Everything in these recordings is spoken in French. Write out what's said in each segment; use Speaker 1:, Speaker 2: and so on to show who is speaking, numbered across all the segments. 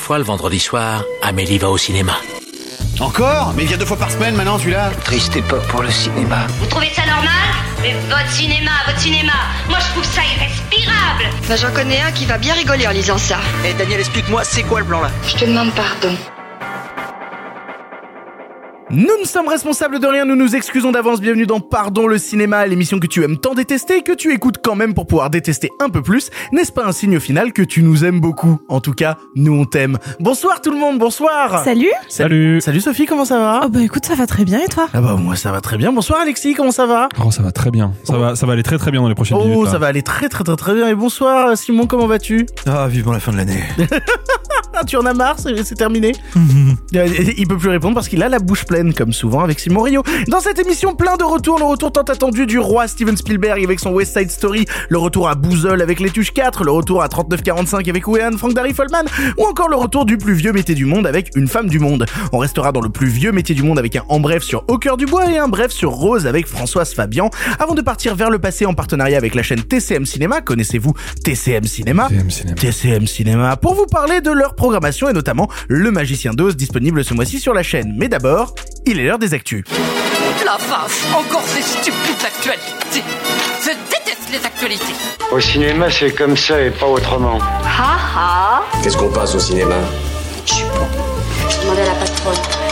Speaker 1: fois le vendredi soir, Amélie va au cinéma.
Speaker 2: Encore ? Mais il vient 2 fois par semaine maintenant, celui-là.
Speaker 3: Triste époque pour le cinéma.
Speaker 4: Vous trouvez ça normal ? Mais votre cinéma, moi je trouve ça irrespirable.
Speaker 5: Bah j'en connais un qui va bien rigoler en lisant ça.
Speaker 3: Eh Daniel, explique-moi, c'est quoi le plan là ?
Speaker 5: Je te demande pardon.
Speaker 6: Nous ne sommes responsables de rien, nous nous excusons d'avance. Bienvenue dans Pardon le cinéma, l'émission que tu aimes tant détester et que tu écoutes quand même pour pouvoir détester un peu plus. N'est-ce pas un signe au final que tu nous aimes beaucoup ? En tout cas, nous on t'aime. Bonsoir tout le monde, bonsoir.
Speaker 7: Salut.
Speaker 6: Salut Sophie, comment ça va ?
Speaker 7: Oh bah écoute, ça va très bien et toi ?
Speaker 6: Ah bah moi ça va très bien. Bonsoir Alexis, comment ça va ?
Speaker 8: Oh ça va très bien, ça va aller très très bien dans les prochaines minutes.
Speaker 6: Oh
Speaker 8: là.
Speaker 6: ça va aller très bien. Et bonsoir Simon, comment vas-tu ?
Speaker 2: Ah, vivement la fin de l'année.
Speaker 6: Ah, tu en as marre, c'est terminé. Il peut plus répondre parce qu'il a la bouche pleine, comme souvent avec Simon Rio. Dans cette émission, plein de retours. Le retour tant attendu du roi Steven Spielberg avec son West Side Story. Le retour à Boozle avec Les Tuches 4. Le retour à 3945 avec Wayne Frank Darry Follman. Ou encore le retour du plus vieux métier du monde avec Une femme du monde. On restera dans le plus vieux métier du monde avec un en bref sur Au cœur du bois et un bref sur Rose avec Françoise Fabian. Avant de partir vers le passé en partenariat avec la chaîne TCM Cinéma. Connaissez-vous TCM Cinéma ? TCM Cinéma. Pour vous parler de leur programmation et notamment Le Magicien d'Oz disponible ce mois-ci sur la chaîne. Mais d'abord, il est l'heure des actus.
Speaker 9: La vache, encore ces stupides actualités. Je déteste les actualités.
Speaker 10: Au cinéma, c'est comme ça et pas autrement.
Speaker 11: Qu'est-ce qu'on passe au cinéma ?
Speaker 4: Je suis bon. Je demandais à la patronne.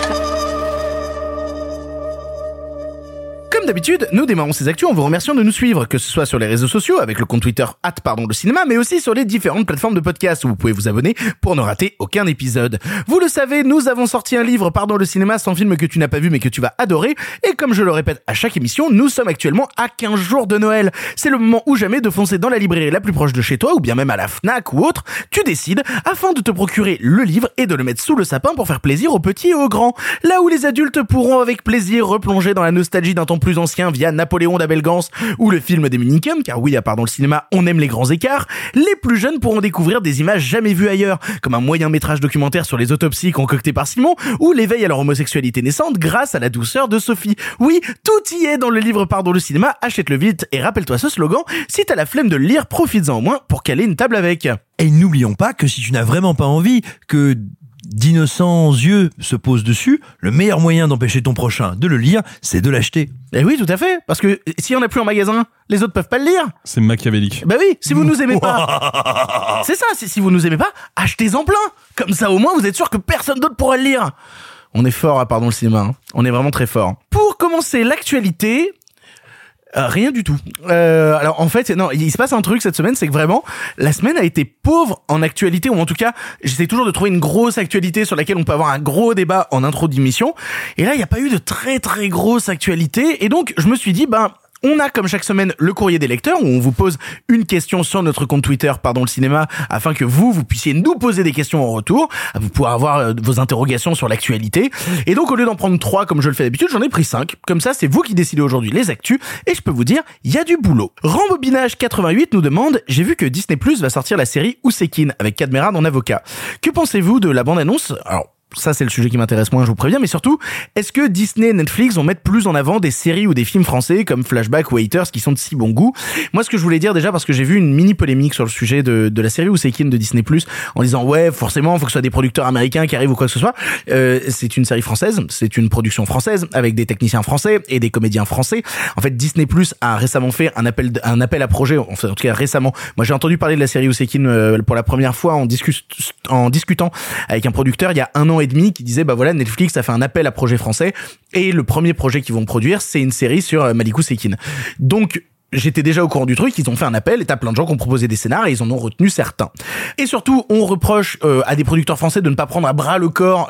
Speaker 6: Comme d'habitude, nous démarrons ces actus en vous remerciant de nous suivre, que ce soit sur les réseaux sociaux avec le compte Twitter @pardon le cinéma, mais aussi sur les différentes plateformes de podcast où vous pouvez vous abonner pour ne rater aucun épisode. Vous le savez, nous avons sorti un livre Pardon le cinéma, 100 films que tu n'as pas vu mais que tu vas adorer, et comme je le répète à chaque émission, nous sommes actuellement à 15 jours de Noël. C'est le moment ou jamais de foncer dans la librairie la plus proche de chez toi ou bien même à la Fnac ou autre, tu décides, afin de te procurer le livre et de le mettre sous le sapin pour faire plaisir aux petits et aux grands. Là où les adultes pourront avec plaisir replonger dans la nostalgie d'un temps plus ancien via Napoléon d'Abel Gans ou le film des Minicums, car oui, à part dans le cinéma, on aime les grands écarts, les plus jeunes pourront découvrir des images jamais vues ailleurs, comme un moyen métrage documentaire sur les autopsies concoctées par Simon, ou l'éveil à leur homosexualité naissante grâce à la douceur de Sophie. Oui, tout y est dans le livre Pardon le cinéma, achète-le vite et rappelle-toi ce slogan, si t'as la flemme de le lire, profites-en au moins pour caler une table avec.
Speaker 12: Et n'oublions pas que si tu n'as vraiment pas envie que d'innocents yeux se posent dessus, le meilleur moyen d'empêcher ton prochain de le lire, c'est de l'acheter.
Speaker 6: Eh oui, tout à fait, parce que s'il y en a plus en magasin, les autres peuvent pas le lire.
Speaker 8: C'est machiavélique.
Speaker 6: Bah oui, si vous nous aimez pas. C'est ça, si vous nous aimez pas, achetez-en plein. Comme ça au moins vous êtes sûr que personne d'autre pourra le lire. On est fort à Pardon le cinéma, hein. On est vraiment très fort. Pour commencer l'actualité, rien du tout. Alors en fait, non, il se passe un truc cette semaine, c'est que vraiment, la semaine a été pauvre en actualité, ou en tout cas, j'essaie toujours de trouver une grosse actualité sur laquelle on peut avoir un gros débat en intro d'émission. Et là, il n'y a pas eu de très très grosse actualité, et donc je me suis dit, on a comme chaque semaine le courrier des lecteurs où on vous pose une question sur notre compte Twitter Pardon le cinéma afin que vous puissiez nous poser des questions en retour, vous pourrez avoir vos interrogations sur l'actualité. Et donc au lieu d'en prendre 3 comme je le fais d'habitude, j'en ai pris 5. Comme ça, c'est vous qui décidez aujourd'hui les actus et je peux vous dire, il y a du boulot. Rembobinage 88 nous demande, j'ai vu que Disney Plus va sortir la série Ousekine avec Cadmerade en avocat. Que pensez-vous de la bande-annonce ? Alors, ça, c'est le sujet qui m'intéresse moins, je vous préviens, mais surtout, est-ce que Disney et Netflix vont mettre plus en avant des séries ou des films français comme Flashback ou Haters qui sont de si bon goût ? Moi, ce que je voulais dire déjà, parce que j'ai vu une mini polémique sur le sujet de la série Ousekine de Disney+, en disant, ouais, forcément, faut que ce soit des producteurs américains qui arrivent ou quoi que ce soit. C'est une série française, c'est une production française, avec des techniciens français et des comédiens français. En fait, Disney+, a récemment fait un appel à projet, enfin, en tout cas, récemment. Moi, j'ai entendu parler de la série Ousekine pour la première fois en discutant avec un producteur il y a 1 an et demi qui disait voilà, Netflix a fait un appel à projet français et le premier projet qu'ils vont produire c'est une série sur Malik Ousekine. Donc j'étais déjà au courant du truc, ils ont fait un appel et t'as plein de gens qui ont proposé des scénars et ils en ont retenu certains. Et surtout, on reproche à des producteurs français de ne pas prendre à bras le corps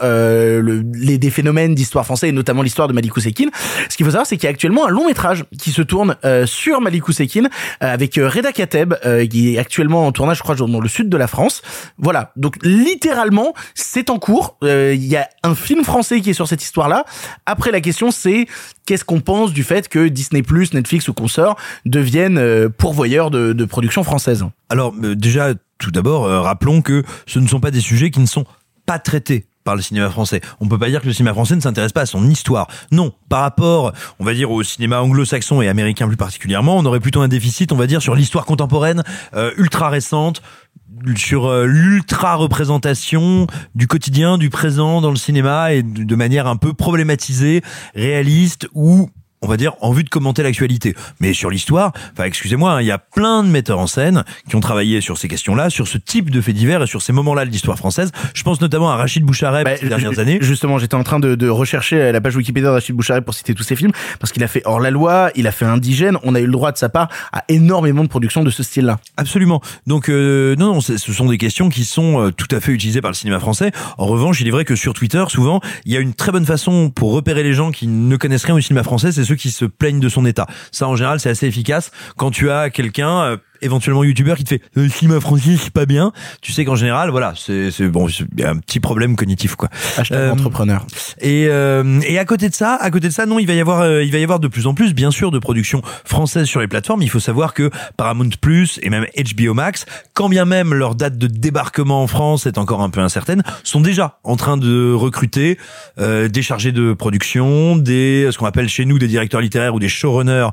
Speaker 6: des phénomènes d'histoire française et notamment l'histoire de Malik Ousekine. Ce qu'il faut savoir, c'est qu'il y a actuellement un long métrage qui se tourne sur Malik Ousekine avec Reda Kateb qui est actuellement en tournage, je crois, dans le sud de la France. Voilà, donc littéralement, c'est en cours. Il y a un film français qui est sur cette histoire-là. Après, la question, c'est qu'est-ce qu'on pense du fait que Disney+, Netflix ou consorts deviennent pourvoyeurs de productions françaises?
Speaker 12: Alors déjà, tout d'abord, rappelons que ce ne sont pas des sujets qui ne sont pas traités par le cinéma français. On peut pas dire que le cinéma français ne s'intéresse pas à son histoire. Non, par rapport, on va dire, au cinéma anglo-saxon et américain plus particulièrement, on aurait plutôt un déficit, on va dire, sur l'histoire contemporaine, ultra récente, l'ultra représentation du quotidien, du présent dans le cinéma et de manière un peu problématisée, réaliste ou on va dire en vue de commenter l'actualité. Mais sur l'histoire, excusez-moi, il y a plein de metteurs en scène qui ont travaillé sur ces questions-là, sur ce type de faits divers et sur ces moments-là de l'histoire française. Je pense notamment à Rachid Bouchareb ces dernières années.
Speaker 6: Justement, j'étais en train de rechercher la page Wikipédia de Rachid Bouchareb pour citer tous ses films, parce qu'il a fait Hors la loi, il a fait Indigène, on a eu le droit de sa part à énormément de productions de ce style-là.
Speaker 12: Absolument. Donc non, ce sont des questions qui sont tout à fait utilisées par le cinéma français. En revanche, il est vrai que sur Twitter, souvent, il y a une très bonne façon pour repérer les gens qui ne connaissent rien au cinéma français, c'est ceux qui se plaignent de son état. Ça, en général, c'est assez efficace. Quand tu as quelqu'un, éventuellement youtubeur, qui te fait le cinéma français, c'est pas bien, tu sais qu'en général, voilà, c'est bon, il y a un petit problème cognitif, quoi.
Speaker 6: Entrepreneur.
Speaker 12: Et à côté de ça, non, il va y avoir de plus en plus, bien sûr, de productions françaises sur les plateformes. Il faut savoir que Paramount Plus et même HBO Max, quand bien même leur date de débarquement en France est encore un peu incertaine, sont déjà en train de recruter des chargés de production, ce qu'on appelle chez nous des directeurs littéraires ou des showrunners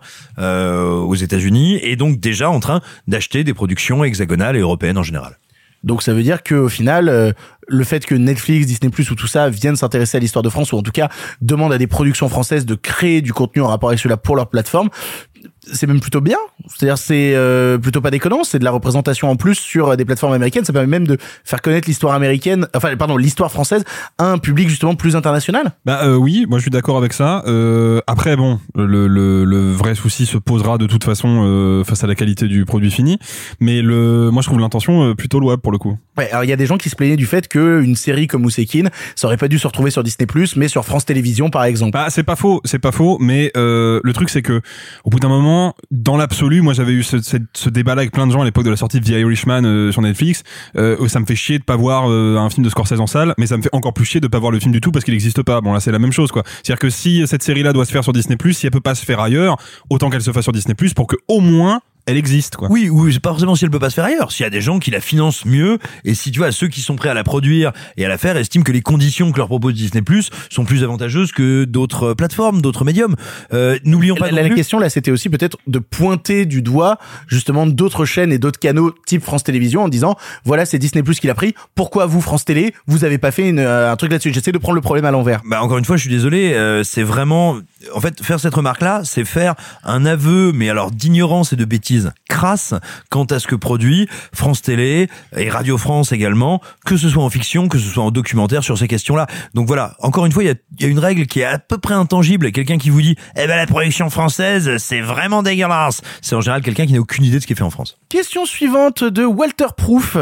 Speaker 12: aux États-Unis, et donc déjà en train d'acheter des productions hexagonales et européennes en général.
Speaker 6: Donc ça veut dire que au final, le fait que Netflix, Disney+, ou tout ça viennent s'intéresser à l'histoire de France, ou en tout cas demandent à des productions françaises de créer du contenu en rapport avec cela pour leur plateforme, c'est même plutôt bien. C'est-à-dire c'est plutôt pas déconnant, c'est de la représentation en plus sur des plateformes américaines, ça permet même de faire connaître l'histoire américaine, l'histoire française à un public justement plus international.
Speaker 8: Oui, moi je suis d'accord avec ça. Après bon, le vrai souci se posera de toute façon face à la qualité du produit fini, mais moi je trouve l'intention plutôt louable pour le coup.
Speaker 6: Ouais, alors il y a des gens qui se plaignaient du fait que une série comme Mousekine, ça aurait pas dû se retrouver sur Disney+, mais sur France Télévisions par exemple.
Speaker 8: C'est pas faux, mais le truc c'est que au bout d'un moment, dans l'absolu, moi j'avais eu ce débat-là avec plein de gens à l'époque de la sortie de The Irishman sur Netflix. Ça me fait chier de pas voir un film de Scorsese en salle, mais ça me fait encore plus chier de pas voir le film du tout parce qu'il n'existe pas. Bon là c'est la même chose quoi. C'est-à-dire que si cette série-là doit se faire sur Disney+, si elle peut pas se faire ailleurs, autant qu'elle se fasse sur Disney+, pour que au moins elle existe quoi.
Speaker 12: Oui, c'est pas forcément si elle peut pas se faire ailleurs. S'il y a des gens qui la financent mieux, et si tu vois ceux qui sont prêts à la produire et à la faire estiment que les conditions que leur propose Disney+ sont plus avantageuses que d'autres plateformes, d'autres médiums. N'oublions pas.
Speaker 6: La question là, c'était aussi peut-être de pointer du doigt justement d'autres chaînes et d'autres canaux type France Télévisions en disant voilà c'est Disney+ qui l'a pris. Pourquoi vous France Télé vous avez pas fait un truc là-dessus? J'essaie de prendre le problème à l'envers.
Speaker 12: Encore une fois, je suis désolé. C'est vraiment en fait faire cette remarque là, c'est faire un aveu, mais alors d'ignorance et de bêtise crasse quant à ce que produit France Télé et Radio France également, que ce soit en fiction, que ce soit en documentaire sur ces questions-là. Donc voilà, encore une fois, il y a une règle qui est à peu près intangible. Quelqu'un qui vous dit la production française, c'est vraiment dégueulasse. C'est en général quelqu'un qui n'a aucune idée de ce qui est fait en France.
Speaker 6: Question suivante de Walter Proof,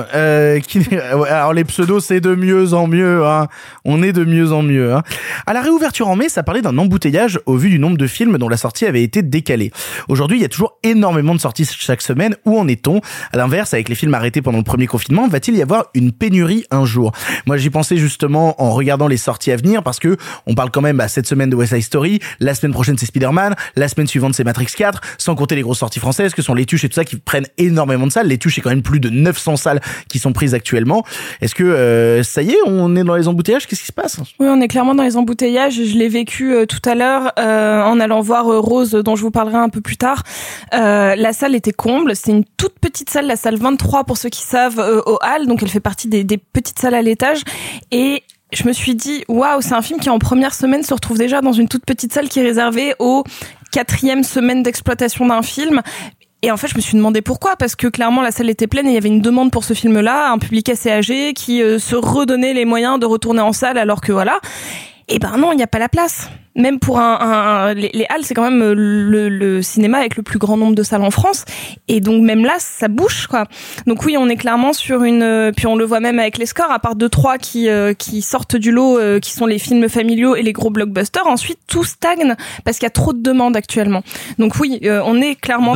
Speaker 6: alors les pseudos c'est de mieux en mieux, hein. On est de mieux en mieux, hein. À la réouverture en mai, ça parlait d'un embouteillage au vu du nombre de films dont la sortie avait été décalée. Aujourd'hui, il y a toujours énormément de sorties chaque semaine. Où en est-on? À l'inverse, avec les films arrêtés pendant le premier confinement, va-t-il y avoir une pénurie un jour? Moi, j'y pensais justement en regardant les sorties à venir, parce que on parle quand même cette semaine de West Side Story, la semaine prochaine c'est Spider-Man, la semaine suivante c'est Matrix 4, sans compter les grosses sorties françaises que sont Les Tuches et tout ça qui prennent énormément de salles. Les Tuches, c'est quand même plus de 900 salles qui sont prises actuellement. Est-ce que ça y est, on est dans les embouteillages? Qu'est-ce qui se passe?
Speaker 7: Oui, on est clairement dans les embouteillages. Je l'ai vécu tout à l'heure en allant voir Rose, dont je vous parlerai un peu plus tard. La salle était comble. C'est une toute petite salle, la salle 23 pour ceux qui savent, au Hall. Donc elle fait partie des petites salles à l'étage. Et je me suis dit, waouh, c'est un film qui en première semaine se retrouve déjà dans une toute petite salle qui est réservée aux 4e semaine d'exploitation d'un film. Et en fait, je me suis demandé pourquoi, parce que clairement la salle était pleine et il y avait une demande pour ce film-là, un public assez âgé qui se redonnait les moyens de retourner en salle, alors que voilà. Et ben non, il n'y a pas la place. Même pour les halles, c'est quand même le cinéma avec le plus grand nombre de salles en France. Et donc même là, ça bouge, quoi. Donc oui, on est clairement sur puis on le voit même avec les scores, à part 2-3 qui sortent du lot, qui sont les films familiaux et les gros blockbusters. Ensuite, tout stagne parce qu'il y a trop de demandes actuellement. Donc oui, on est clairement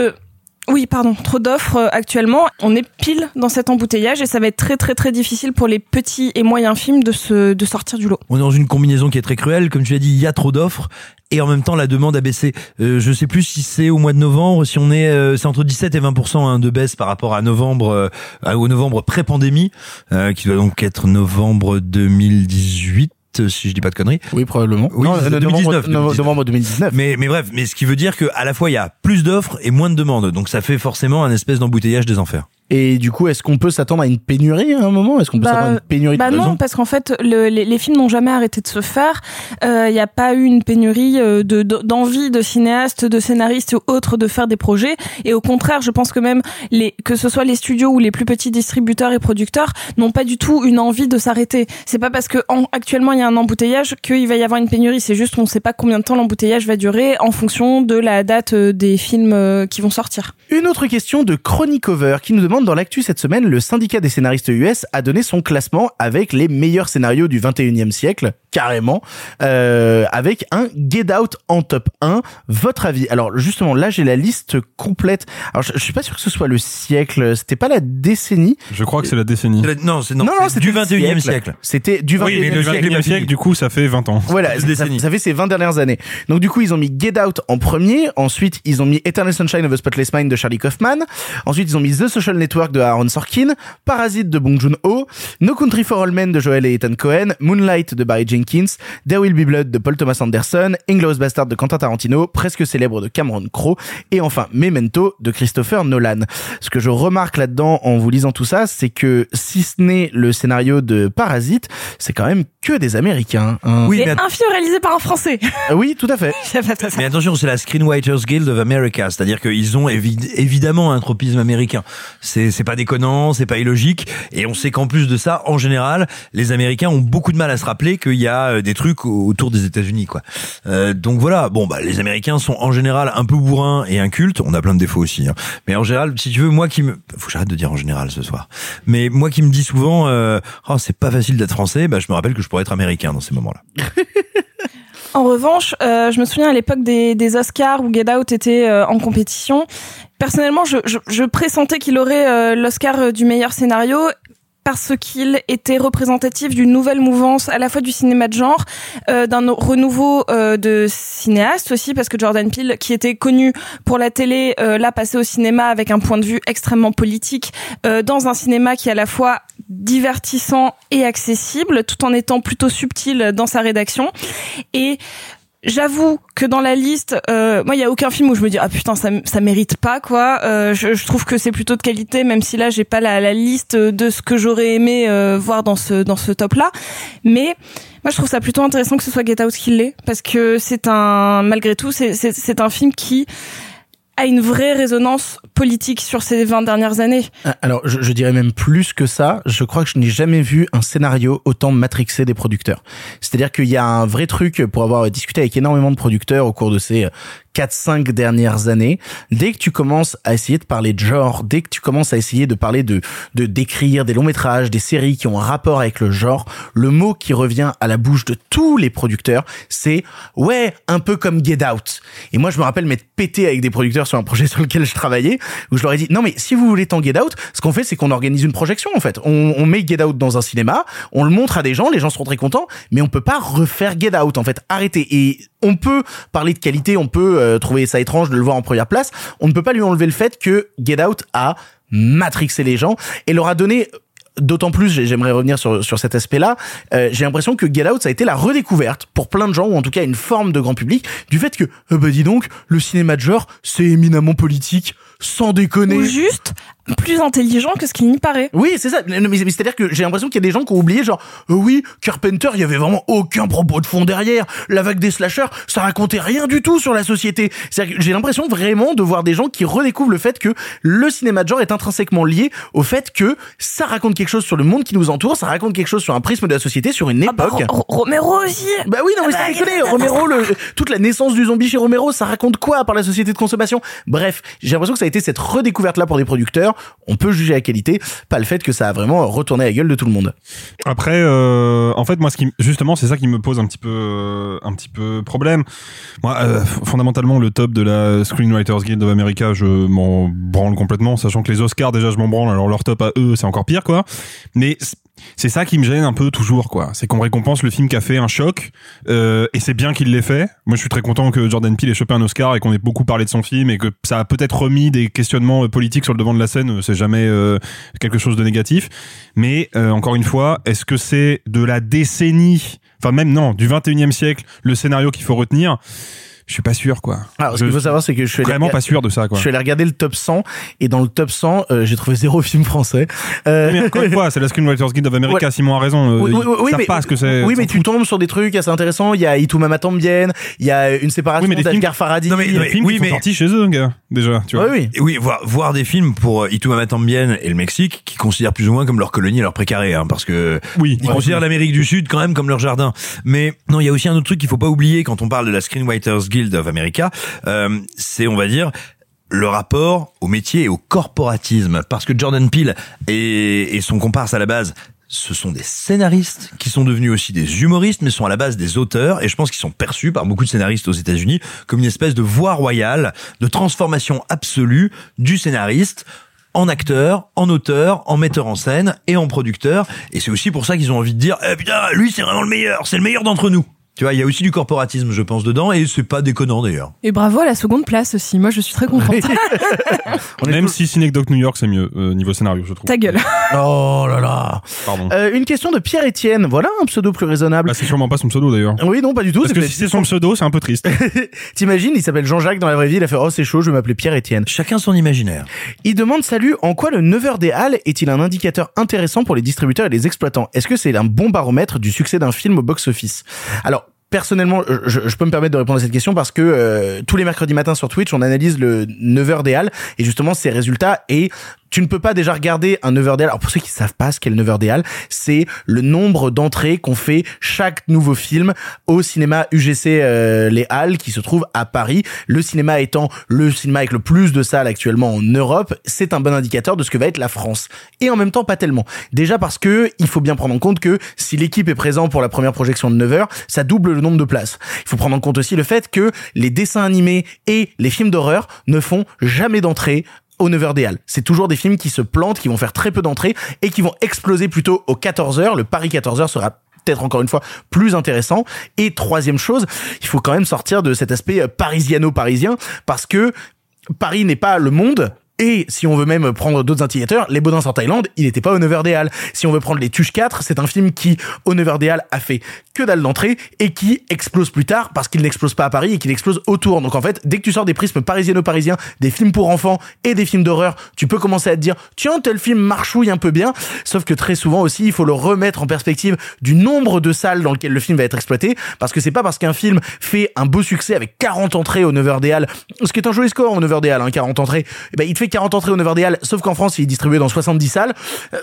Speaker 7: trop d'offres actuellement. On est pile dans cet embouteillage et ça va être très très très difficile pour les petits et moyens films de sortir du lot.
Speaker 12: On est dans une combinaison qui est très cruelle. Comme tu l'as dit, il y a trop d'offres et en même temps la demande a baissé. Je sais plus si c'est au mois de novembre, si on est, c'est entre 17 et 20% de baisse par rapport à novembre, au novembre pré-pandémie, qui doit donc être novembre 2018. Si je dis pas de conneries.
Speaker 6: Oui, probablement.
Speaker 12: Oui, non, 2019.
Speaker 6: Novembre 2019.
Speaker 12: Mais bref, ce qui veut dire que à la fois il y a plus d'offres et moins de demandes. Donc ça fait forcément un espèce d'embouteillage des enfers.
Speaker 6: Et du coup, est-ce qu'on peut s'attendre à une pénurie à un moment? Est-ce qu'on peut s'attendre à une pénurie de
Speaker 7: non, parce qu'en fait, les films n'ont jamais arrêté de se faire. Il n'y a pas eu une pénurie d'envie de cinéastes, de scénaristes ou autres de faire des projets. Et au contraire, je pense que même que ce soit les studios ou les plus petits distributeurs et producteurs n'ont pas du tout une envie de s'arrêter. C'est pas parce que actuellement il y a un embouteillage qu'il va y avoir une pénurie. C'est juste qu'on ne sait pas combien de temps l'embouteillage va durer en fonction de la date des films qui vont sortir.
Speaker 6: Une autre question de Chronicover qui nous demande: dans l'actu cette semaine, le syndicat des scénaristes US a donné son classement avec les meilleurs scénarios du 21e siècle, carrément, avec un Get Out en top 1. Votre avis? Alors justement, là j'ai la liste complète. Alors je suis pas sûr que ce soit le siècle, c'était pas la décennie.
Speaker 8: Je crois que c'est la décennie.
Speaker 12: Non, c'est du 21e siècle.
Speaker 6: C'était du 21e
Speaker 8: siècle. Oui, mais le 21e siècle, du coup, ça fait 20 ans.
Speaker 6: Voilà, ça fait ces 20 dernières années. Donc du coup, ils ont mis Get Out en premier, ensuite ils ont mis Eternal Sunshine of a Spotless Mind de Charlie Kaufman, ensuite ils ont mis The Social Network de Aaron Sorkin, Parasite de Bong Joon-ho, No Country for All Men de Joel et Ethan Cohen, Moonlight de Barry Jenkins, There Will Be Blood de Paul Thomas Anderson, Inglourious Bastard de Quentin Tarantino, Presque Célèbre de Cameron Crowe, et enfin Memento de Christopher Nolan. Ce que je remarque là-dedans en vous lisant tout ça, c'est que si ce n'est le scénario de Parasite, c'est quand même que des Américains.
Speaker 7: Oui, mais un film réalisé par un Français.
Speaker 6: Oui, tout à fait.
Speaker 12: Mais attention, c'est la Screenwriters Guild of America, c'est-à-dire qu'ils ont évidemment un tropisme américain. C'est pas déconnant, c'est pas illogique, et on sait qu'en plus de ça, en général, les Américains ont beaucoup de mal à se rappeler qu'il y a des trucs autour des États-Unis, quoi. Donc voilà, bon bah les Américains sont en général un peu bourrins et incultes. On a plein de défauts aussi, hein. Mais en général, si tu veux, faut que j'arrête de dire en général ce soir. Mais moi qui me dis souvent, c'est pas facile d'être français, bah je me rappelle que je pourrais être américain dans ces moments-là.
Speaker 7: En revanche, je me souviens à l'époque des Oscars où Get Out était en compétition. Personnellement, je pressentais qu'il aurait l'Oscar du meilleur scénario parce qu'il était représentatif d'une nouvelle mouvance à la fois du cinéma de genre, d'un renouveau de cinéastes aussi, parce que Jordan Peele, qui était connu pour la télé, l'a passé au cinéma avec un point de vue extrêmement politique, dans un cinéma qui est à la fois divertissant et accessible, tout en étant plutôt subtil dans sa rédaction. Et j'avoue que dans la liste, moi, il y a aucun film où je me dis ah putain ça mérite pas quoi. Je trouve que c'est plutôt de qualité, même si là j'ai pas la liste de ce que j'aurais aimé voir dans ce top là. Mais moi je trouve ça plutôt intéressant que ce soit Get Out qui l'est, parce que malgré tout c'est un film qui a une vraie résonance politique sur ces 20 dernières années.
Speaker 6: Alors, je dirais même plus que ça. Je crois que je n'ai jamais vu un scénario autant matrixé des producteurs. C'est-à-dire qu'il y a un vrai truc, pour avoir discuté avec énormément de producteurs au cours de ces 4-5 dernières années, dès que tu commences à essayer de parler de genre, dès que tu commences à essayer de parler d'écrire des longs métrages, des séries qui ont un rapport avec le genre, le mot qui revient à la bouche de tous les producteurs, c'est ouais, un peu comme Get Out. Et moi, je me rappelle m'être pété avec des producteurs sur un projet sur lequel je travaillais, où je leur ai dit non mais si vous voulez tant Get Out, ce qu'on fait c'est qu'on organise une projection en fait. On met Get Out dans un cinéma, on le montre à des gens, les gens seront très contents, mais on peut pas refaire Get Out en fait. Arrêtez. Et on peut parler de qualité, on peut trouver ça étrange de le voir en première place. On ne peut pas lui enlever le fait que Get Out a matrixé les gens et leur a donné. D'autant plus, j'aimerais revenir sur cet aspect-là, j'ai l'impression que Get Out, ça a été la redécouverte pour plein de gens, ou en tout cas une forme de grand public, du fait que, dis donc, le cinéma de genre, c'est éminemment politique, sans déconner.
Speaker 7: Ou juste plus intelligent que ce qu'il n'y paraît.
Speaker 6: Oui, c'est ça. Mais c'est-à-dire que j'ai l'impression qu'il y a des gens qui ont oublié, genre, oui, Carpenter, il y avait vraiment aucun propos de fond derrière. La vague des slashers, ça racontait rien du tout sur la société. C'est-à-dire que j'ai l'impression vraiment de voir des gens qui redécouvrent le fait que le cinéma de genre est intrinsèquement lié au fait que ça raconte quelque chose sur le monde qui nous entoure, ça raconte quelque chose sur un prisme de la société, sur une époque.
Speaker 7: Romero aussi.
Speaker 6: Bah oui, non mais ça déconne. Romero, toute la naissance du zombie chez Romero, ça raconte quoi par la société de consommation? Bref, j'ai l'impression que ça a été cette redécouverte-là pour des producteurs. On peut juger la qualité, pas le fait que ça a vraiment retourné la gueule de tout le monde.
Speaker 8: Après, en fait, moi, justement, c'est ça qui me pose un petit peu problème. Moi, fondamentalement, le top de la Screenwriters Guild of America, je m'en branle complètement, sachant que les Oscars, déjà, je m'en branle, alors leur top à eux, c'est encore pire, quoi. Mais c'est ça qui me gêne un peu toujours, quoi. C'est qu'on récompense le film qui a fait un choc, et c'est bien qu'il l'ait fait. Moi, je suis très content que Jordan Peele ait chopé un Oscar et qu'on ait beaucoup parlé de son film et que ça a peut-être remis des questionnements politiques sur le devant de la scène. C'est jamais quelque chose de négatif. Mais encore une fois, est-ce que c'est de la décennie, enfin même non, du 21e siècle, le scénario qu'il faut retenir? je suis pas sûr, quoi.
Speaker 6: Alors, ce qu'il faut savoir, c'est que je suis
Speaker 8: vraiment pas sûr de ça, quoi.
Speaker 6: Je suis allé regarder le top 100 et dans le top 100, j'ai trouvé 0 film français.
Speaker 8: Mais encore une fois, c'est la Screenwriters Guild of America. Ouais. Simon a raison. Ils savent pas ce que c'est.
Speaker 6: Oui, mais tu tombes sur des trucs assez intéressants. Il y a Ituma Matambien, il y a une séparation d'Asghar Farhadi.
Speaker 8: Il y a des films qui sont sortis chez eux, gars. Déjà, tu vois.
Speaker 12: Oui, voir des films pour Ituma Matambien et le Mexique, qui considèrent plus ou moins comme leur colonie et leur précaré, hein, parce que ils considèrent l'Amérique du Sud quand même comme leur jardin. Mais non, il y a aussi un autre truc qu'il faut pas oublier quand on parle de la Screenwriters Guild of America, c'est, on va dire, le rapport au métier et au corporatisme. Parce que Jordan Peele et son comparse à la base, ce sont des scénaristes qui sont devenus aussi des humoristes, mais sont à la base des auteurs. Et je pense qu'ils sont perçus par beaucoup de scénaristes aux États-Unis comme une espèce de voie royale, de transformation absolue du scénariste en acteur, en auteur, en metteur en scène et en producteur. Et c'est aussi pour ça qu'ils ont envie de dire, putain, lui c'est vraiment le meilleur, c'est le meilleur d'entre nous. Tu vois, il y a aussi du corporatisme, je pense, dedans, et c'est pas déconnant d'ailleurs.
Speaker 7: Et bravo à la seconde place aussi. Moi, je suis très contente.
Speaker 8: Même si Synecdoche New York, c'est mieux niveau scénario, je trouve.
Speaker 7: Ta gueule.
Speaker 6: Oh là là.
Speaker 8: Pardon.
Speaker 6: Une question de Pierre-Étienne. Voilà un pseudo plus raisonnable.
Speaker 8: Bah, c'est sûrement pas son pseudo d'ailleurs.
Speaker 6: Oui, non, pas du tout.
Speaker 8: Parce que si c'est son pseudo, c'est un peu triste.
Speaker 6: T'imagines, il s'appelle Jean-Jacques dans la vraie vie. Il a fait, oh c'est chaud, je vais m'appeler Pierre-Étienne.
Speaker 12: Chacun son imaginaire.
Speaker 6: Il demande, salut, en quoi le 9h des Halles est-il un indicateur intéressant pour les distributeurs et les exploitants? Est-ce que c'est un bon baromètre du succès d'un film au box-office? Alors, personnellement, je peux me permettre de répondre à cette question parce que tous les mercredis matins sur Twitch, on analyse le 9h des Halles et justement ses résultats, et tu ne peux pas déjà regarder un 9h des Halles. Alors pour ceux qui savent pas ce qu'est le 9h des Halles, c'est le nombre d'entrées qu'ont fait chaque nouveau film au cinéma UGC les Halles qui se trouve à Paris. Le cinéma étant le cinéma avec le plus de salles actuellement en Europe, c'est un bon indicateur de ce que va être la France. Et en même temps pas tellement. Déjà parce que il faut bien prendre en compte que si l'équipe est présente pour la première projection de 9h, ça double le nombre de places. Il faut prendre en compte aussi le fait que les dessins animés et les films d'horreur ne font jamais d'entrée au 9h des Halles. C'est toujours des films qui se plantent, qui vont faire très peu d'entrées et qui vont exploser plutôt aux 14h. Le Paris 14h sera peut-être encore une fois plus intéressant. Et troisième chose, il faut quand même sortir de cet aspect parisiano-parisien parce que Paris n'est pas le monde. Et si on veut même prendre d'autres indicateurs, Les Baudins en Thaïlande, il n'était pas au 9h des Halles. Si on veut prendre Les Tuches 4, c'est un film qui, au 9h des Halles, a fait que dalle d'entrée et qui explose plus tard parce qu'il n'explose pas à Paris et qu'il explose autour. Donc en fait, dès que tu sors des prismes parisiano-parisiens, des films pour enfants et des films d'horreur, tu peux commencer à te dire, tiens, tel film marchouille un peu bien. Sauf que très souvent aussi, il faut le remettre en perspective du nombre de salles dans lesquelles le film va être exploité. Parce que c'est pas parce qu'un film fait un beau succès avec 40 entrées au 9h des Halles, ce qui est un joli score au 9h des Halles, 40 entrées, et ben il te fait 40 entrées au 9h des Halles, sauf qu'en France il est distribué dans 70 salles,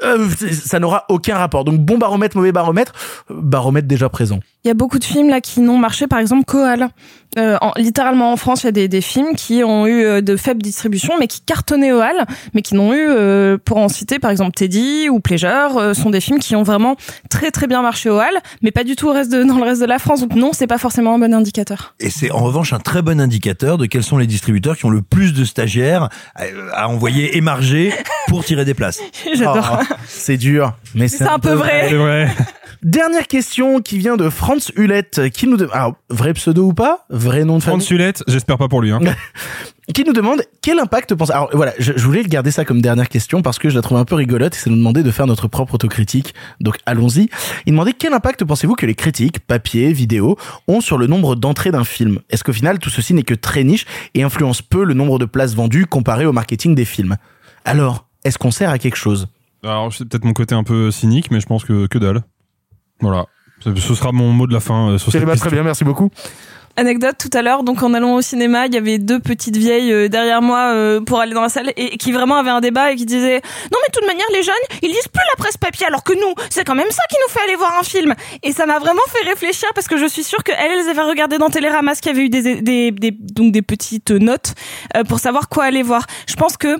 Speaker 6: ça n'aura aucun rapport. Donc bon baromètre, mauvais baromètre, baromètre déjà présent.
Speaker 7: Il y a beaucoup de films là qui n'ont marché, par exemple Koal. Littéralement en France, il y a des films qui ont eu de faibles distributions, mais qui cartonnaient au Halles, mais qui n'ont eu, pour en citer par exemple Teddy ou Pleasure, sont des films qui ont vraiment très très bien marché au Halles, mais pas du tout dans le reste de la France. Donc non, c'est pas forcément un bon indicateur.
Speaker 12: Et c'est en revanche un très bon indicateur de quels sont les distributeurs qui ont le plus de stagiaires à envoyer émarger pour tirer des places.
Speaker 7: J'adore.
Speaker 6: Oh, c'est dur, mais c'est
Speaker 7: un peu vrai.
Speaker 8: C'est vrai.
Speaker 6: Dernière question qui vient de Franz Hulette, qui nous alors vrai pseudo ou pas, vrai nom de famille.
Speaker 8: Franz Hulette, j'espère pas pour lui. Hein.
Speaker 6: Qui nous demande quel impact pense. Alors voilà, je voulais garder ça comme dernière question parce que je la trouve un peu rigolote et ça nous demandait de faire notre propre autocritique. Donc allons-y. Il demandait quel impact pensez-vous que les critiques, papier, vidéo, ont sur le nombre d'entrées d'un film. Est-ce qu'au final tout ceci n'est que très niche et influence peu le nombre de places vendues comparé au marketing des films. Alors, est-ce qu'on sert à quelque chose?
Speaker 8: Alors c'est peut-être mon côté un peu cynique, mais je pense que dalle. Voilà, ce sera mon mot de la fin sur cette question.
Speaker 6: Très bien, merci beaucoup.
Speaker 7: Anecdote, tout à l'heure, donc en allant au cinéma, il y avait deux petites vieilles derrière moi pour aller dans la salle et qui vraiment avaient un débat et qui disaient non mais de toute manière les jeunes ils lisent plus la presse papier alors que nous c'est quand même ça qui nous fait aller voir un film. Et ça m'a vraiment fait réfléchir parce que je suis sûre qu'elles avaient regardé dans Télérama ce qu'il y avait eu donc des petites notes pour savoir quoi aller voir. Je pense que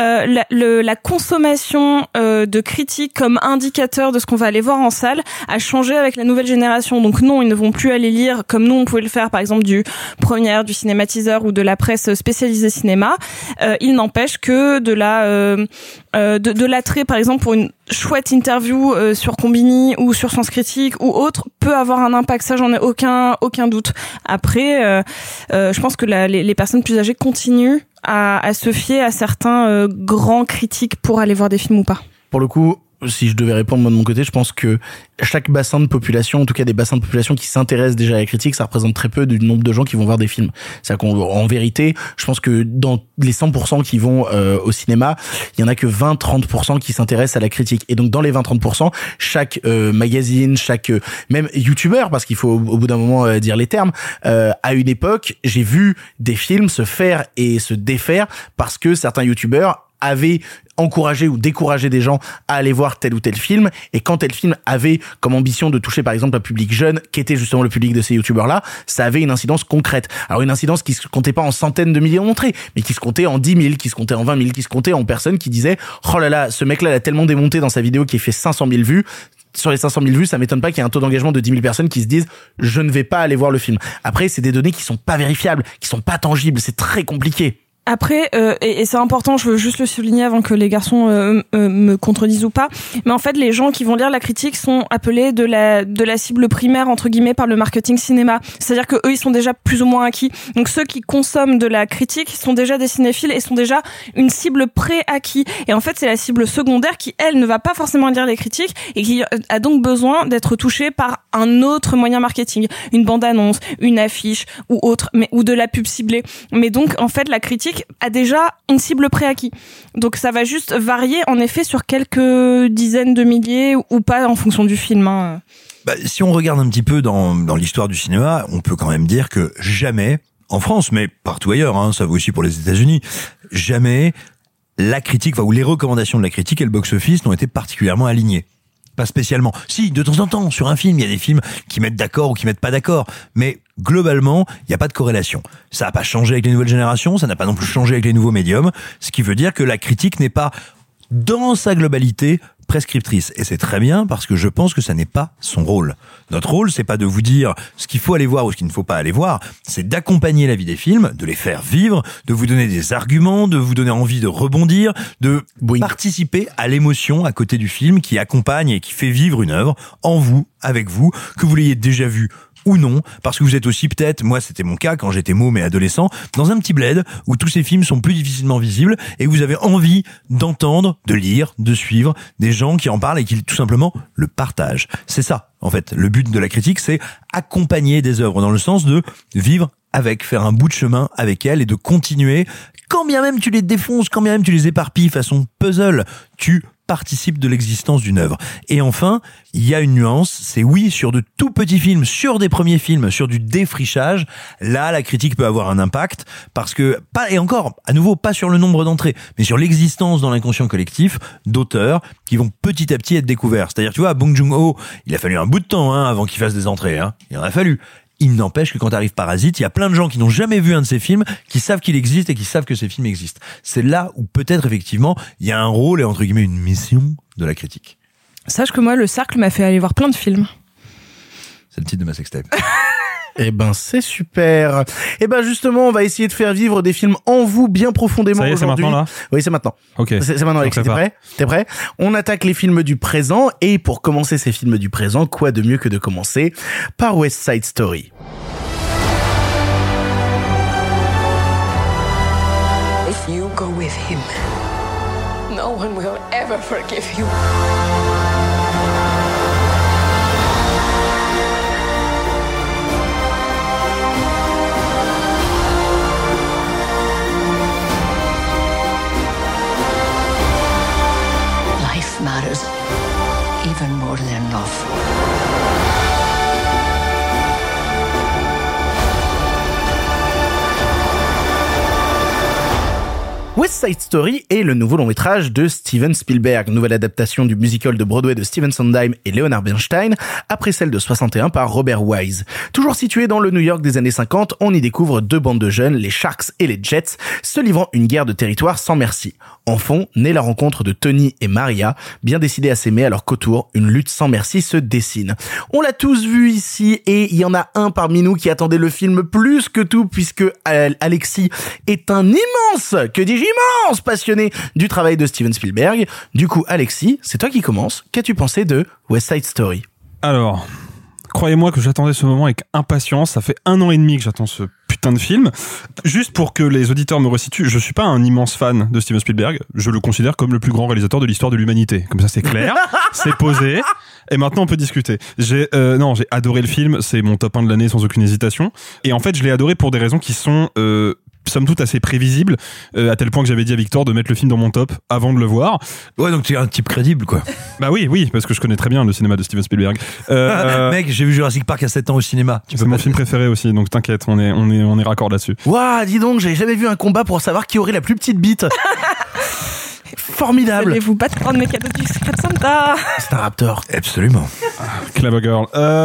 Speaker 7: la consommation de critiques comme indicateur de ce qu'on va aller voir en salle a changé avec la nouvelle génération. Donc non, ils ne vont plus aller lire comme nous on pouvait le faire par exemple du Première, du Cinématiseur ou de la presse spécialisée cinéma. Il n'empêche que de l'attrait par exemple pour une chouette interview sur Combini ou sur Sens Critique ou autre peut avoir un impact, ça j'en ai aucun doute. Après je pense que les personnes plus âgées continuent à se fier à certains grands critiques pour aller voir des films ou pas.
Speaker 6: Pour le coup, si je devais répondre moi de mon côté, je pense que chaque bassin de population, en tout cas des bassins de population qui s'intéressent déjà à la critique, ça représente très peu du nombre de gens qui vont voir des films. C'est-à-dire qu'en vérité, je pense que dans les 100% qui vont au cinéma, il y en a que 20-30% qui s'intéressent à la critique. Et donc dans les 20-30%, chaque magazine, chaque même youtubeur, parce qu'il faut au bout d'un moment dire les termes, à une époque, j'ai vu des films se faire et se défaire parce que certains youtubeurs avaient encouragé ou découragé des gens à aller voir tel ou tel film, et quand tel film avait comme ambition de toucher par exemple un public jeune, qui était justement le public de ces youtubeurs-là, ça avait une incidence concrète. Alors une incidence qui se comptait pas en centaines de milliers d'entrées, mais qui se comptait en 10 000, qui se comptait en 20 000, qui se comptait en personnes qui disaient « Oh là là, ce mec-là l'a tellement démonté dans sa vidéo qui fait 500 000 vues », sur les 500 000 vues, ça m'étonne pas qu'il y ait un taux d'engagement de 10 000 personnes qui se disent « Je ne vais pas aller voir le film ». Après, c'est des données qui sont pas vérifiables, qui sont pas tangibles, c'est très compliqué.
Speaker 7: Après, et c'est important, je veux juste le souligner avant que les garçons me contredisent ou pas, mais en fait, les gens qui vont lire la critique sont appelés de la cible primaire, entre guillemets, par le marketing cinéma. C'est-à-dire que eux, ils sont déjà plus ou moins acquis. Donc ceux qui consomment de la critique sont déjà des cinéphiles et sont déjà une cible pré-acquis. Et en fait, c'est la cible secondaire qui, elle, ne va pas forcément lire les critiques et qui a donc besoin d'être touchée par un autre moyen marketing, une bande-annonce, une affiche ou autre, ou de la pub ciblée. Mais donc, en fait, la critique a déjà une cible préacquis. Donc ça va juste varier en effet sur quelques dizaines de milliers ou pas en fonction du film. Hein.
Speaker 12: Bah, si on regarde un petit peu dans l'histoire du cinéma, on peut quand même dire que jamais, en France, mais partout ailleurs, hein, ça vaut aussi pour les États-Unis, jamais la critique, ou les recommandations de la critique et le box-office n'ont été particulièrement alignés. Pas spécialement. Si, de temps en temps, sur un film, il y a des films qui mettent d'accord ou qui mettent pas d'accord. Mais globalement, il n'y a pas de corrélation. Ça n'a pas changé avec les nouvelles générations, ça n'a pas non plus changé avec les nouveaux médiums. Ce qui veut dire que la critique n'est pas, dans sa globalité, prescriptrice. Et c'est très bien parce que je pense que ça n'est pas son rôle. Notre rôle, c'est pas de vous dire ce qu'il faut aller voir ou ce qu'il ne faut pas aller voir. C'est d'accompagner la vie des films, de les faire vivre, de vous donner des arguments, de vous donner envie de rebondir, de participer à l'émotion à côté du film qui accompagne et qui fait vivre une œuvre en vous, avec vous, que vous l'ayez déjà vu ou non, parce que vous êtes aussi peut-être, moi c'était mon cas quand j'étais môme et adolescent, dans un petit bled où tous ces films sont plus difficilement visibles et vous avez envie d'entendre, de lire, de suivre des gens qui en parlent et qui tout simplement le partagent. C'est ça, en fait, le but de la critique, c'est accompagner des œuvres dans le sens de vivre avec, faire un bout de chemin avec elles et de continuer, quand bien même tu les défonces, quand bien même tu les éparpilles façon puzzle, tu participe de l'existence d'une œuvre. Et enfin, il y a une nuance, c'est oui, sur de tout petits films, sur des premiers films, sur du défrichage, là, la critique peut avoir un impact, parce que, pas, et encore, à nouveau, pas sur le nombre d'entrées, mais sur l'existence dans l'inconscient collectif d'auteurs qui vont petit à petit être découverts. C'est-à-dire, tu vois, Bong Joon-ho, il a fallu un bout de temps, avant qu'il fasse des entrées, Il en a fallu. Il n'empêche que quand arrive Parasite, il y a plein de gens qui n'ont jamais vu un de ces films, qui savent qu'il existe et qui savent que ces films existent. C'est là où peut-être effectivement il y a un rôle et entre guillemets une mission de la critique.
Speaker 7: Sache que moi, le cercle m'a fait aller voir plein de films.
Speaker 12: C'est le titre de ma sextape.
Speaker 6: Eh ben, c'est super. Eh ben, justement, on va essayer de faire vivre des films en vous bien profondément aujourd'hui.
Speaker 8: Ça y est, c'est maintenant, là?
Speaker 6: Oui, c'est maintenant.
Speaker 8: Ok.
Speaker 6: C'est maintenant, Alexis. T'es prêt? On attaque les films du présent, et pour commencer ces films du présent, quoi de mieux que de commencer par West Side Story.
Speaker 9: If you go with him, no one will ever forgive you. Matters even more than love.
Speaker 6: West Side Story est le nouveau long métrage de Steven Spielberg, nouvelle adaptation du musical de Broadway de Stephen Sondheim et Leonard Bernstein, après celle de 61 par Robert Wise. Toujours situé dans le New York des années 50, on y découvre deux bandes de jeunes, les Sharks et les Jets, se livrant une guerre de territoire sans merci. En fond, naît la rencontre de Tony et Maria, bien décidés à s'aimer alors qu'autour, une lutte sans merci se dessine. On l'a tous vu ici et il y en a un parmi nous qui attendait le film plus que tout puisque Alexis est un immense, que dis-je, immense passionné du travail de Steven Spielberg. Du coup, Alexis, c'est toi qui commences. Qu'as-tu pensé de West Side Story ?
Speaker 8: Alors, croyez-moi que j'attendais ce moment avec impatience. Ça fait 1 an et demi que j'attends ce putain de film. Juste pour que les auditeurs me resituent, je suis pas un immense fan de Steven Spielberg. Je le considère comme le plus grand réalisateur de l'histoire de l'humanité. Comme ça, c'est clair, c'est posé. Et maintenant, on peut discuter. J'ai adoré le film. C'est mon top 1 de l'année sans aucune hésitation. Et en fait, je l'ai adoré pour des raisons qui sont somme toute assez prévisible, à tel point que j'avais dit à Victor de mettre le film dans mon top avant de le voir.
Speaker 12: Ouais, donc tu es un type crédible, quoi.
Speaker 8: Bah oui, parce que je connais très bien le cinéma de Steven Spielberg.
Speaker 12: Mec, j'ai vu Jurassic Park à 7 ans au cinéma.
Speaker 8: C'est mon film préféré aussi, donc t'inquiète, on est raccord là-dessus.
Speaker 6: Ouah, dis donc, j'ai jamais vu un combat pour savoir qui aurait la plus petite bite. Formidable.
Speaker 7: Allez vous battre pour prendre mes cadeaux du Secret Santa.
Speaker 6: C'est un raptor.
Speaker 12: Absolument.
Speaker 8: Clever girl.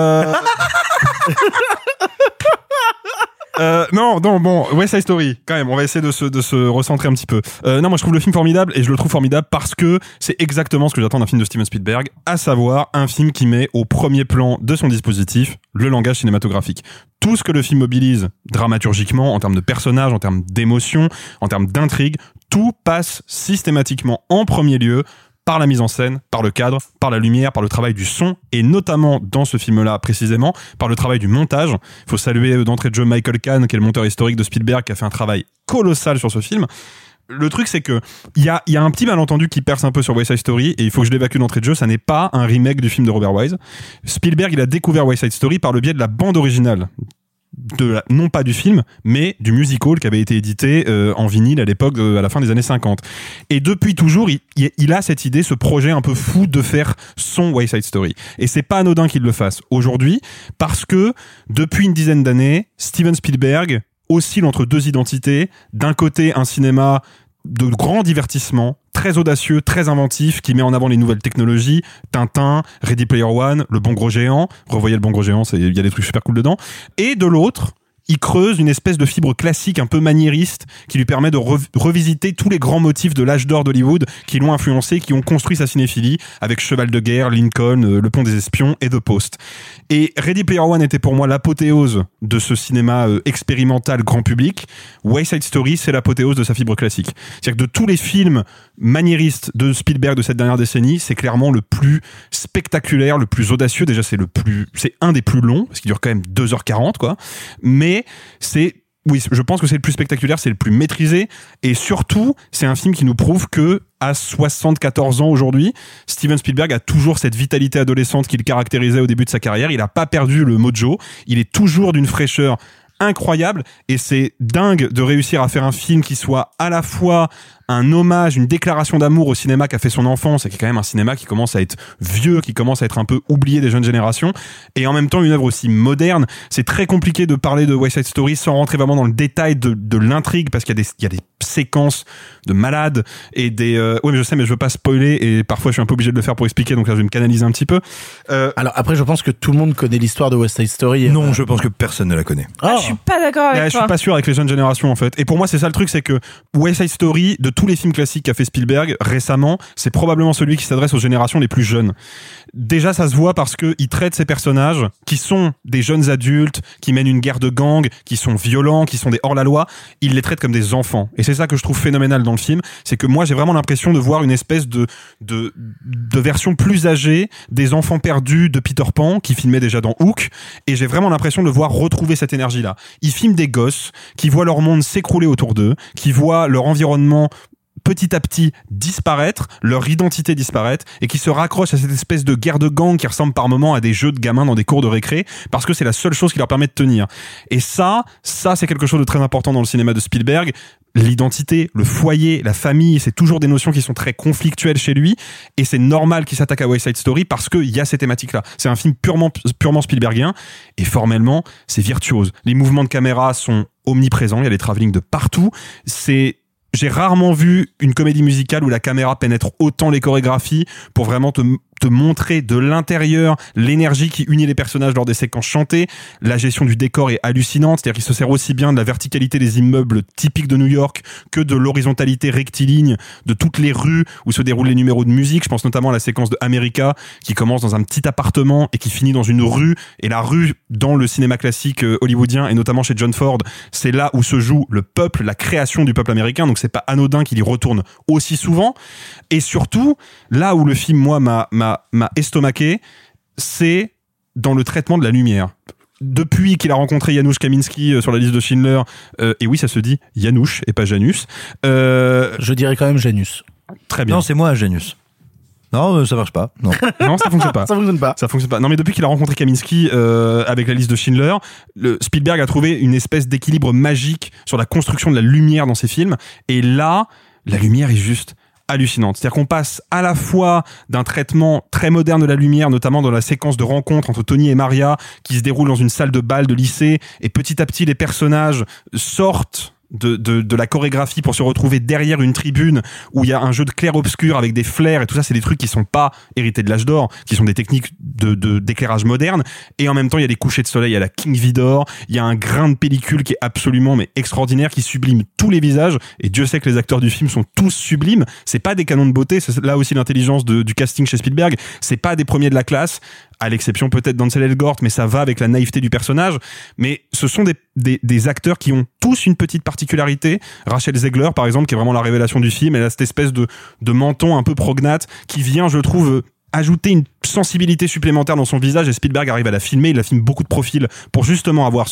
Speaker 8: Non, bon, West Side Story, quand même, on va essayer de se recentrer un petit peu. Non, moi je trouve le film formidable, et je le trouve formidable parce que c'est exactement ce que j'attends d'un film de Steven Spielberg, à savoir un film qui met au premier plan de son dispositif le langage cinématographique. Tout ce que le film mobilise dramaturgiquement, en termes de personnages, en termes d'émotions, en termes d'intrigue, tout passe systématiquement en premier lieu par la mise en scène, par le cadre, par la lumière, par le travail du son, et notamment dans ce film-là précisément, par le travail du montage. Il faut saluer d'entrée de jeu Michael Kahn, qui est le monteur historique de Spielberg, qui a fait un travail colossal sur ce film. Le truc, c'est que il y a un petit malentendu qui perce un peu sur West Side Story, et il faut que je l'évacue d'entrée de jeu. Ça n'est pas un remake du film de Robert Wise. Spielberg, il a découvert West Side Story par le biais de la bande originale. Non pas du film, mais du musical qui avait été édité en vinyle à l'époque, à la fin des années 50. Et depuis toujours, il a cette idée, ce projet un peu fou de faire son West Side Story. Et c'est pas anodin qu'il le fasse aujourd'hui, parce que depuis une dizaine d'années, Steven Spielberg oscille entre deux identités. D'un côté, un cinéma de grand divertissement, très audacieux, très inventif, qui met en avant les nouvelles technologies, Tintin, Ready Player One, Le Bon Gros Géant, revoyez Le Bon Gros Géant, il y a des trucs super cool dedans, et de l'autre, il creuse une espèce de fibre classique un peu maniériste qui lui permet de revisiter tous les grands motifs de l'âge d'or d'Hollywood qui l'ont influencé, qui ont construit sa cinéphilie avec Cheval de guerre, Lincoln, Le Pont des Espions et The Post. Et Ready Player One était pour moi l'apothéose de ce cinéma expérimental grand public. West Side Story, c'est l'apothéose de sa fibre classique. C'est-à-dire que de tous les films maniéristes de Spielberg de cette dernière décennie, c'est clairement le plus spectaculaire, le plus audacieux. Déjà, c'est un des plus longs, parce qu'il dure quand même 2h40, quoi. Mais je pense que c'est le plus spectaculaire, c'est le plus maîtrisé, et surtout, c'est un film qui nous prouve que, à 74 ans aujourd'hui, Steven Spielberg a toujours cette vitalité adolescente qui le caractérisait au début de sa carrière. Il n'a pas perdu le mojo, il est toujours d'une fraîcheur incroyable, et c'est dingue de réussir à faire un film qui soit à la fois un hommage, une déclaration d'amour au cinéma qu'a fait son enfance, et qui est quand même un cinéma qui commence à être vieux, qui commence à être un peu oublié des jeunes générations, et en même temps une œuvre aussi moderne. C'est très compliqué de parler de West Side Story sans rentrer vraiment dans le détail de l'intrigue, parce qu'il y a des séquences de malades et des oui, mais je sais, mais je veux pas spoiler, et parfois je suis un peu obligé de le faire pour expliquer, donc là je vais me canaliser un petit peu.
Speaker 6: Alors après, je pense que tout le monde connaît l'histoire de West Side Story.
Speaker 12: Non, je pense que personne ne la connaît.
Speaker 7: Je suis pas d'accord avec toi.
Speaker 8: Je suis pas sûr avec les jeunes générations, en fait. Et pour moi, c'est ça le truc, c'est que West Side Story, de tous les films classiques qu'a fait Spielberg récemment, c'est probablement celui qui s'adresse aux générations les plus jeunes. Déjà, ça se voit parce que il traite ces personnages qui sont des jeunes adultes, qui mènent une guerre de gangs, qui sont violents, qui sont des hors-la-loi. Il les traite comme des enfants. Et c'est ça que je trouve phénoménal dans le film. C'est que moi, j'ai vraiment l'impression de voir une espèce de version plus âgée des enfants perdus de Peter Pan, qui filmait déjà dans Hook. Et j'ai vraiment l'impression de voir retrouver cette énergie-là. Il filme des gosses qui voient leur monde s'écrouler autour d'eux, qui voient leur environnement petit à petit disparaître, leur identité disparaître, et qui se raccrochent à cette espèce de guerre de gang qui ressemble par moments à des jeux de gamins dans des cours de récré, parce que c'est la seule chose qui leur permet de tenir. Et ça c'est quelque chose de très important dans le cinéma de Spielberg. L'identité, le foyer, la famille, c'est toujours des notions qui sont très conflictuelles chez lui, et c'est normal qu'il s'attaque à West Side Story parce qu'il y a ces thématiques-là. C'est un film purement Spielbergien, et formellement, c'est virtuose. Les mouvements de caméra sont omniprésents, il y a des travelling de partout. J'ai rarement vu une comédie musicale où la caméra pénètre autant les chorégraphies pour vraiment te montrer de l'intérieur l'énergie qui unit les personnages lors des séquences chantées. La gestion du décor est hallucinante, c'est-à-dire qu'il se sert aussi bien de la verticalité des immeubles typiques de New York que de l'horizontalité rectiligne de toutes les rues où se déroulent les numéros de musique. Je pense notamment à la séquence de America qui commence dans un petit appartement et qui finit dans une rue, et la rue dans le cinéma classique hollywoodien, et notamment chez John Ford, c'est là où se joue le peuple, la création du peuple américain, donc c'est pas anodin qu'il y retourne aussi souvent. Et surtout, là où le film, moi, m'a estomaqué, c'est dans le traitement de la lumière. Depuis qu'il a rencontré Janusz Kaminski sur la liste de Schindler, et oui, ça se dit Janusz et pas Janus.
Speaker 6: Je dirais quand même Janus.
Speaker 8: Très bien.
Speaker 12: Non, c'est moi, Janus. Non, ça marche pas. Non,
Speaker 8: non, ça fonctionne pas.
Speaker 6: Ça fonctionne pas.
Speaker 8: Ça fonctionne pas. Non, mais depuis qu'il a rencontré Kaminski avec la liste de Schindler, Spielberg a trouvé une espèce d'équilibre magique sur la construction de la lumière dans ses films. Et là, la lumière est juste hallucinante. C'est-à-dire qu'on passe à la fois d'un traitement très moderne de la lumière, notamment dans la séquence de rencontre entre Tony et Maria, qui se déroule dans une salle de bal de lycée, et petit à petit les personnages sortent de la chorégraphie pour se retrouver derrière une tribune où il y a un jeu de clair-obscur avec des flares et tout ça, c'est des trucs qui sont pas hérités de l'âge d'or, qui sont des techniques d'éclairage moderne, et en même temps il y a des couchers de soleil à la King Vidor, il y a un grain de pellicule qui est absolument mais extraordinaire, qui sublime tous les visages, et Dieu sait que les acteurs du film sont tous sublimes, c'est pas des canons de beauté, c'est là aussi l'intelligence du casting chez Spielberg, c'est pas des premiers de la classe, à l'exception peut-être d'Ansel Elgort, mais ça va avec la naïveté du personnage. Mais ce sont des acteurs qui ont tous une petite particularité. Rachel Zegler, par exemple, qui est vraiment la révélation du film, elle a cette espèce de menton un peu prognate qui vient, je trouve, ajouter une sensibilité supplémentaire dans son visage, et Spielberg arrive à la filmer, il la filme beaucoup de profils pour justement avoir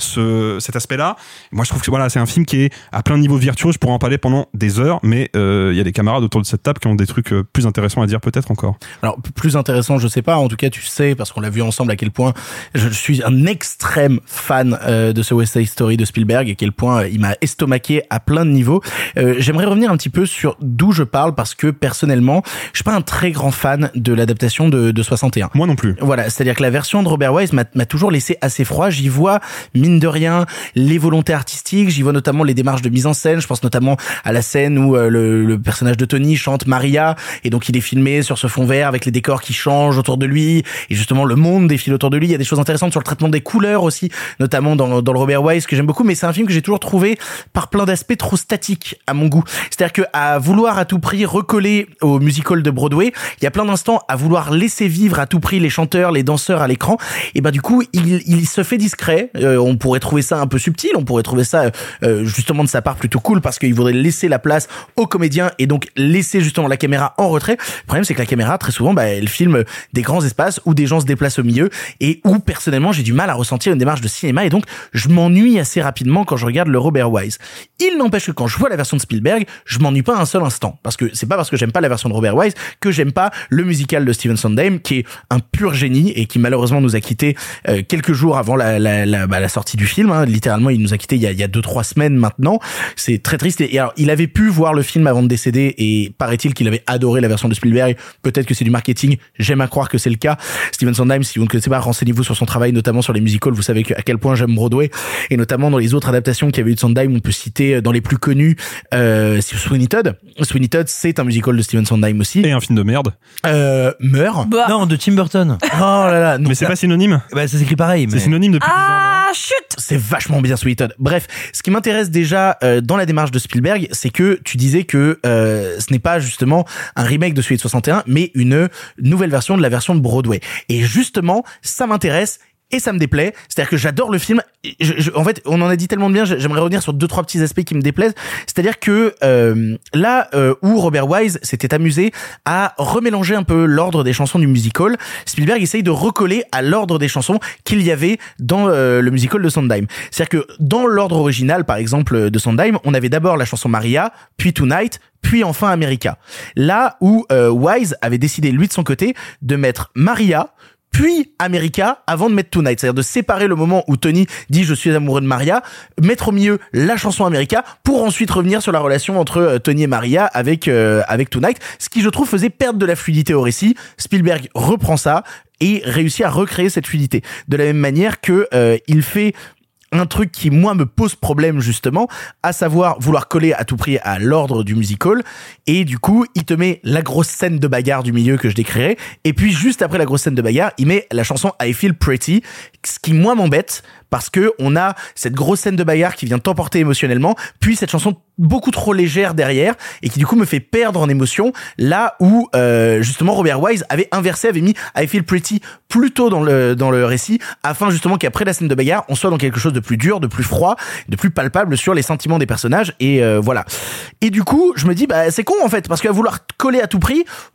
Speaker 8: cet aspect-là. Moi, je trouve que voilà, c'est un film qui est à plein de niveaux virtuose, je pourrais en parler pendant des heures, mais il y a des camarades autour de cette table qui ont des trucs plus intéressants à dire peut-être encore.
Speaker 6: Alors, plus intéressant, je sais pas, en tout cas, tu sais, parce qu'on l'a vu ensemble à quel point je suis un extrême fan de ce West Side Story de Spielberg, et à quel point il m'a estomaqué à plein de niveaux. J'aimerais revenir un petit peu sur d'où je parle, parce que personnellement, je suis pas un très grand fan de l'adaptation de 61.
Speaker 8: Moi non plus.
Speaker 6: Voilà, c'est-à-dire que la version de Robert Wise m'a toujours laissé assez froid. J'y vois, mine de rien, les volontés artistiques, j'y vois notamment les démarches de mise en scène. Je pense notamment à la scène où le personnage de Tony chante Maria, et donc il est filmé sur ce fond vert avec les décors qui changent autour de lui, et justement le monde défile autour de lui. Il y a des choses intéressantes sur le traitement des couleurs aussi, notamment dans le Robert Wise, que j'aime beaucoup, mais c'est un film que j'ai toujours trouvé par plein d'aspects trop statique à mon goût. C'est-à-dire que à vouloir à tout prix recoller au musical de Broadway, il y a plein d'instants à vouloir laisser vivre à tout prix les chanteurs, les danseurs à l'écran, et ben du coup il se fait discret. On pourrait trouver ça un peu subtil, on pourrait trouver ça justement de sa part plutôt cool, parce qu'il voudrait laisser la place aux comédiens et donc laisser justement la caméra en retrait. Le problème, c'est que la caméra très souvent elle filme des grands espaces où des gens se déplacent au milieu, et où personnellement j'ai du mal à ressentir une démarche de cinéma, et donc je m'ennuie assez rapidement quand je regarde le Robert Wise. Il n'empêche que quand je vois la version de Spielberg, je m'ennuie pas un seul instant, parce que c'est pas parce que j'aime pas la version de Robert Wise que j'aime pas le musical de Stephen Sondheim, qui est un pur génie et qui malheureusement nous a quittés quelques jours avant la sortie du film, hein. Littéralement, il nous a quittés il y a 2-3 semaines maintenant. C'est très triste. Et alors, il avait pu voir le film avant de décéder, et paraît-il qu'il avait adoré la version de Spielberg. Peut-être que c'est du marketing, j'aime à croire que c'est le cas. Stephen Sondheim, si vous ne connaissez pas, renseignez-vous sur son travail, notamment sur les musicals. Vous savez à quel point j'aime Broadway, et notamment dans les autres adaptations qu'il y avait eu de Sondheim, on peut citer dans les plus connus Sweeney Todd. Sweeney Todd, c'est un musical de Stephen Sondheim aussi.
Speaker 8: Et un film de merde.
Speaker 6: Meurt.
Speaker 12: Non, de Tim Burton.
Speaker 6: Oh là là.
Speaker 8: Mais c'est pas synonyme.
Speaker 12: Bah, ça s'écrit pareil. Mais...
Speaker 8: C'est synonyme depuis 10 ans.
Speaker 7: Ah, chut!
Speaker 6: C'est vachement bien Sweeney Todd. Bref, ce qui m'intéresse déjà dans la démarche de Spielberg, c'est que tu disais que ce n'est pas justement un remake de celui de 61, mais une nouvelle version de la version de Broadway. Et justement, ça m'intéresse. Et ça me déplaît, c'est-à-dire que j'adore le film. En fait, on en a dit tellement de bien, j'aimerais revenir sur 2-3 petits aspects qui me déplaisent. C'est-à-dire que là où Robert Wise s'était amusé à remélanger un peu l'ordre des chansons du musical, Spielberg essaye de recoller à l'ordre des chansons qu'il y avait dans le musical de Sondheim. C'est-à-dire que dans l'ordre original, par exemple, de Sondheim, on avait d'abord la chanson Maria, puis Tonight, puis enfin America. Là où Wise avait décidé, lui de son côté, de mettre Maria, puis America avant de mettre Tonight, c'est-à-dire de séparer le moment où Tony dit je suis amoureux de Maria, mettre au milieu la chanson America pour ensuite revenir sur la relation entre Tony et Maria avec Tonight, ce qui je trouve faisait perdre de la fluidité au récit. Spielberg reprend ça et réussit à recréer cette fluidité de la même manière que il fait un truc qui, moi, me pose problème, justement, à savoir vouloir coller à tout prix à l'ordre du musical, et du coup, il te met la grosse scène de bagarre du milieu que je décrirai, et puis, juste après la grosse scène de bagarre, il met la chanson I Feel Pretty, ce qui, moi, m'embête, parce que on a cette grosse scène de bagarre qui vient t'emporter émotionnellement, puis cette chanson beaucoup trop légère derrière, et qui, du coup, me fait perdre en émotion, là où, justement, Robert Wise avait inversé, avait mis I Feel Pretty plus tôt dans le récit, afin, justement, qu'après la scène de bagarre, on soit dans quelque chose de plus dur, de plus froid, de plus palpable sur les sentiments des personnages, et voilà. Et du coup, je me dis, bah, c'est con, en fait, parce qu'à vouloir coller à tout prix,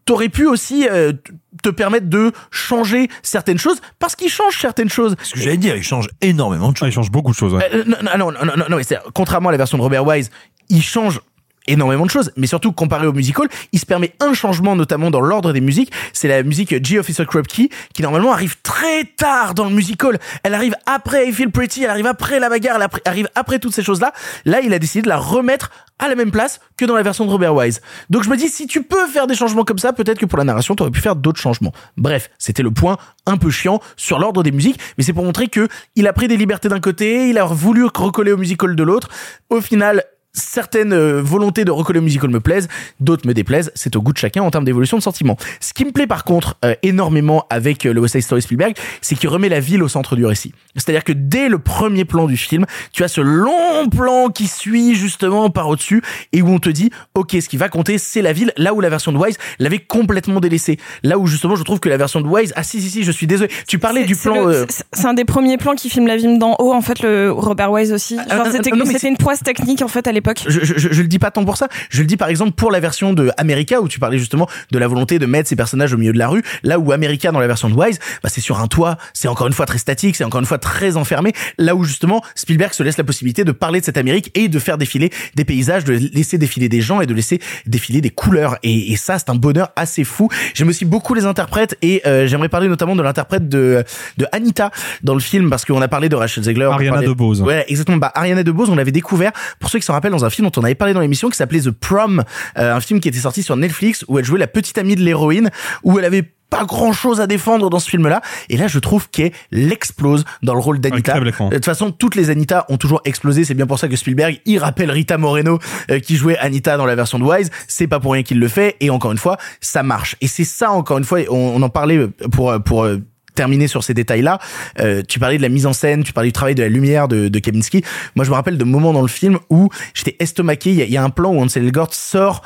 Speaker 6: t'aurais pu aussi te permettre de changer certaines choses parce qu'il change certaines choses.
Speaker 12: Ce que j'allais dire, il change énormément de choses.
Speaker 8: Il change beaucoup de choses. Ouais.
Speaker 6: Non, mais contrairement à la version de Robert Wise, il change énormément de choses, mais surtout comparé au musical, il se permet un changement notamment dans l'ordre des musiques, c'est la musique G Officer Krupke qui normalement arrive très tard dans le musical, elle arrive après I Feel Pretty, elle arrive après la bagarre, elle arrive après toutes ces choses-là. Là, il a décidé de la remettre à la même place que dans la version de Robert Wise. Donc je me dis, si tu peux faire des changements comme ça, peut-être que pour la narration, t'aurais pu faire d'autres changements. Bref, c'était le point un peu chiant sur l'ordre des musiques, mais c'est pour montrer que il a pris des libertés d'un côté, il a voulu recoller au musical de l'autre. Au final, certaines volontés de recoller au musical me plaisent, d'autres me déplaisent, c'est au goût de chacun en termes d'évolution de sentiments. Ce qui me plaît par contre énormément avec le West Side Story Spielberg, c'est qu'il remet la ville au centre du récit. C'est-à-dire que dès le premier plan du film, tu as ce long plan qui suit justement par au-dessus et où on te dit, ok, ce qui va compter, c'est la ville, là où la version de Wise l'avait complètement délaissé. Là où justement je trouve que la version de Wise, si, je suis désolé, tu parlais du plan...
Speaker 7: C'est un des premiers plans qui filme la ville d'en haut, en fait, le Robert Wise aussi. Genre, c'était une prouesse technique en fait à l'époque.
Speaker 6: Je le dis pas tant pour ça, je le dis par exemple pour la version de America où tu parlais justement de la volonté de mettre ces personnages au milieu de la rue, là où America dans la version de Wise, bah c'est sur un toit, c'est encore une fois très statique, c'est encore une fois très enfermé, là où justement Spielberg se laisse la possibilité de parler de cette Amérique et de faire défiler des paysages, de laisser défiler des gens et de laisser défiler des couleurs et ça c'est un bonheur assez fou. J'aime aussi beaucoup les interprètes et j'aimerais parler notamment de l'interprète de Anita dans le film parce qu'on a parlé de Rachel Zegler,
Speaker 8: Ariana DeBose.
Speaker 6: Ouais, exactement. Bah Ariana DeBose, on l'avait découvert pour ceux qui s'en rappellent dans un film dont on avait parlé dans l'émission qui s'appelait The Prom, un film qui était sorti sur Netflix où elle jouait la petite amie de l'héroïne, où elle avait pas grand chose à défendre dans ce film-là. Et là, je trouve qu'elle explose dans le rôle d'Anita. De toute façon, toutes les Anita ont toujours explosé. C'est bien pour ça que Spielberg, il rappelle Rita Moreno, qui jouait Anita dans la version de Wise. C'est pas pour rien qu'il le fait. Et encore une fois, ça marche. Et c'est ça, encore une fois, on en parlait pour terminer sur ces détails-là. Tu parlais de la mise en scène, tu parlais du travail de la lumière de Kaminski. Moi, je me rappelle de moments dans le film où j'étais estomaqué. Il y a un plan où Ansel Elgort sort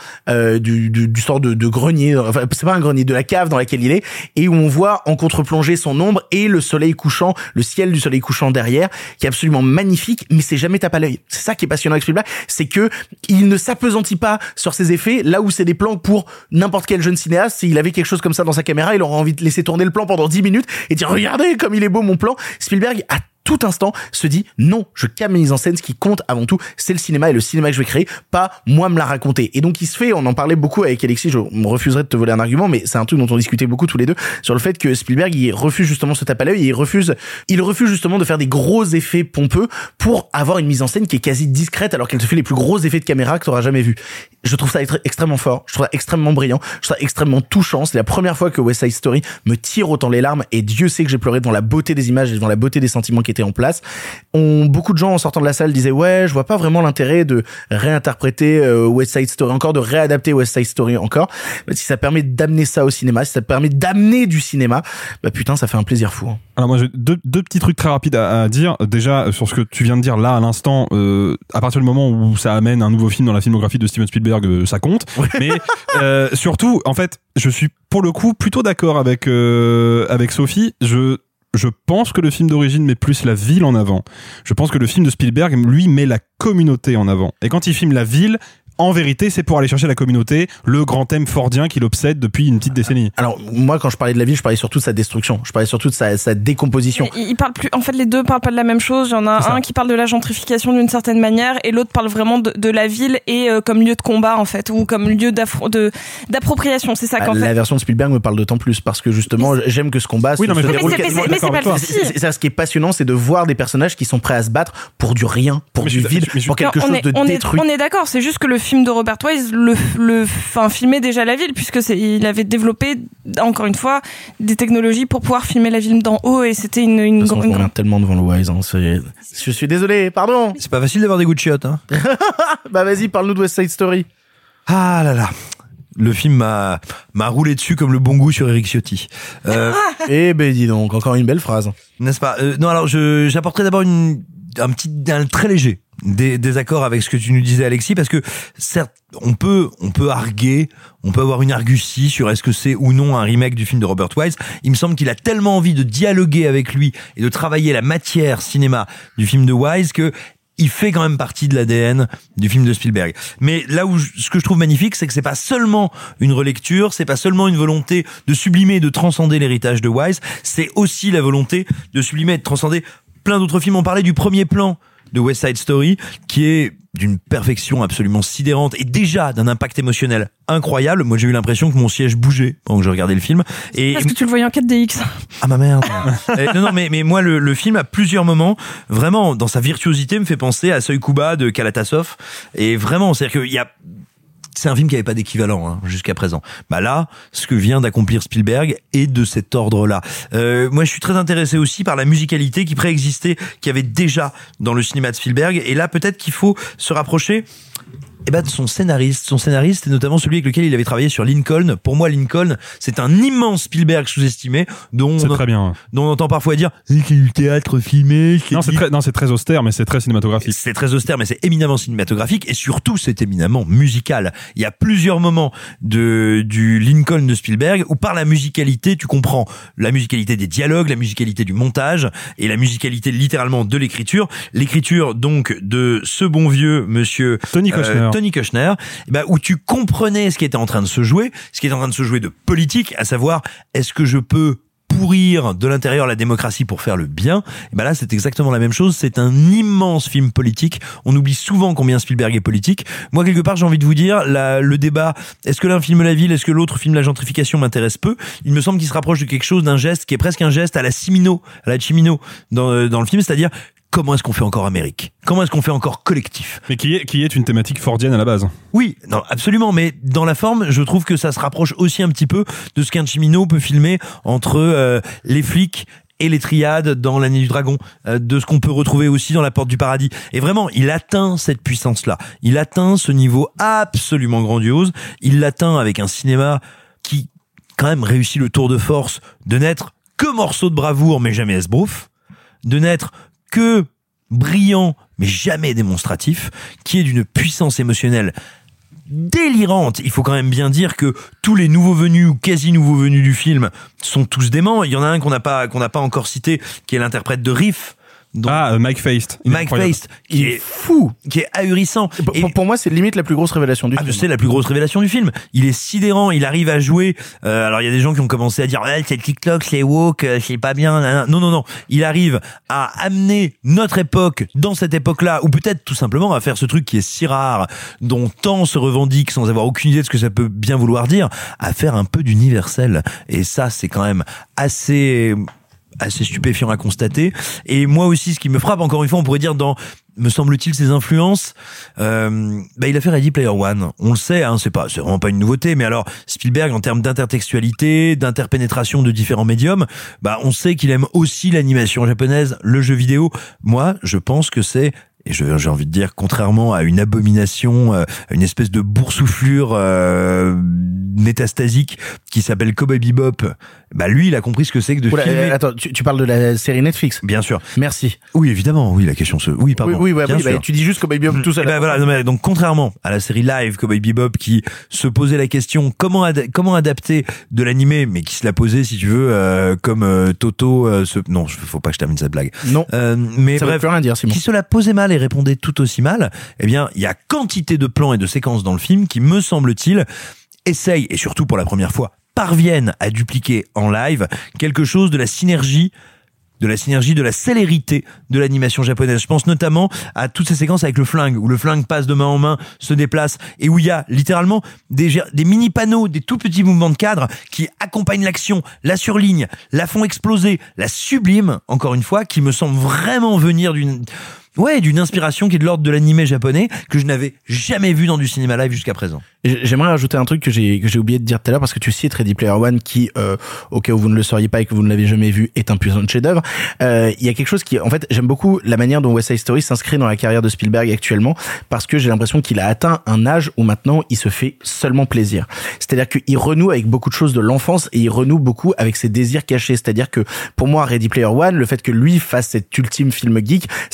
Speaker 6: du sort de grenier. Enfin, c'est pas un grenier, de la cave dans laquelle il est, et où on voit en contre-plongée son ombre et le soleil couchant, le ciel du soleil couchant derrière, qui est absolument magnifique. Mais c'est jamais tape à l'œil. C'est ça qui est passionnant avec Spielberg, c'est que il ne s'appesantit pas sur ses effets. Là où c'est des plans pour n'importe quel jeune cinéaste, s'il avait quelque chose comme ça dans sa caméra, il aurait envie de laisser tourner le plan pendant 10 minutes et dire regardez comme il est beau mon plan. Spielberg a tout instant se dit non, je calme mes mises en scène, ce qui compte avant tout c'est le cinéma et le cinéma que je vais créer, pas moi me la raconter. Et donc il se fait, on en parlait beaucoup avec Alexis, je me refuserais de te voler un argument, mais c'est un truc dont on discutait beaucoup tous les deux sur le fait que Spielberg il refuse justement ce tape à l'œil et il refuse justement de faire des gros effets pompeux pour avoir une mise en scène qui est quasi discrète alors qu'elle te fait les plus gros effets de caméra que tu auras jamais vu. Je trouve ça extrêmement fort, je trouve ça extrêmement brillant, je trouve ça extrêmement touchant. C'est la première fois que West Side Story me tire autant les larmes et Dieu sait que j'ai pleuré devant la beauté des images et devant la beauté des sentiments qui étaient en place. Beaucoup de gens en sortant de la salle disaient ouais, je vois pas vraiment l'intérêt de réinterpréter West Side Story encore, de réadapter West Side Story encore. Bah, si ça permet d'amener ça au cinéma, si ça permet d'amener du cinéma, bah putain, ça fait un plaisir fou.
Speaker 8: Alors moi j'ai deux petits trucs très rapides à dire. Déjà sur ce que tu viens de dire là à l'instant, à partir du moment où ça amène un nouveau film dans la filmographie de Steven Spielberg, ça compte. Mais surtout, en fait, je suis pour le coup plutôt d'accord avec Sophie. Je pense que le film d'origine met plus la ville en avant. Je pense que le film de Spielberg, lui, met la communauté en avant. Et quand il filme la ville, en vérité, c'est pour aller chercher la communauté, le grand thème fordien qui l'obsède depuis une petite décennie.
Speaker 6: Alors, moi, quand je parlais de la ville, je parlais surtout de sa destruction. Je parlais surtout de sa décomposition.
Speaker 7: Il parle plus, en fait, les deux parlent pas de la même chose. Il y en a un qui parle de la gentrification d'une certaine manière et l'autre parle vraiment de la ville et comme lieu de combat, en fait, ou comme lieu d'appropriation. C'est ça qu'en fait.
Speaker 6: La version de Spielberg me parle d'autant plus parce que justement, j'aime que ce combat se déroule.
Speaker 7: Mais c'est pas le souci.
Speaker 6: C'est ça, ce qui est passionnant, c'est de voir des personnages qui sont prêts à se battre pour du rien, pour du vide, pour quelque chose de détruit.
Speaker 7: On est d'accord. C'est juste que le film de Robert Wise filmait déjà la ville puisque il avait développé encore une fois des technologies pour pouvoir filmer la ville d'en haut et c'était une
Speaker 6: grande. On est tellement devant le Wise. Hein, je suis désolé, pardon.
Speaker 12: C'est pas facile d'avoir des goûts de chiottes. Hein.
Speaker 6: Bah vas-y, parle-nous de West Side Story.
Speaker 12: Ah là là. Le film m'a roulé dessus comme le bon goût sur Eric Ciotti.
Speaker 6: Eh ben dis donc, encore une belle phrase.
Speaker 12: N'est-ce pas? Non, alors j'apporterai d'abord un très léger désaccord avec ce que tu nous disais, Alexis, parce que certes, on peut arguer, on peut avoir une argutie sur est-ce que c'est ou non un remake du film de Robert Wise. Il me semble qu'il a tellement envie de dialoguer avec lui et de travailler la matière cinéma du film de Wise que il fait quand même partie de l'ADN du film de Spielberg. Mais là où ce que je trouve magnifique, c'est que c'est pas seulement une relecture, c'est pas seulement une volonté de sublimer et de transcender l'héritage de Wise, c'est aussi la volonté de sublimer et de transcender plein d'autres films. On parlait du Premier Plan de West Side Story, qui est d'une perfection absolument sidérante et déjà d'un impact émotionnel incroyable. Moi, j'ai eu l'impression que mon siège bougeait pendant que je regardais le film. Et
Speaker 7: est-ce que tu le voyais en 4DX?
Speaker 12: Ah ma merde. Non, mais moi, le film, à plusieurs moments, vraiment, dans sa virtuosité, me fait penser à Seuil Kuba de Kalatasov. Et vraiment, c'est-à-dire qu'il y a... C'est un film qui n'avait pas d'équivalent jusqu'à présent. Bah là, ce que vient d'accomplir Spielberg est de cet ordre-là. Moi, je suis très intéressé aussi par la musicalité qui préexistait, qui avait déjà dans le cinéma de Spielberg. Et là, peut-être qu'il faut se rapprocher de son scénariste. Son scénariste est notamment celui avec lequel il avait travaillé sur Lincoln. Pour moi, Lincoln, c'est un immense Spielberg sous-estimé dont on entend parfois dire c'est du théâtre filmé.
Speaker 8: C'est très austère, mais c'est très cinématographique.
Speaker 12: C'est très austère, mais c'est éminemment cinématographique et surtout, c'est éminemment musical. Il y a plusieurs moments du Lincoln de Spielberg où par la musicalité, tu comprends la musicalité des dialogues, la musicalité du montage et la musicalité littéralement de l'écriture. L'écriture donc de ce bon vieux monsieur Tony Kushner, où tu comprenais ce qui était en train de se jouer, de politique, à savoir, est-ce que je peux pourrir de l'intérieur la démocratie pour faire le bien? Et là, c'est exactement la même chose. C'est un immense film politique. On oublie souvent combien Spielberg est politique. Moi, quelque part, j'ai envie de vous dire, le débat, est-ce que l'un filme la ville, est-ce que l'autre filme la gentrification, m'intéresse peu. Il me semble qu'il se rapproche de quelque chose, d'un geste qui est presque un geste à la Cimino dans le film, c'est-à-dire, comment est-ce qu'on fait encore Amérique? Comment est-ce qu'on fait encore collectif?
Speaker 8: Mais qui est une thématique fordienne à la base.
Speaker 12: Oui, non, absolument. Mais dans la forme, je trouve que ça se rapproche aussi un petit peu de ce qu'un Cimino peut filmer entre les flics et les triades dans l'année du dragon, de ce qu'on peut retrouver aussi dans la porte du paradis. Et vraiment, il atteint cette puissance-là. Il atteint ce niveau absolument grandiose. Il l'atteint avec un cinéma qui, quand même, réussit le tour de force de n'être que morceau de bravoure, mais jamais esbrouf, de n'être que brillant, mais jamais démonstratif, qui est d'une puissance émotionnelle délirante. Il faut quand même bien dire que tous les nouveaux venus ou quasi nouveaux venus du film sont tous déments. Il y en a un qu'on n'a pas encore cité, qui est l'interprète de Riff.
Speaker 8: Mike Feist.
Speaker 12: Mike Feist, qui est fou, qui est ahurissant.
Speaker 6: Pour moi, c'est limite la plus grosse révélation du film.
Speaker 12: C'est la plus grosse révélation du film. Il est sidérant, il arrive à jouer. Alors, il y a des gens qui ont commencé à dire, c'est le TikTok, c'est woke, c'est pas bien. Non. Il arrive à amener notre époque dans cette époque-là, ou peut-être tout simplement à faire ce truc qui est si rare, dont tant se revendique sans avoir aucune idée de ce que ça peut bien vouloir dire, à faire un peu d'universel. Et ça, c'est quand même assez stupéfiant à constater. Et moi aussi, ce qui me frappe, encore une fois, on pourrait dire dans, me semble-t-il, ses influences, il a fait Ready Player One. On le sait, c'est vraiment pas une nouveauté, mais alors, Spielberg, en termes d'intertextualité, d'interpénétration de différents médiums, on sait qu'il aime aussi l'animation japonaise, le jeu vidéo. Moi, je pense que c'est, et j'ai envie de dire, contrairement à une abomination, une espèce de boursouflure métastasique qui s'appelle Cowboy Bebop, lui, il a compris ce que c'est que de filmer...
Speaker 6: Attends, tu parles de la série Netflix?
Speaker 12: Bien sûr.
Speaker 6: Merci.
Speaker 12: Oui, évidemment. Oui, la question se... Oui, pardon.
Speaker 6: Oui, tu dis juste Cowboy Bebop tout seul.
Speaker 12: Donc, contrairement à la série live Cowboy Bebop qui se posait la question comment adapter de l'animé, mais qui se l'a posé, si tu veux, comme Toto... Non, faut pas que je termine cette blague.
Speaker 6: Non.
Speaker 12: Mais
Speaker 6: ça
Speaker 12: bref,
Speaker 6: veut plus rien dire, Simon.
Speaker 12: Qui se la posait mal et répondait tout aussi mal, il y a quantité de plans et de séquences dans le film qui, me semble-t-il, essayent, et surtout pour la première fois, parviennent à dupliquer en live quelque chose de la synergie, de la célérité de l'animation japonaise. Je pense notamment à toutes ces séquences avec le flingue, où le flingue passe de main en main, se déplace, et où il y a littéralement des mini-panneaux, des tout petits mouvements de cadre qui accompagnent l'action, la surlignent, la font exploser, la subliment, encore une fois, qui me semble vraiment venir d'une inspiration qui est de l'ordre de l'animé japonais que je n'avais jamais vu dans du cinéma live jusqu'à présent.
Speaker 6: J'aimerais rajouter un truc que j'ai oublié de dire tout à l'heure parce que tu cites Ready Player One qui, au cas où vous ne le sauriez pas et que vous ne l'avez jamais vu, est un puissant chef-d'œuvre. Il y a quelque chose qui, en fait, j'aime beaucoup la manière dont West Side Story s'inscrit dans la carrière de Spielberg actuellement parce que j'ai l'impression qu'il a atteint un âge où maintenant il se fait seulement plaisir. C'est-à-dire qu'il renoue avec beaucoup de choses de l'enfance et il renoue beaucoup avec ses désirs cachés. C'est-à-dire que pour moi, Ready Player One, le fait que lui fasse cet ultime film geek, ça a un sens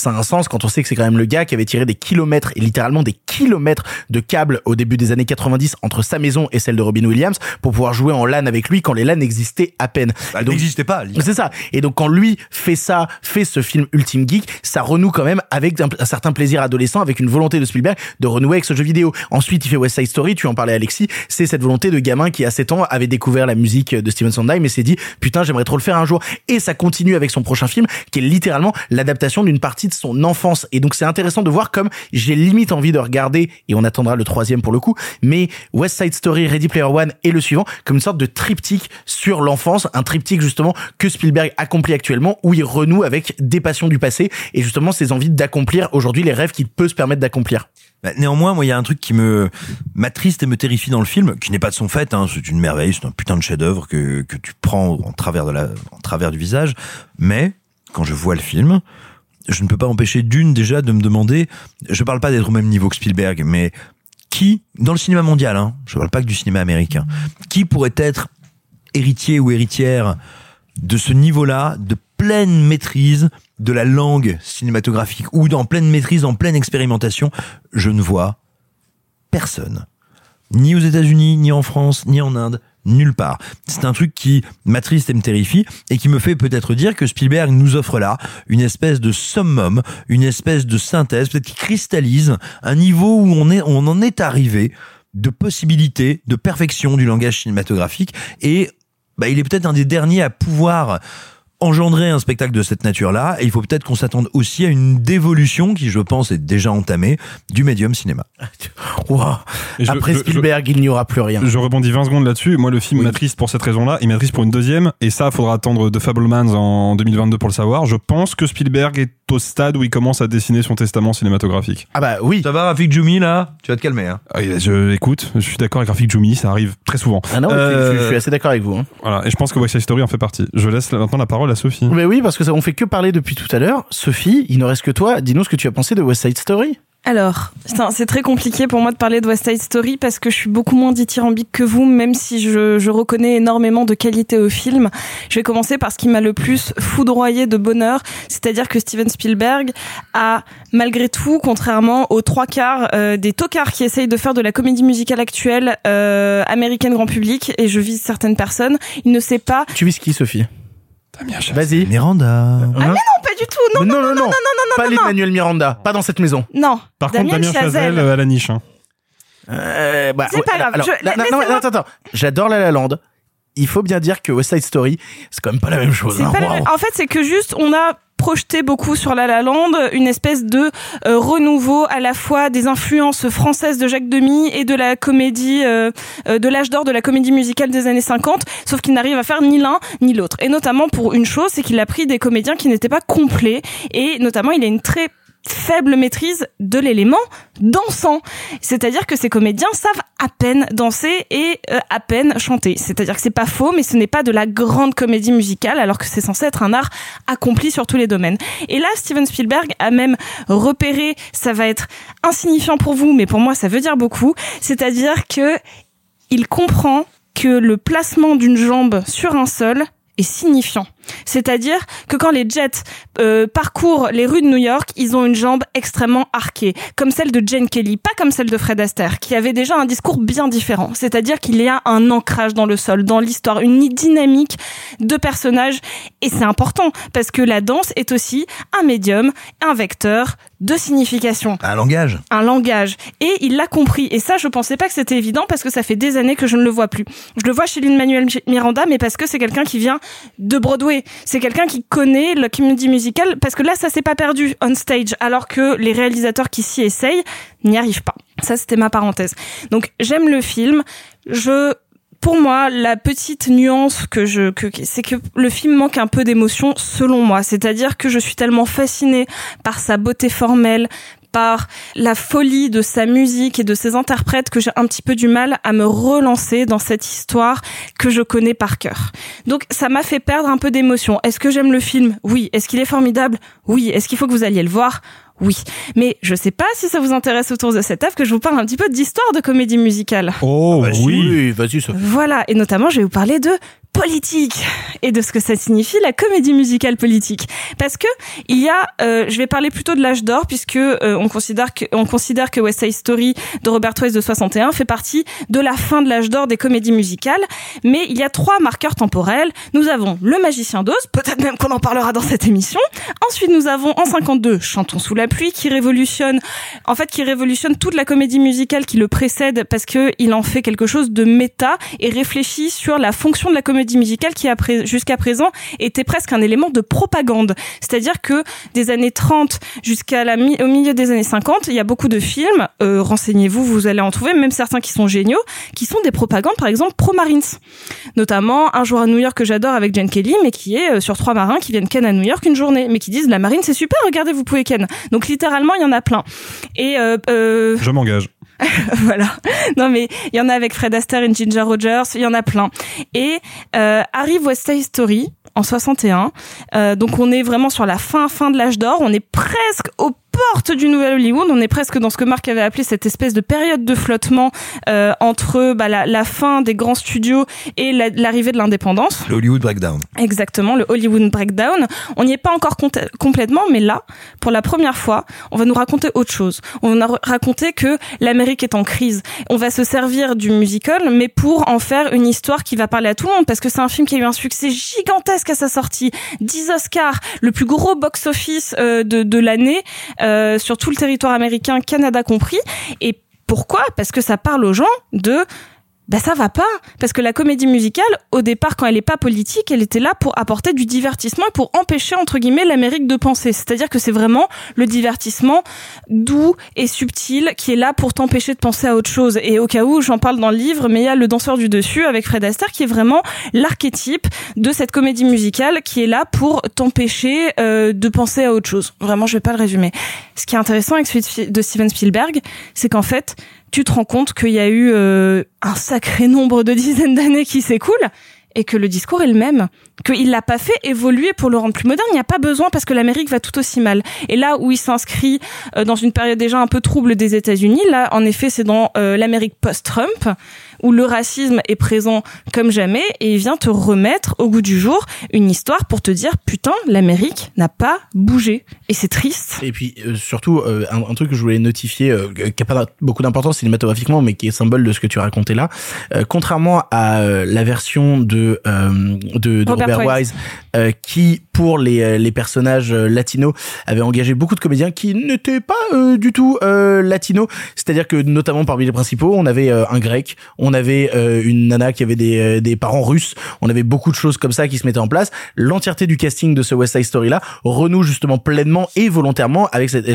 Speaker 6: quand on sait que c'est quand même le gars qui avait tiré des kilomètres, et littéralement des kilomètres de câbles au début des années 90 entre sa maison et celle de Robin Williams pour pouvoir jouer en LAN avec lui quand les LAN existaient à peine.
Speaker 12: Bah, donc, n'existait pas.
Speaker 6: C'est ça. Et donc quand lui fait ce film Ultime Geek, ça renoue quand même avec un certain plaisir adolescent, avec une volonté de Spielberg de renouer avec ce jeu vidéo. Ensuite, il fait West Side Story, tu en parlais Alexis, c'est cette volonté de gamin qui à 7 ans avait découvert la musique de Stephen Sondheim et s'est dit putain, j'aimerais trop le faire un jour. Et ça continue avec son prochain film qui est littéralement l'adaptation d'une partie de son enfance. Et donc c'est intéressant de voir comme j'ai limite envie de regarder, et on attendra le 3e pour le coup, mais West Side Story, Ready Player One et le suivant comme une sorte de triptyque sur l'enfance, un triptyque justement que Spielberg accomplit actuellement, où il renoue avec des passions du passé et justement ses envies d'accomplir aujourd'hui les rêves qu'il peut se permettre d'accomplir.
Speaker 12: Bah, néanmoins, moi, il y a un truc qui m'attriste et me terrifie dans le film, qui n'est pas de son fait, hein, c'est une merveille, c'est un putain de chef-d'œuvre que tu prends en travers du visage. Mais, quand je vois le film, je ne peux pas empêcher déjà de me demander, je parle pas d'être au même niveau que Spielberg, mais qui, dans le cinéma mondial, hein, je parle pas que du cinéma américain, qui pourrait être héritier ou héritière de ce niveau-là, de pleine maîtrise de la langue cinématographique ou en pleine maîtrise, en pleine expérimentation? Je ne vois personne. Ni aux États-Unis, ni en France, ni en Inde, nulle part. C'est un truc qui m'attriste et me terrifie et qui me fait peut-être dire que Spielberg nous offre là une espèce de summum, une espèce de synthèse, peut-être qui cristallise un niveau où on en est arrivé de possibilités, de perfection du langage cinématographique, et il est peut-être un des derniers à pouvoir engendrer un spectacle de cette nature-là, et il faut peut-être qu'on s'attende aussi à une dévolution qui, je pense, est déjà entamée du médium cinéma.
Speaker 6: Wow. Après Spielberg, il n'y aura plus rien.
Speaker 8: Je rebondis 20 secondes là-dessus. Moi, le film m'attriste pour cette raison-là, il m'attriste pour une deuxième, et ça, faudra attendre The Fabelmans en 2022 pour le savoir. Je pense que Spielberg est au stade où il commence à dessiner son testament cinématographique.
Speaker 6: Ah bah oui.
Speaker 12: Ça va, Rafik Djoumi, là? Tu vas te calmer, hein.
Speaker 8: Écoute, je suis d'accord avec Rafik Djoumi, ça arrive très souvent.
Speaker 6: Ah non, je suis assez d'accord avec vous. Hein.
Speaker 8: Voilà, et je pense que West Side Story en fait partie. Je laisse maintenant la parole à Sophie.
Speaker 6: Mais oui, parce que ça, on fait que parler depuis tout à l'heure. Sophie, il ne reste que toi. Dis-nous ce que tu as pensé de West Side Story.
Speaker 7: Alors, c'est très compliqué pour moi de parler de West Side Story parce que je suis beaucoup moins dithyrambique que vous, même si je reconnais énormément de qualité au film. Je vais commencer par ce qui m'a le plus foudroyé de bonheur, c'est-à-dire que Steven Spielberg a, malgré tout, contrairement aux 3/4 des tocards qui essayent de faire de la comédie musicale actuelle américaine grand public, et je vise certaines personnes, il ne sait pas...
Speaker 6: Tu vises qui, Sophie? Vas-y.
Speaker 12: Miranda.
Speaker 7: Ah mais non, pas du tout. Non.
Speaker 6: Pas l'Emmanuel Miranda. Pas dans cette maison.
Speaker 7: Non.
Speaker 8: Par contre, Damien Chazelle à la niche. Hein.
Speaker 7: C'est pas grave.
Speaker 6: Attends. J'adore La La Land. Il faut bien dire que West Side Story, c'est quand même pas la même chose. Hein.
Speaker 7: En fait, c'est que juste, on a projeté beaucoup sur La La Land une espèce de renouveau à la fois des influences françaises de Jacques Demy et de la comédie de l'âge d'or de la comédie musicale des années 50, sauf qu'il n'arrive à faire ni l'un ni l'autre. Et notamment pour une chose, c'est qu'il a pris des comédiens qui n'étaient pas complets, et notamment il a une très faible maîtrise de l'élément dansant. C'est-à-dire que ces comédiens savent à peine danser et à peine chanter. C'est-à-dire que c'est pas faux, mais ce n'est pas de la grande comédie musicale, alors que c'est censé être un art accompli sur tous les domaines. Et là, Steven Spielberg a même repéré, ça va être insignifiant pour vous, mais pour moi, ça veut dire beaucoup. C'est-à-dire que il comprend que le placement d'une jambe sur un sol est signifiant. C'est-à-dire que quand les Jets parcourent les rues de New York, ils ont une jambe extrêmement arquée, comme celle de Jane Kelly, pas comme celle de Fred Astaire, qui avait déjà un discours bien différent. C'est-à-dire qu'il y a un ancrage dans le sol, dans l'histoire, une dynamique de personnages, et c'est important, parce que la danse est aussi un médium, un vecteur de signification.
Speaker 12: Un langage.
Speaker 7: Un langage. Et il l'a compris. Et ça, je pensais pas que c'était évident, parce que ça fait des années que je ne le vois plus. Je le vois chez Lin-Manuel Miranda, mais parce que c'est quelqu'un qui vient de Broadway. C'est quelqu'un qui connaît la comédie musicale, parce que là, ça s'est pas perdu on stage, alors que les réalisateurs qui s'y essayent n'y arrivent pas. Ça, c'était ma parenthèse. Donc, j'aime le film. Pour moi, la petite nuance c'est que le film manque un peu d'émotion, selon moi. C'est-à-dire que je suis tellement fascinée par sa beauté formelle, par la folie de sa musique et de ses interprètes, que j'ai un petit peu du mal à me relancer dans cette histoire que je connais par cœur. Donc ça m'a fait perdre un peu d'émotion. Est-ce que j'aime le film? Oui. Est-ce qu'il est formidable? Oui. Est-ce qu'il faut que vous alliez le voir? Oui. Mais je sais pas si ça vous intéresse autour de cette table que je vous parle un petit peu d'histoire de comédie musicale.
Speaker 8: Oh, oui.
Speaker 6: Vas-y, Sophie.
Speaker 7: Voilà. Et notamment, je vais vous parler de politique et de ce que ça signifie la comédie musicale politique. Parce que il y a, je vais parler plutôt de l'âge d'or puisque on considère que West Side Story de Robert Wise de 61 fait partie de la fin de l'âge d'or des comédies musicales. Mais il y a 3 marqueurs temporels. Nous avons Le Magicien d'Oz, peut-être même qu'on en parlera dans cette émission. Ensuite, nous avons en 52 Chantons sous la pluie qui révolutionne toute la comédie musicale qui le précède parce que il en fait quelque chose de méta et réfléchit sur la fonction de la comédie musicale qui jusqu'à présent était presque un élément de propagande. C'est-à-dire que des années 30 au milieu des années 50, il y a beaucoup de films, renseignez-vous, vous allez en trouver, même certains qui sont géniaux, qui sont des propagandes, par exemple, pro-Marines. Notamment Un jour à New York que j'adore avec Jane Kelly, mais qui est sur 3 marins qui viennent ken à New York une journée, mais qui disent la marine c'est super, regardez, vous pouvez ken. Donc littéralement, il y en a plein. Et
Speaker 8: je m'engage.
Speaker 7: Voilà. Non mais il y en a avec Fred Astaire et Ginger Rogers, il y en a plein. Et arrive West Side Story en 61. Donc on est vraiment sur la fin de l'âge d'or, on est presque aux portes du Nouvel Hollywood, on est presque dans ce que Marc avait appelé cette espèce de période de flottement entre la fin des grands studios et l'arrivée de l'indépendance.
Speaker 12: Le Hollywood Breakdown.
Speaker 7: Exactement, le Hollywood Breakdown. On n'y est pas encore complètement, mais là, pour la première fois, on va nous raconter autre chose. On va nous raconter que l'Amérique est en crise. On va se servir du musical, mais pour en faire une histoire qui va parler à tout le monde, parce que c'est un film qui a eu un succès gigantesque à sa sortie. 10 Oscars, le plus gros box-office de l'année, sur tout le territoire américain, Canada compris. Et pourquoi ? Parce que ça parle aux gens de ça va pas, parce que la comédie musicale, au départ, quand elle est pas politique, elle était là pour apporter du divertissement et pour empêcher, entre guillemets, l'Amérique de penser. C'est-à-dire que c'est vraiment le divertissement doux et subtil qui est là pour t'empêcher de penser à autre chose. Et au cas où, j'en parle dans le livre, mais il y a Le Danseur du Dessus avec Fred Astaire qui est vraiment l'archétype de cette comédie musicale qui est là pour t'empêcher de penser à autre chose. Vraiment, je vais pas le résumer. Ce qui est intéressant avec celui de Steven Spielberg, c'est qu'en fait, tu te rends compte qu'il y a eu un sacré nombre de dizaines d'années qui s'écoulent et que le discours est le même, qu'il l'a pas fait évoluer pour le rendre plus moderne. Il n'y a pas besoin parce que l'Amérique va tout aussi mal. Et là où il s'inscrit dans une période déjà un peu trouble des États-Unis, là en effet c'est dans l'Amérique post-Trump où le racisme est présent comme jamais et il vient te remettre au goût du jour une histoire pour te dire putain, l'Amérique n'a pas bougé et c'est triste.
Speaker 6: Et puis surtout un truc que je voulais notifier qui a pas beaucoup d'importance cinématographiquement mais qui est symbole de ce que tu racontais là, contrairement à la version de Robert Wise qui pour les personnages latinos avait engagé beaucoup de comédiens qui n'étaient pas du tout latinos, c'est-à-dire que notamment parmi les principaux on avait un grec, on avait une nana qui avait des parents russes, on avait beaucoup de choses comme ça qui se mettaient en place. L'entièreté du casting de ce West Side Story là renoue justement pleinement et volontairement avec ce truc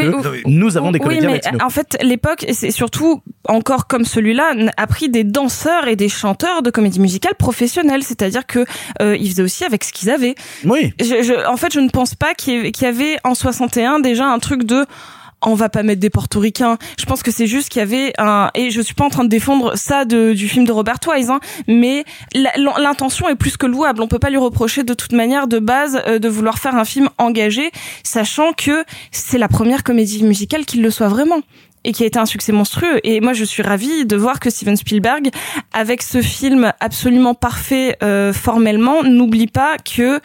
Speaker 6: nous avons des comédiens latinos.
Speaker 7: En fait l'époque, et c'est surtout encore comme celui-là, a pris des danseurs et des chanteurs de comédie musicale professionnels, c'est-à-dire que ils faisaient aussi avec ce qu'ils avaient.
Speaker 6: Oui.
Speaker 7: En fait, je ne pense pas qu'il y avait en 61 déjà un truc de on va pas mettre des portoricains. Je pense que c'est juste qu'il y avait et je suis pas en train de défendre ça du film de Robert Wise, hein, mais l'intention est plus que louable. On peut pas lui reprocher de toute manière de base de vouloir faire un film engagé, sachant que c'est la première comédie musicale qu'il le soit vraiment. Et qui a été un succès monstrueux. Et moi, je suis ravie de voir que Steven Spielberg, avec ce film absolument parfait formellement, n'oublie pas que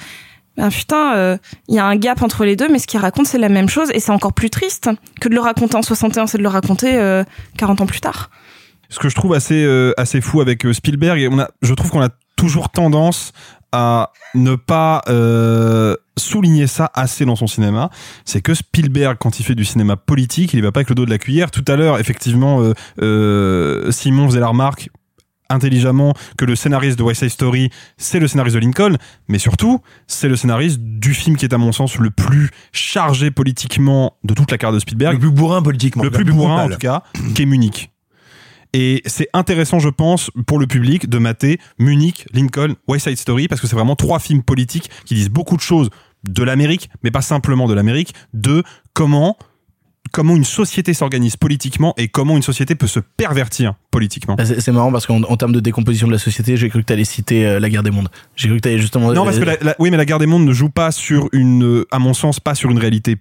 Speaker 7: il y a un gap entre les deux, mais ce qu'il raconte, c'est la même chose. Et c'est encore plus triste que de le raconter en 61, c'est de le raconter 40 ans plus tard.
Speaker 8: Ce que je trouve assez fou avec Spielberg, et je trouve qu'on a toujours tendance à ne pas souligner ça assez dans son cinéma, c'est que Spielberg, quand il fait du cinéma politique, il y va pas avec le dos de la cuillère. Tout à l'heure, effectivement, Simon faisait la remarque intelligemment que le scénariste de West Side Story, c'est le scénariste de Lincoln, mais surtout, c'est le scénariste du film qui est à mon sens le plus chargé politiquement de toute la carrière de Spielberg.
Speaker 12: Le plus bourrin politiquement.
Speaker 8: Le plus bourrin, en tout cas, qui est Munich. Et c'est intéressant, je pense, pour le public de mater Munich, Lincoln, West Side Story, parce que c'est vraiment 3 films politiques qui disent beaucoup de choses de l'Amérique, mais pas simplement de l'Amérique, de comment une société s'organise politiquement et comment une société peut se pervertir politiquement.
Speaker 6: C'est marrant parce qu'en termes de décomposition de la société, j'ai cru que t'allais citer La Guerre des Mondes. J'ai cru que t'allais justement...
Speaker 8: Non, parce que oui, mais La Guerre des Mondes ne joue pas sur à mon sens, pas sur une réalité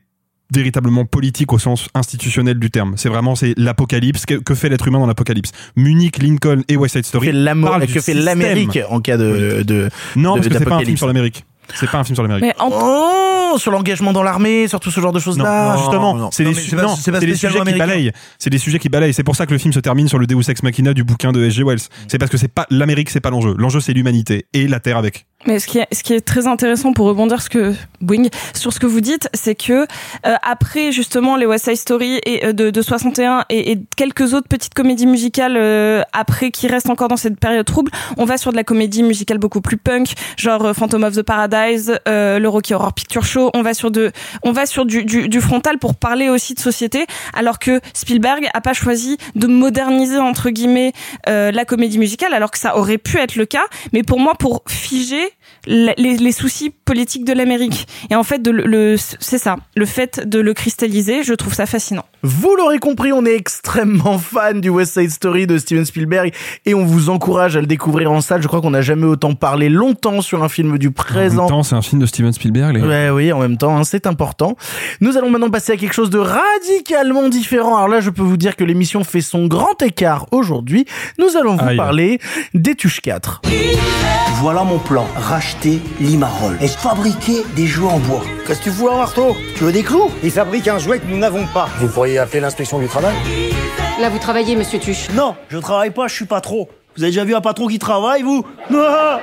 Speaker 8: véritablement politique au sens institutionnel du terme. C'est l'apocalypse. Que fait l'être humain dans l'apocalypse? Munich, Lincoln et West Side Story.
Speaker 6: Que fait l'Amérique en cas de
Speaker 8: non, parce que c'est pas un
Speaker 6: d'apocalypse.
Speaker 8: film sur l'Amérique. C'est pas un film sur l'Amérique.
Speaker 7: Mais
Speaker 6: sur l'engagement dans l'armée, sur tout ce genre de choses-là.
Speaker 8: Non, justement, c'est des sujets qui balayent. C'est des sujets qui balayent. C'est pour ça que le film se termine sur le Deus Ex Machina du bouquin de S.G. Wells. C'est parce que c'est pas l'Amérique, c'est pas l'enjeu. L'enjeu, c'est l'humanité et la Terre avec.
Speaker 7: Mais ce qui est très intéressant pour rebondir sur ce que vous dites, c'est que après justement les West Side Story et de 61 et quelques autres petites comédies musicales après qui restent encore dans cette période trouble, on va sur de la comédie musicale beaucoup plus punk, genre Phantom of the Paradise, le Rocky Horror Picture Show. On va sur du frontal pour parler aussi de société, alors que Spielberg a pas choisi de moderniser entre guillemets la comédie musicale, alors que ça aurait pu être le cas. Mais pour moi, pour figer les soucis politiques de l'Amérique. Et en fait, c'est ça, le fait de le cristalliser, je trouve ça fascinant.
Speaker 6: Vous l'aurez compris, on est extrêmement fan du West Side Story de Steven Spielberg et on vous encourage à le découvrir en salle. Je crois qu'on n'a jamais autant parlé longtemps sur un film du présent.
Speaker 8: En même temps, c'est un film de Steven Spielberg.
Speaker 6: Ouais, oui, en même temps, hein, c'est important. Nous allons maintenant passer à quelque chose de radicalement différent. Alors là, je peux vous dire que l'émission fait son grand écart aujourd'hui. Nous allons vous parler des Tuches 4.
Speaker 13: Voilà mon plan, racheter Limaroll et fabriquer des jouets en bois. Qu'est-ce que tu fous là, Marteau? Tu veux des clous? Ils fabriquent un jouet que nous n'avons pas. Vous pourriez appeler l'inspection du travail.
Speaker 14: Là, vous travaillez, monsieur Tuche?
Speaker 13: Non, je travaille pas, je suis patron. Vous avez déjà vu un patron qui travaille, vous? Ah,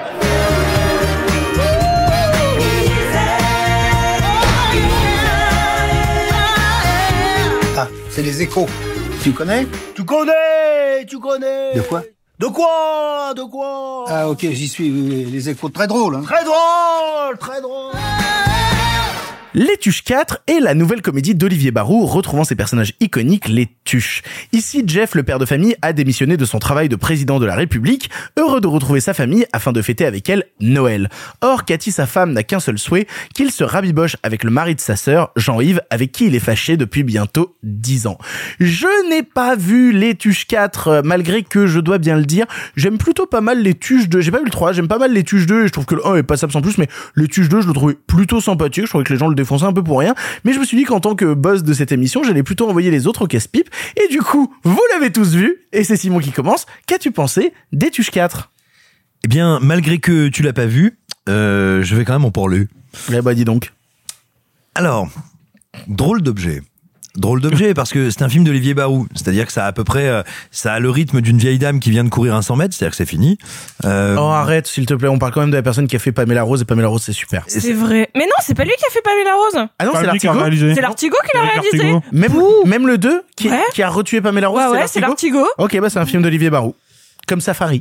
Speaker 13: c'est les Échos. Tu connais? Tu connais. De quoi? De quoi? Ah ok, j'y suis, les Échos, très drôle. Hein. Très drôle.
Speaker 6: Les Tuches 4 est la nouvelle comédie d'Olivier Barou retrouvant ses personnages iconiques, les Tuches. Ici, Jeff, le père de famille, a démissionné de son travail de président de la République, heureux de retrouver sa famille afin de fêter avec elle Noël. Or, Cathy, sa femme, n'a qu'un seul souhait, qu'il se rabiboche avec le mari de sa sœur, Jean-Yves, avec qui il est fâché depuis bientôt 10 ans. Je n'ai pas vu les Tuches 4, malgré que, je dois bien le dire, j'aime plutôt pas mal les Tuches 2. J'ai pas vu le 3, j'aime pas mal les Tuches 2, et je trouve que le 1 est passable sans plus, mais les Tuches 2, je le trouvais plutôt sympathique, je trouvais que les gens le défonçaient un peu pour rien, mais je me suis dit qu'en tant que boss de cette émission, j'allais plutôt envoyer les autres au casse-pipe, et du coup, vous l'avez tous vu, et c'est Simon qui commence. Qu'as-tu pensé des Tuches 4?
Speaker 12: Eh bien, malgré que tu l'as pas vu, je vais quand même en parler.
Speaker 6: Eh bah, dis donc.
Speaker 12: Alors, drôle d'objet parce que c'est un film d'Olivier Barou, c'est-à-dire que ça a à peu près ça a le rythme d'une vieille dame qui vient de courir un 100 mètres, c'est-à-dire que c'est fini.
Speaker 6: Oh, arrête s'il te plaît, on parle quand même de la personne qui a fait Pamela Rose, et Pamela Rose c'est super.
Speaker 7: C'est vrai. Mais non, c'est pas lui qui a fait Pamela Rose.
Speaker 6: Ah non, c'est l'Artigo.
Speaker 7: C'est l'Artigo qui l'a réalisé.
Speaker 6: Même le 2 qui a retué Pamela Rose,
Speaker 7: ouais, c'est l'Artigo.
Speaker 6: Ok, bah c'est un film d'Olivier Barou. Comme Safari.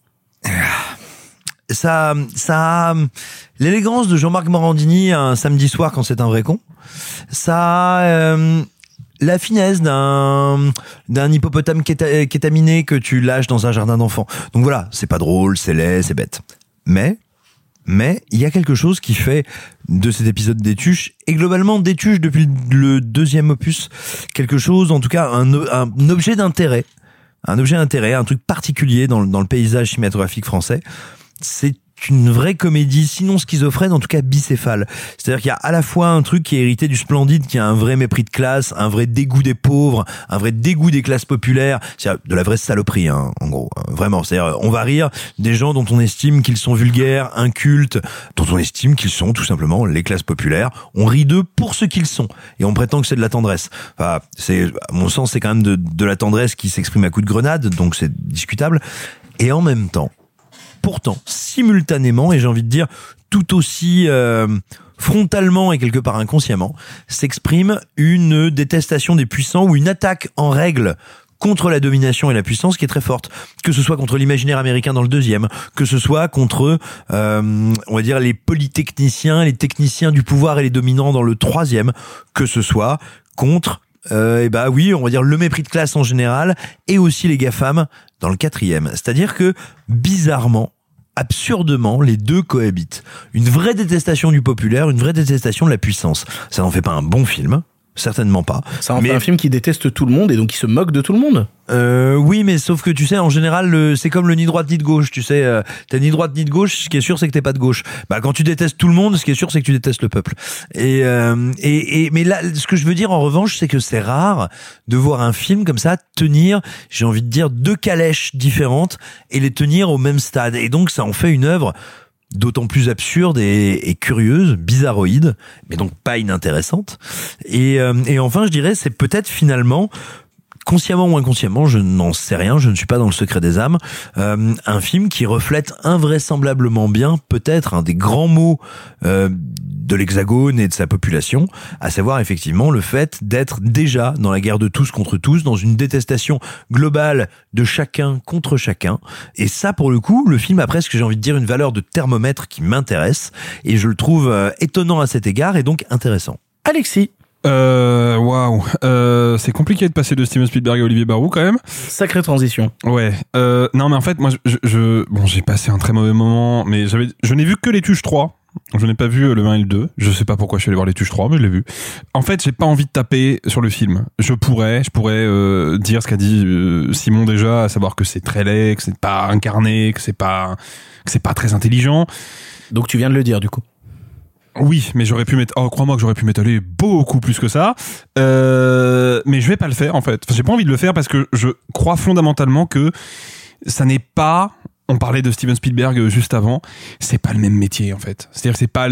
Speaker 12: Ça a l'élégance de Jean-Marc Morandini un samedi soir quand c'est un vrai con. Ça a la finesse d'un hippopotame kétaminé que tu lâches dans un jardin d'enfants. Donc voilà, c'est pas drôle, c'est laid, c'est bête. Mais il y a quelque chose qui fait de cet épisode des Tuches, et globalement des Tuches depuis le deuxième opus, quelque chose, en tout cas un objet d'intérêt. Un objet d'intérêt, un truc particulier dans le paysage cinématographique français. C'est une vraie comédie, sinon schizophrène, en tout cas bicéphale. C'est-à-dire qu'il y a à la fois un truc qui est hérité du Splendide, qui a un vrai mépris de classe, un vrai dégoût des pauvres, un vrai dégoût des classes populaires, c'est-à-dire de la vraie saloperie, hein, en gros. Vraiment, c'est-à-dire on va rire des gens dont on estime qu'ils sont vulgaires, incultes, dont on estime qu'ils sont tout simplement les classes populaires. On rit d'eux pour ce qu'ils sont, et on prétend que c'est de la tendresse. Enfin, à mon sens, c'est quand même de la tendresse qui s'exprime à coups de grenade, donc c'est discutable. Et en même temps, pourtant, simultanément, et j'ai envie de dire tout aussi frontalement et quelque part inconsciemment, s'exprime une détestation des puissants ou une attaque en règle contre la domination et la puissance qui est très forte. Que ce soit contre l'imaginaire américain dans le deuxième, que ce soit contre, on va dire, les polytechniciens, les techniciens du pouvoir et les dominants dans le troisième, que ce soit contre oui, on va dire le mépris de classe en général, et aussi les GAFAM dans le quatrième. C'est-à-dire que, bizarrement, absurdement, les deux cohabitent. Une vraie détestation du populaire, une vraie détestation de la puissance. Ça n'en fait pas un bon film, certainement pas.
Speaker 6: Ça en fait un film qui déteste tout le monde et donc qui se moque de tout le monde.
Speaker 12: Oui, mais sauf que tu sais, en général, c'est comme le ni droite ni de gauche. Tu sais, t'as ni droite ni de gauche. Ce qui est sûr, c'est que t'es pas de gauche. Bah, quand tu détestes tout le monde, ce qui est sûr, c'est que tu détestes le peuple. Mais là, ce que je veux dire en revanche, c'est que c'est rare de voir un film comme ça tenir, j'ai envie de dire, deux calèches différentes et les tenir au même stade. Et donc, ça en fait une œuvre d'autant plus absurde et curieuse, bizarroïde, mais donc pas inintéressante. Et enfin, je dirais, c'est peut-être finalement, consciemment ou inconsciemment, je n'en sais rien, je ne suis pas dans le secret des âmes, un film qui reflète invraisemblablement bien peut-être un des grands maux de l'Hexagone et de sa population, à savoir effectivement le fait d'être déjà dans la guerre de tous contre tous, dans une détestation globale de chacun contre chacun. Et ça, pour le coup, le film a presque, j'ai envie de dire, une valeur de thermomètre qui m'intéresse, et je le trouve étonnant à cet égard et donc intéressant.
Speaker 6: Alexis.
Speaker 8: Waouh. C'est compliqué de passer de Steven Spielberg à Olivier Barou quand même.
Speaker 6: Sacrée transition.
Speaker 8: Ouais. Non, mais en fait, moi, j'ai passé un très mauvais moment, mais je n'ai vu que Les Tuches 3. Je n'ai pas vu le 1 et le 2. Je sais pas pourquoi je suis allé voir Les Tuches 3, mais je l'ai vu. En fait, j'ai pas envie de taper sur le film. Je pourrais dire ce qu'a dit Simon déjà, à savoir que c'est très laid, que c'est pas incarné, que c'est pas très intelligent.
Speaker 6: Donc tu viens de le dire, du coup.
Speaker 8: Oui, mais crois-moi que j'aurais pu m'étaler beaucoup plus que ça. Mais je vais pas le faire, en fait. Enfin, j'ai pas envie de le faire parce que je crois fondamentalement que ça n'est pas, on parlait de Steven Spielberg juste avant, c'est pas le même métier, en fait. C'est-à-dire que c'est pas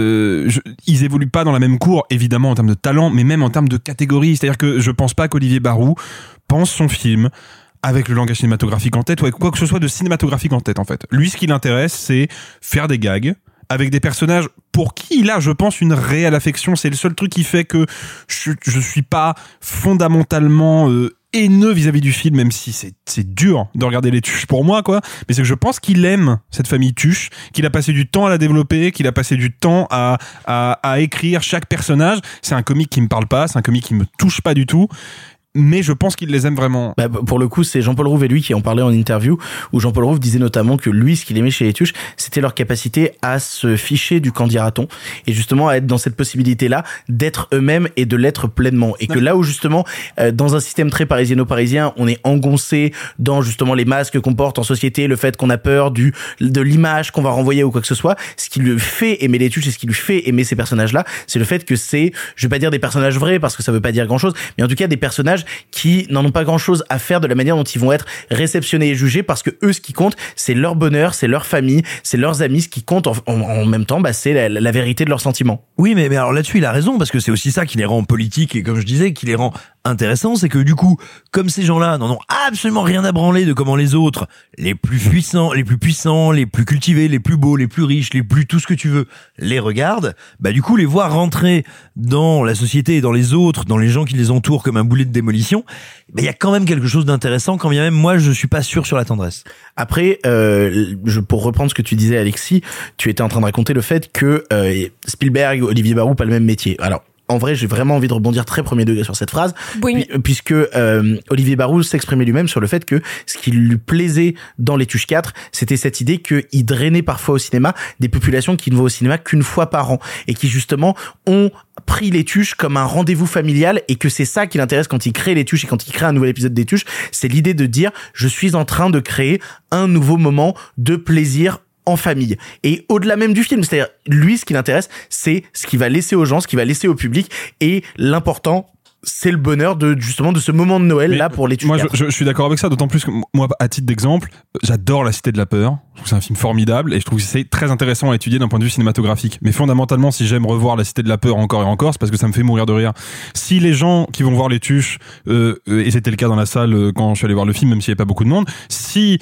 Speaker 8: ils évoluent pas dans la même cour, évidemment, en termes de talent, mais même en termes de catégorie. C'est-à-dire que je pense pas qu'Olivier Barou pense son film avec le langage cinématographique en tête ou avec quoi que ce soit de cinématographique en tête, en fait. Lui, ce qui l'intéresse, c'est faire des gags avec des personnages pour qui il a, je pense, une réelle affection. C'est le seul truc qui fait que je suis pas fondamentalement haineux vis-à-vis du film, même si c'est dur de regarder Les Tuches pour moi, quoi. Mais c'est que je pense qu'il aime cette famille Tuche, qu'il a passé du temps à la développer, qu'il a passé du temps à écrire chaque personnage. C'est un comique qui me parle pas, c'est un comique qui me touche pas du tout. Mais je pense qu'il les aime vraiment.
Speaker 6: Bah, pour le coup, c'est Jean-Paul Rouve et lui qui en parlaient en interview, où Jean-Paul Rouve disait notamment que lui, ce qu'il aimait chez Les Tuches, c'était leur capacité à se ficher du qu'en dira-t-on, et justement à être dans cette possibilité-là d'être eux-mêmes et de l'être pleinement. Et que là où justement, dans un système très parisiano-parisien, on est engoncé dans justement les masques qu'on porte en société, le fait qu'on a peur de l'image qu'on va renvoyer ou quoi que ce soit, ce qui lui fait aimer Les Tuches et ce qui lui fait aimer ces personnages-là, c'est le fait que c'est, je vais pas dire des personnages vrais parce que ça veut pas dire grand-chose, mais en tout cas des personnages qui n'en ont pas grand-chose à faire de la manière dont ils vont être réceptionnés et jugés, parce que eux, ce qui compte, c'est leur bonheur, c'est leur famille, c'est leurs amis. Ce qui compte en même temps, bah, c'est la vérité de leurs sentiments.
Speaker 12: Oui, mais alors là-dessus, il a raison, parce que c'est aussi ça qui les rend politiques et, comme je disais, qui les rend intéressants. C'est que du coup, comme ces gens-là n'en ont absolument rien à branler de comment les autres, les plus puissants, les plus cultivés, les plus beaux, les plus riches, les plus tout ce que tu veux, les regardent, bah du coup, les voir rentrer dans la société et dans les autres, dans les gens qui les entourent comme un boulet de démolition, bah il y a quand même quelque chose d'intéressant, quand bien même moi je suis pas sûr sur la tendresse.
Speaker 6: Après, pour reprendre ce que tu disais, Alexis, tu étais en train de raconter le fait que Spielberg, Olivier Barou, pas le même métier. Alors, en vrai, j'ai vraiment envie de rebondir très premier degré sur cette phrase,
Speaker 7: oui.
Speaker 6: Puisque Olivier Barou s'exprimait lui-même sur le fait que ce qui lui plaisait dans Les Tuches 4, c'était cette idée qu'il drainait parfois au cinéma des populations qui ne vont au cinéma qu'une fois par an et qui justement ont pris Les Tuches comme un rendez-vous familial, et que c'est ça qui l'intéresse quand il crée Les Tuches et quand il crée un nouvel épisode des Tuches, c'est l'idée de dire je suis en train de créer un nouveau moment de plaisir en famille. Et au-delà même du film, c'est-à-dire lui, ce qui l'intéresse, c'est ce qu'il va laisser aux gens, ce qu'il va laisser au public, et l'important, c'est le bonheur de justement de ce moment de Noël. Mais là pour Les Tuches.
Speaker 8: Moi, je suis d'accord avec ça, d'autant plus que moi, à titre d'exemple, j'adore La Cité de la Peur. Je trouve que c'est un film formidable et je trouve que c'est très intéressant à étudier d'un point de vue cinématographique. Mais fondamentalement, si j'aime revoir La Cité de la Peur encore et encore, c'est parce que ça me fait mourir de rire. Si les gens qui vont voir Les Tuches, et c'était le cas dans la salle quand je suis allé voir le film, même s'il y avait pas beaucoup de monde, si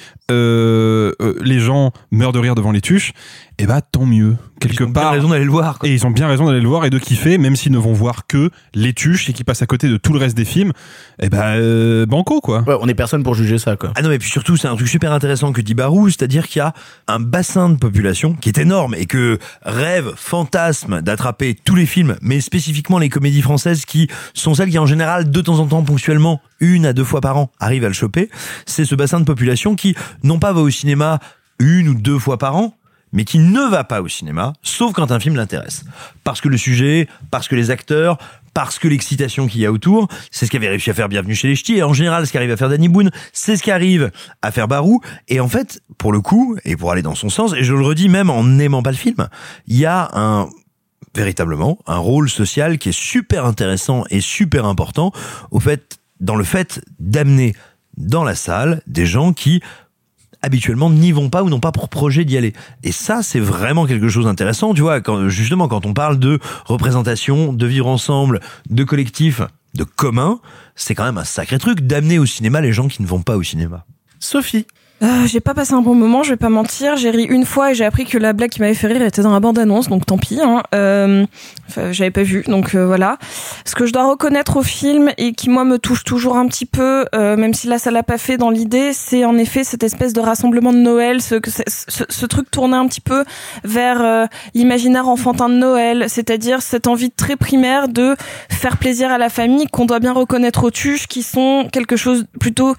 Speaker 8: les gens meurent de rire devant Les Tuches, eh ben tant mieux. Quelque part,
Speaker 12: ils ont bien raison d'aller le voir, quoi.
Speaker 8: Et ils ont bien raison d'aller le voir et de kiffer, même s'ils ne vont voir que Les Tuches et qui passent à côté de tout le reste des films. Eh ben banco, quoi.
Speaker 6: Ouais, on est personne pour juger ça, quoi.
Speaker 12: Ah non, mais puis surtout, c'est un truc super intéressant que dit Barou, c'est-à-dire qu'il y a un bassin de population qui est énorme et que rêve, fantasme d'attraper tous les films, mais spécifiquement les comédies françaises qui sont celles qui en général, de temps en temps, ponctuellement, 1 à 2 fois par an, arrivent à le choper. C'est ce bassin de population qui, non pas va au cinéma 1 ou 2 fois par an, mais qui ne va pas au cinéma, sauf quand un film l'intéresse. Parce que le sujet, parce que les acteurs, parce que l'excitation qu'il y a autour, c'est ce qu'avait réussi à faire Bienvenue chez les Ch'tis, et en général, ce qu'arrive à faire Danny Boone, c'est ce qu'arrive à faire Barou. Et en fait, pour le coup, et pour aller dans son sens, et je le redis même en n'aimant pas le film, il y a véritablement un rôle social qui est super intéressant et super important dans le fait d'amener dans la salle des gens qui habituellement n'y vont pas ou n'ont pas pour projet d'y aller. Et ça, c'est vraiment quelque chose d'intéressant, tu vois, quand on parle de représentation, de vivre ensemble, de collectif, de commun, c'est quand même un sacré truc d'amener au cinéma les gens qui ne vont pas au cinéma.
Speaker 6: Sophie.
Speaker 7: J'ai pas passé un bon moment, je vais pas mentir. J'ai ri une fois et j'ai appris que la blague qui m'avait fait rire était dans la bande-annonce, donc tant pis. J'avais pas vu, donc voilà. Ce que je dois reconnaître au film et qui moi me touche toujours un petit peu, même si là ça l'a pas fait dans l'idée, c'est en effet cette espèce de rassemblement de Noël, ce truc tourné un petit peu vers l'imaginaire enfantin de Noël, c'est-à-dire cette envie très primaire de faire plaisir à la famille qu'on doit bien reconnaître aux tuches, qui sont quelque chose plutôt,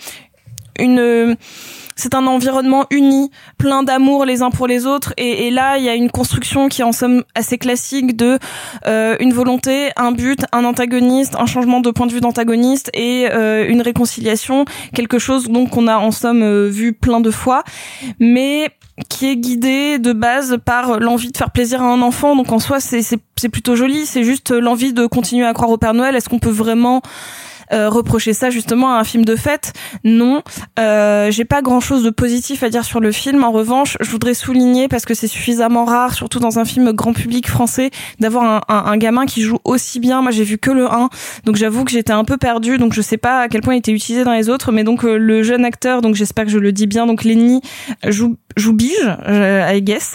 Speaker 7: c'est un environnement uni, plein d'amour les uns pour les autres, et là il y a une construction qui est en somme assez classique de une volonté, un but, un antagoniste, un changement de point de vue d'antagoniste et une réconciliation, quelque chose donc qu'on a en somme vu plein de fois, mais qui est guidé de base par l'envie de faire plaisir à un enfant. Donc en soi c'est plutôt joli, c'est juste l'envie de continuer à croire au Père Noël. Est-ce qu'on peut vraiment reprocher ça justement à un film de fête? Non. J'ai pas grand chose de positif à dire sur le film. En revanche, je voudrais souligner, parce que c'est suffisamment rare, surtout dans un film grand public français, d'avoir un gamin qui joue aussi bien. Moi j'ai vu que le 1, donc j'avoue que j'étais un peu perdue, donc je sais pas à quel point il était utilisé dans les autres, mais donc le jeune acteur, donc j'espère que je le dis bien, donc Lenny joue Bige, I guess,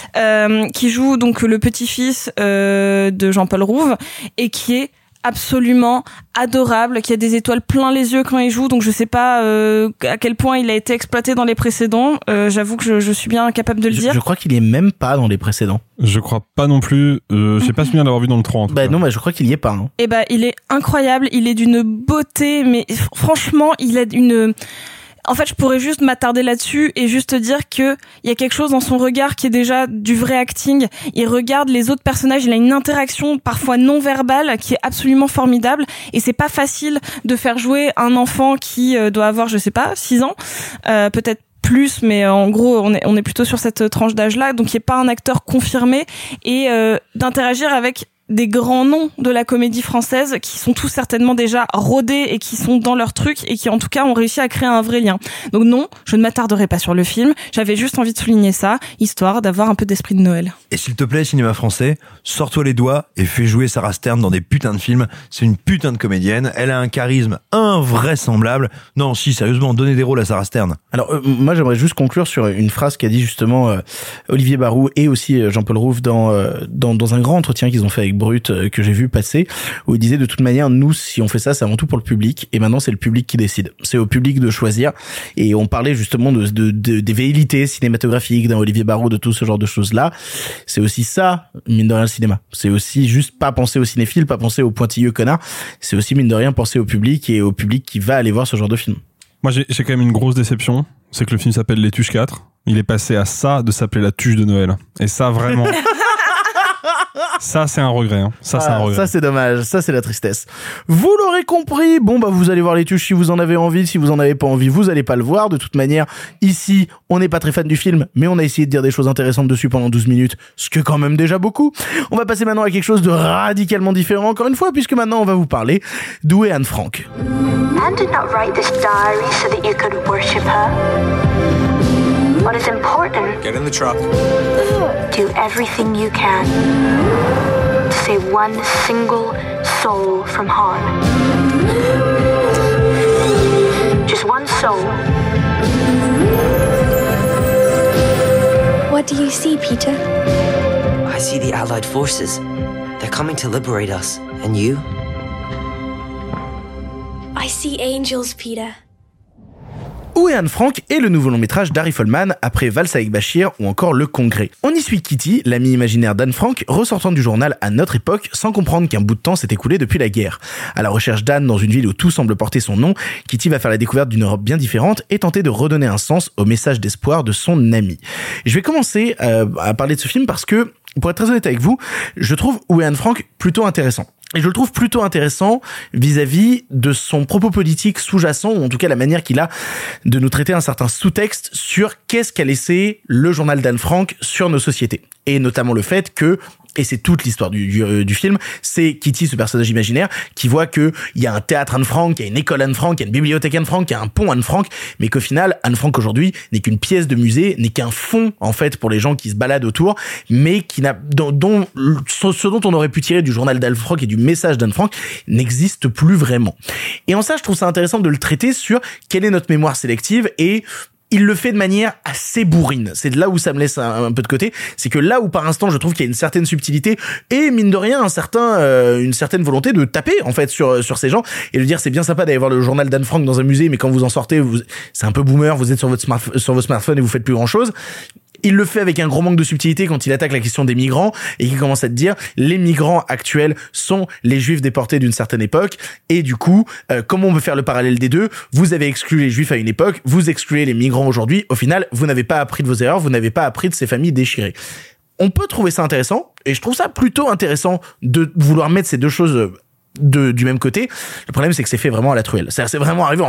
Speaker 7: qui joue donc le petit-fils de Jean-Paul Rouve, et qui est absolument adorable, qui a des étoiles plein les yeux quand il joue, donc je sais pas à quel point il a été exploité dans les précédents. J'avoue que je suis bien incapable de le dire.
Speaker 6: Je crois qu'il y est même pas dans les précédents.
Speaker 8: Je crois pas non plus. J'ai pas souvenir d'avoir vu dans le 3 en tout cas.
Speaker 6: Non, je crois qu'il y est pas. Hein.
Speaker 7: Et il est incroyable, il est d'une beauté, mais franchement, il a une... En fait, je pourrais juste m'attarder là-dessus et juste dire que il y a quelque chose dans son regard qui est déjà du vrai acting. Il regarde les autres personnages, il a une interaction parfois non verbale qui est absolument formidable, et c'est pas facile de faire jouer un enfant qui doit avoir, je sais pas, 6 ans, peut-être plus, mais en gros on est plutôt sur cette tranche d'âge-là, donc il est pas un acteur confirmé, et d'interagir avec des grands noms de la comédie française qui sont tous certainement déjà rodés et qui sont dans leur truc et qui en tout cas ont réussi à créer un vrai lien. Donc non, je ne m'attarderai pas sur le film, j'avais juste envie de souligner ça, histoire d'avoir un peu d'esprit de Noël.
Speaker 12: Et s'il te plaît, cinéma français, sors-toi les doigts et fais jouer Sarah Stern dans des putains de films. C'est une putain de comédienne, elle a un charisme invraisemblable. Non, si, sérieusement, donnez des rôles à Sarah Stern.
Speaker 6: Alors moi j'aimerais juste conclure sur une phrase qu'a dit justement Olivier Barou et aussi Jean-Paul Rouve dans un grand entretien qu'ils ont fait avec Brut que j'ai vu passer, où il disait de toute manière, nous si on fait ça, c'est avant tout pour le public, et maintenant c'est le public qui décide, c'est au public de choisir. Et on parlait justement des velléités cinématographiques d'un Olivier Barou, de tout ce genre de choses là. C'est aussi ça, mine de rien, le cinéma, c'est aussi juste pas penser aux cinéphiles, pas penser aux pointilleux connards, c'est aussi mine de rien penser au public, et au public qui va aller voir ce genre de film.
Speaker 8: Moi j'ai quand même une grosse déception, c'est que le film s'appelle Les Tuches 4, il est passé à ça de s'appeler La Tuche de Noël, et ça vraiment ça c'est un regret, hein. C'est un regret.
Speaker 6: Ça c'est dommage, ça c'est la tristesse. Vous l'aurez compris, vous allez voir Les Tuches si vous en avez envie, si vous en avez pas envie, vous allez pas le voir. De toute manière, ici, on n'est pas très fan du film, mais on a essayé de dire des choses intéressantes dessus pendant 12 minutes, ce que quand même déjà beaucoup. On va passer maintenant à quelque chose de radicalement différent, encore une fois, puisque maintenant on va vous parler d'où est Anne Frank.
Speaker 15: Anne did not write this diary so that you could worship her. What is important?
Speaker 11: Get in the truck.
Speaker 15: Do everything you can to save one single soul from harm. Just one soul.
Speaker 16: What do you see, Peter?
Speaker 3: I see the Allied forces. They're coming to liberate us. And you?
Speaker 16: I see angels, Peter.
Speaker 6: Où est Anne Frank est le nouveau long métrage d'Harry Folman après Valse avec Bachir ou encore Le Congrès. On y suit Kitty, l'amie imaginaire d'Anne Frank, ressortant du journal à notre époque sans comprendre qu'un bout de temps s'est écoulé depuis la guerre. À la recherche d'Anne dans une ville où tout semble porter son nom, Kitty va faire la découverte d'une Europe bien différente et tenter de redonner un sens au message d'espoir de son amie. Je vais commencer à parler de ce film parce que, pour être très honnête avec vous, je trouve Où est Anne Frank plutôt intéressant. Et je le trouve plutôt intéressant vis-à-vis de son propos politique sous-jacent, ou en tout cas la manière qu'il a de nous traiter un certain sous-texte sur qu'est-ce qu'a laissé le journal d'Anne Frank sur nos sociétés. Et notamment le fait que, et c'est toute l'histoire du film, c'est Kitty, ce personnage imaginaire, qui voit que il y a un théâtre Anne Frank, il y a une école Anne Frank, il y a une bibliothèque Anne Frank, il y a un pont Anne Frank, mais qu'au final, Anne Frank aujourd'hui n'est qu'une pièce de musée, n'est qu'un fond, en fait, pour les gens qui se baladent autour, mais qui n'a, ce dont on aurait pu tirer du journal d'Anne Frank et du message d'Anne Frank n'existe plus vraiment. Et en ça, je trouve ça intéressant de le traiter sur quelle est notre mémoire sélective, et il le fait de manière assez bourrine. C'est de là où ça me laisse un peu de côté. C'est que là où par instant je trouve qu'il y a une certaine subtilité et mine de rien une certaine volonté de taper en fait sur ces gens et de dire c'est bien sympa d'aller voir le journal d'Anne Frank dans un musée, mais quand vous en sortez, c'est un peu boomer, vous êtes sur vos smartphones et vous faites plus grand chose. Il le fait avec un gros manque de subtilité quand il attaque la question des migrants et qu'il commence à te dire les migrants actuels sont les juifs déportés d'une certaine époque et du coup comment on peut faire le parallèle des deux? Vous avez exclu les juifs à une époque, vous excluez les migrants aujourd'hui, au final vous n'avez pas appris de vos erreurs, vous n'avez pas appris de ces familles déchirées. On peut trouver ça intéressant et je trouve ça plutôt intéressant de vouloir mettre ces deux choses du même côté. Le problème c'est que c'est fait vraiment à la truelle. C'est vraiment arrivé en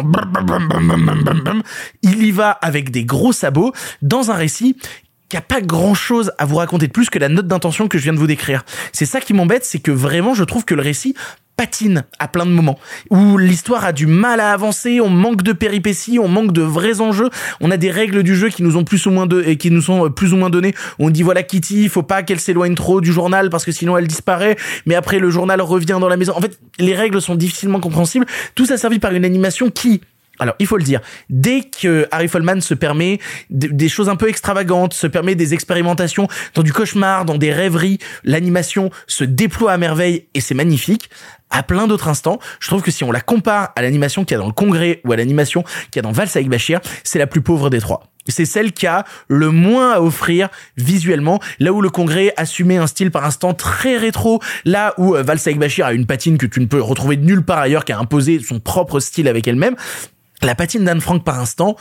Speaker 6: il y va avec des gros sabots dans un récit qui a pas grand chose à vous raconter de plus que la note d'intention que je viens de vous décrire. C'est ça qui m'embête, c'est que vraiment je trouve que le récit patine à plein de moments, où l'histoire a du mal à avancer, on manque de péripéties, on manque de vrais enjeux, on a des règles du jeu qui nous sont plus ou moins données, on dit voilà Kitty, il faut pas qu'elle s'éloigne trop du journal parce que sinon elle disparaît, mais après le journal revient dans la maison. En fait, les règles sont difficilement compréhensibles, tout ça servi par une animation qui, alors, il faut le dire, dès que Harry Folman se permet des choses un peu extravagantes, se permet des expérimentations dans du cauchemar, dans des rêveries, l'animation se déploie à merveille et c'est magnifique. À plein d'autres instants, je trouve que si on la compare à l'animation qu'il y a dans Le Congrès ou à l'animation qu'il y a dans Valse avec Bachir, c'est la plus pauvre des trois. C'est celle qui a le moins à offrir visuellement, là où Le Congrès assumait un style par instant très rétro, là où Valse avec Bachir a une patine que tu ne peux retrouver de nulle part ailleurs, qui a imposé son propre style avec elle-même. La patine d'Anne Frank par instant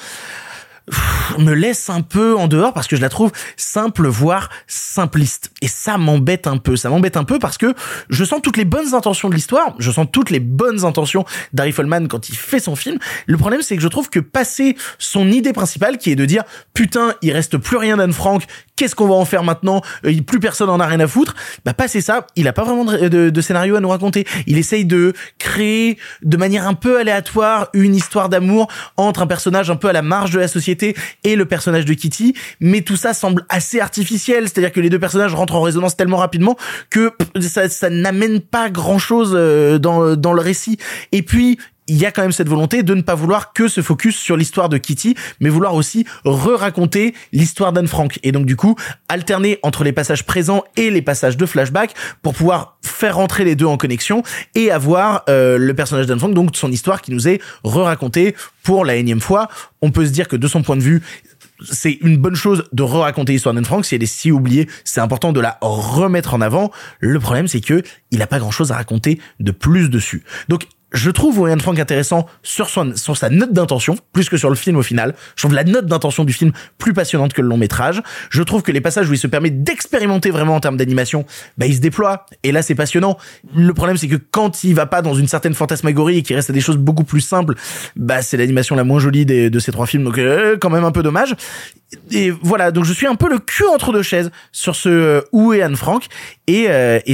Speaker 6: me laisse un peu en dehors parce que je la trouve simple, voire simpliste. Et ça m'embête un peu. Ça m'embête un peu parce que je sens toutes les bonnes intentions de l'histoire, je sens toutes les bonnes intentions d'Harry Folman quand il fait son film. Le problème, c'est que je trouve que passer son idée principale, qui est de dire « Putain, il reste plus rien d'Anne Frank, qu'est-ce qu'on va en faire maintenant ? Plus personne en a rien à foutre. » Bah, passer ça, il a pas vraiment de scénario à nous raconter. Il essaye de créer de manière un peu aléatoire une histoire d'amour entre un personnage un peu à la marge de la société et le personnage de Kitty, mais tout ça semble assez artificiel, c'est-à-dire que les deux personnages rentrent en résonance tellement rapidement que ça n'amène pas grand-chose dans le récit. Et puis il y a quand même cette volonté de ne pas vouloir que se focus sur l'histoire de Kitty, mais vouloir aussi re-raconter l'histoire d'Anne Frank. Et donc du coup, alterner entre les passages présents et les passages de flashback pour pouvoir faire rentrer les deux en connexion et avoir le personnage d'Anne Frank, donc son histoire qui nous est re-racontée pour la énième fois. On peut se dire que de son point de vue, c'est une bonne chose de re-raconter l'histoire d'Anne Frank. Si elle est si oubliée, c'est important de la remettre en avant. Le problème, c'est que il a pas grand-chose à raconter de plus dessus. Donc je trouve Anne Frank intéressant sur sa note d'intention, plus que sur le film au final. Je trouve la note d'intention du film plus passionnante que le long métrage. Je trouve que les passages où il se permet d'expérimenter vraiment en termes d'animation, bah, il se déploie. Et là, c'est passionnant. Le problème, c'est que quand il va pas dans une certaine fantasmagorie et qu'il reste à des choses beaucoup plus simples, bah, c'est l'animation la moins jolie de ces trois films. Donc, quand même un peu dommage. Et voilà. Donc, je suis un peu le cul entre deux chaises sur ce où est Anne Frank. Et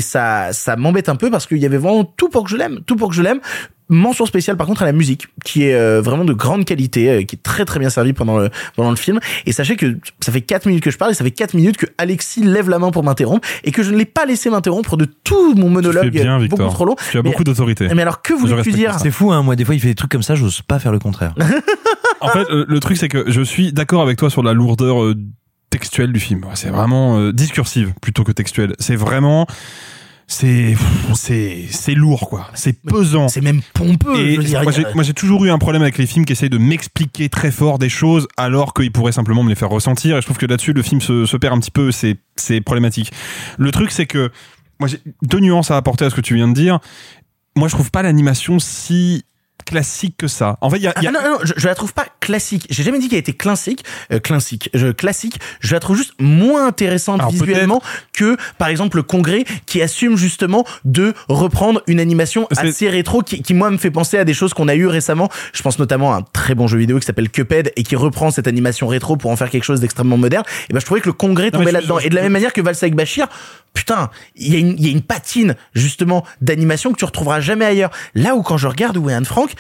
Speaker 6: ça m'embête un peu parce qu'il y avait vraiment tout pour que je l'aime. Mention spéciale par contre à la musique qui est vraiment de grande qualité, qui est très très bien servie pendant le film. Et sachez que ça fait 4 minutes que je parle et ça fait 4 minutes que Alexis lève la main pour m'interrompre et que je ne l'ai pas laissé m'interrompre de tout mon monologue. Tu fais bien, Victor. Beaucoup trop long.
Speaker 8: Tu as beaucoup d'autorité.
Speaker 6: Mais alors que voulez-tu dire ?
Speaker 12: C'est fou, hein. Moi des fois il fait des trucs comme ça, j'ose pas faire le contraire.
Speaker 8: En fait, le truc c'est que je suis d'accord avec toi sur la lourdeur textuelle du film. C'est vraiment discursive plutôt que textuelle. C'est vraiment c'est lourd quoi, c'est pesant,
Speaker 6: c'est même pompeux.
Speaker 8: Et je veux dire, moi j'ai toujours eu un problème avec les films qui essayent de m'expliquer très fort des choses alors qu'ils pourraient simplement me les faire ressentir, et je trouve que là-dessus le film se perd un petit peu. C'est problématique. Le truc c'est que moi j'ai deux nuances à apporter à ce que tu viens de dire. Moi je trouve pas l'animation si classique que ça. En fait, il y a...
Speaker 6: Non, je la trouve pas classique. J'ai jamais dit qu'elle était classique. Classique. Je la trouve juste moins intéressante visuellement que, par exemple, le Congrès qui assume justement de reprendre une animation assez rétro qui moi me fait penser à des choses qu'on a eues récemment. Je pense notamment à un très bon jeu vidéo qui s'appelle Cuphead et qui reprend cette animation rétro pour en faire quelque chose d'extrêmement moderne. Et ben je trouvais que le Congrès tombait là-dedans. Et de la même manière que Valse avec Bachir, putain, il y a une patine justement d'animation que tu retrouveras jamais ailleurs. Là où quand je regarde Où est Anne Frank,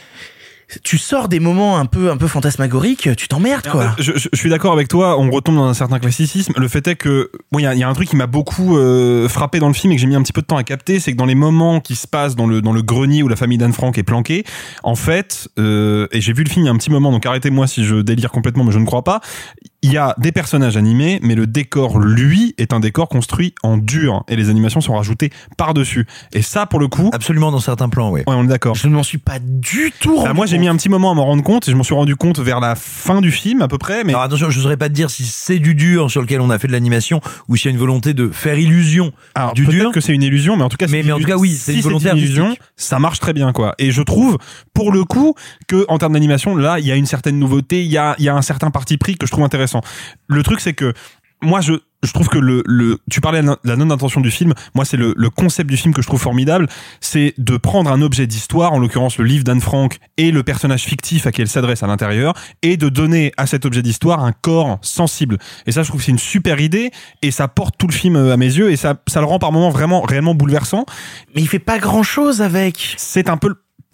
Speaker 6: tu sors des moments un peu fantasmagoriques, tu t'emmerdes quoi.
Speaker 8: Je suis d'accord avec toi, on retombe dans un certain classicisme. Le fait est que bon, il y a un truc qui m'a beaucoup frappé dans le film et que j'ai mis un petit peu de temps à capter, c'est que dans les moments qui se passent dans le grenier où la famille d'Anne Frank est planquée, en fait, et j'ai vu le film il y a un petit moment, donc arrêtez-moi si je délire complètement, mais je ne crois pas. Il y a des personnages animés, mais le décor, lui, est un décor construit en dur et les animations sont rajoutées par-dessus. Et ça, pour le coup,
Speaker 12: absolument dans certains plans, oui.
Speaker 8: Ouais, on est d'accord.
Speaker 6: Je ne m'en suis pas du tout rendu compte.
Speaker 8: Moi, j'ai mis un petit moment à m'en rendre compte et je m'en suis rendu compte vers la fin du film à peu près. Mais
Speaker 12: alors attention, je ne saurais pas te dire si c'est du dur sur lequel on a fait de l'animation ou s'il y a une volonté de faire illusion du dur.
Speaker 8: Peut-être que c'est une illusion, mais en tout cas,
Speaker 12: mais en tout cas, oui, c'est une volonté
Speaker 8: illusion. Ça marche très bien, quoi. Et je trouve, pour le coup, que en termes d'animation, là, il y a une certaine nouveauté, il y a un certain parti pris que je trouve intéressant. Le truc, c'est que moi, je trouve que tu parlais de la non-intention du film. Moi, c'est le concept du film que je trouve formidable. C'est de prendre un objet d'histoire, en l'occurrence le livre d'Anne Frank et le personnage fictif à qui elle s'adresse à l'intérieur, et de donner à cet objet d'histoire un corps sensible. Et ça, je trouve que c'est une super idée, et ça porte tout le film à mes yeux, et ça le rend par moments vraiment, réellement bouleversant.
Speaker 6: Mais il fait pas grand chose avec.
Speaker 8: C'est un peu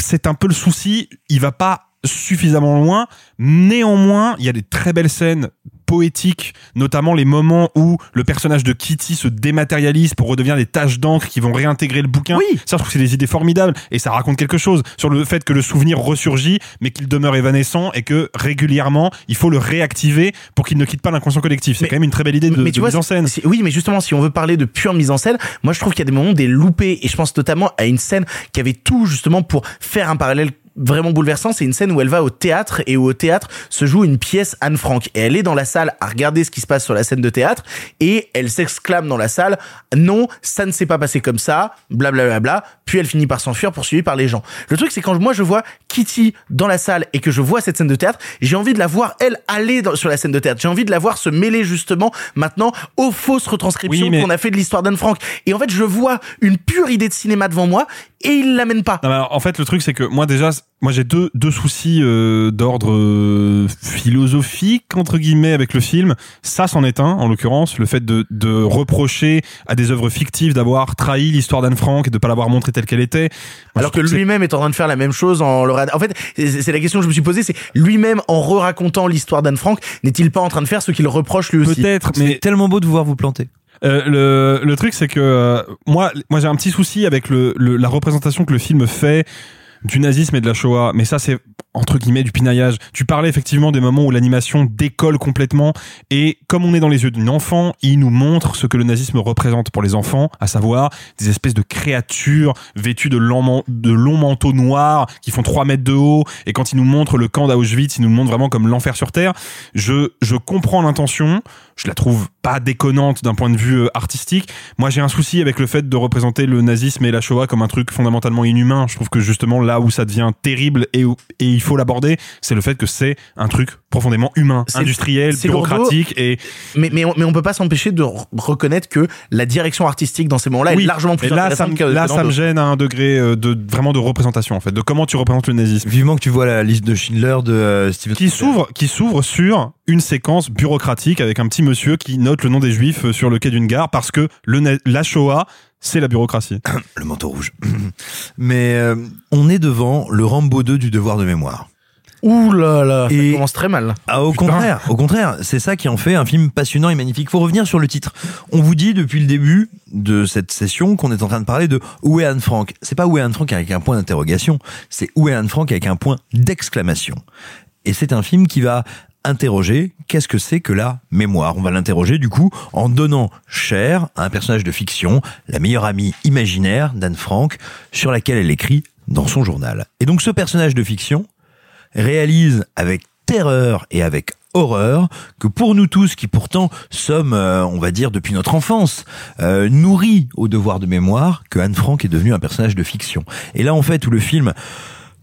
Speaker 8: le souci. Il va pas suffisamment loin. Néanmoins, il y a des très belles scènes poétiques, notamment les moments où le personnage de Kitty se dématérialise pour redevenir des taches d'encre qui vont réintégrer le bouquin.
Speaker 6: Oui.
Speaker 8: Ça, je trouve que c'est des idées formidables et ça raconte quelque chose sur le fait que le souvenir ressurgit mais qu'il demeure évanescent et que régulièrement il faut le réactiver pour qu'il ne quitte pas l'inconscient collectif. C'est quand même une très belle idée de mise en scène.
Speaker 6: Oui, mais justement, si on veut parler de pure mise en scène, moi je trouve qu'il y a des moments des loupés, et je pense notamment à une scène qui avait tout justement pour faire un parallèle vraiment bouleversant. C'est une scène où elle va au théâtre et où au théâtre se joue une pièce Anne Frank, et elle est dans la salle à regarder ce qui se passe sur la scène de théâtre et elle s'exclame dans la salle: non, ça ne s'est pas passé comme ça, blablabla, bla bla bla. Puis elle finit par s'enfuir poursuivie par les gens. Le truc, c'est quand moi je vois Kitty dans la salle et que je vois cette scène de théâtre, j'ai envie de la voir elle aller sur la scène de théâtre. J'ai envie de la voir se mêler justement maintenant aux fausses retranscriptions qu'on a fait de l'histoire d'Anne Frank. Et en fait, je vois une pure idée de cinéma devant moi et il l'amène pas.
Speaker 8: Non, mais alors, en fait, le truc, c'est que moi j'ai deux soucis d'ordre philosophique entre guillemets avec le film. Ça, c'en est un, en l'occurrence, le fait de reprocher à des œuvres fictives d'avoir trahi l'histoire d'Anne Frank et de pas l'avoir montrée telle qu'elle était. Moi,
Speaker 6: alors que lui-même est en train de faire la même chose en fait, c'est la question que je me suis posée, c'est lui-même en re-racontant l'histoire d'Anne Frank, n'est-il pas en train de faire ce qu'il reproche lui aussi?
Speaker 8: Peut-être, mais
Speaker 12: c'est tellement beau de vous voir vous planter.
Speaker 8: Le truc, c'est que moi j'ai un petit souci avec la représentation que le film fait du nazisme et de la Shoah, mais ça c'est entre guillemets du pinaillage. Tu parlais effectivement des moments où l'animation décolle complètement, et comme on est dans les yeux d'un enfant, il nous montre ce que le nazisme représente pour les enfants, à savoir des espèces de créatures vêtues de longs manteaux noirs qui font 3 mètres de haut, et quand il nous montre le camp d'Auschwitz, il nous le montre vraiment comme l'enfer sur terre. Je comprends l'intention, je la trouve pas déconnante d'un point de vue artistique. Moi j'ai un souci avec le fait de représenter le nazisme et la Shoah comme un truc fondamentalement inhumain. Je trouve que justement là où ça devient terrible et il faut l'aborder, c'est le fait que c'est un truc profondément humain, industriel, bureaucratique.
Speaker 6: Mais on peut pas s'empêcher de reconnaître que la direction artistique dans ces moments-là est largement plus intéressante que
Speaker 8: là, ça me gêne à un degré vraiment de représentation, en fait, de comment tu représentes le nazisme.
Speaker 12: Vivement que tu vois la liste de Schindler de Steven
Speaker 8: qui s'ouvre sur une séquence bureaucratique avec un petit monsieur qui note le nom des Juifs sur le quai d'une gare parce que la Shoah, c'est la bureaucratie.
Speaker 12: Le manteau rouge. Mais on est devant le Rambo 2 du devoir de mémoire.
Speaker 6: Ouh là là, ça commence très mal.
Speaker 12: Ah, au contraire, c'est ça qui en fait un film passionnant et magnifique. Faut revenir sur le titre. On vous dit depuis le début de cette session qu'on est en train de parler de Où est Anne Frank. C'est pas Où est Anne Frank avec un point d'interrogation, c'est Où est Anne Frank avec un point d'exclamation. Et c'est un film qui va interroger qu'est-ce que c'est que la mémoire. On va l'interroger du coup en donnant chair à un personnage de fiction, la meilleure amie imaginaire d'Anne Frank, sur laquelle elle écrit dans son journal. Et donc ce personnage de fiction réalise avec terreur et avec horreur que pour nous tous qui pourtant sommes, on va dire depuis notre enfance, nourris au devoir de mémoire, que Anne Frank est devenue un personnage de fiction. Et là en fait où le film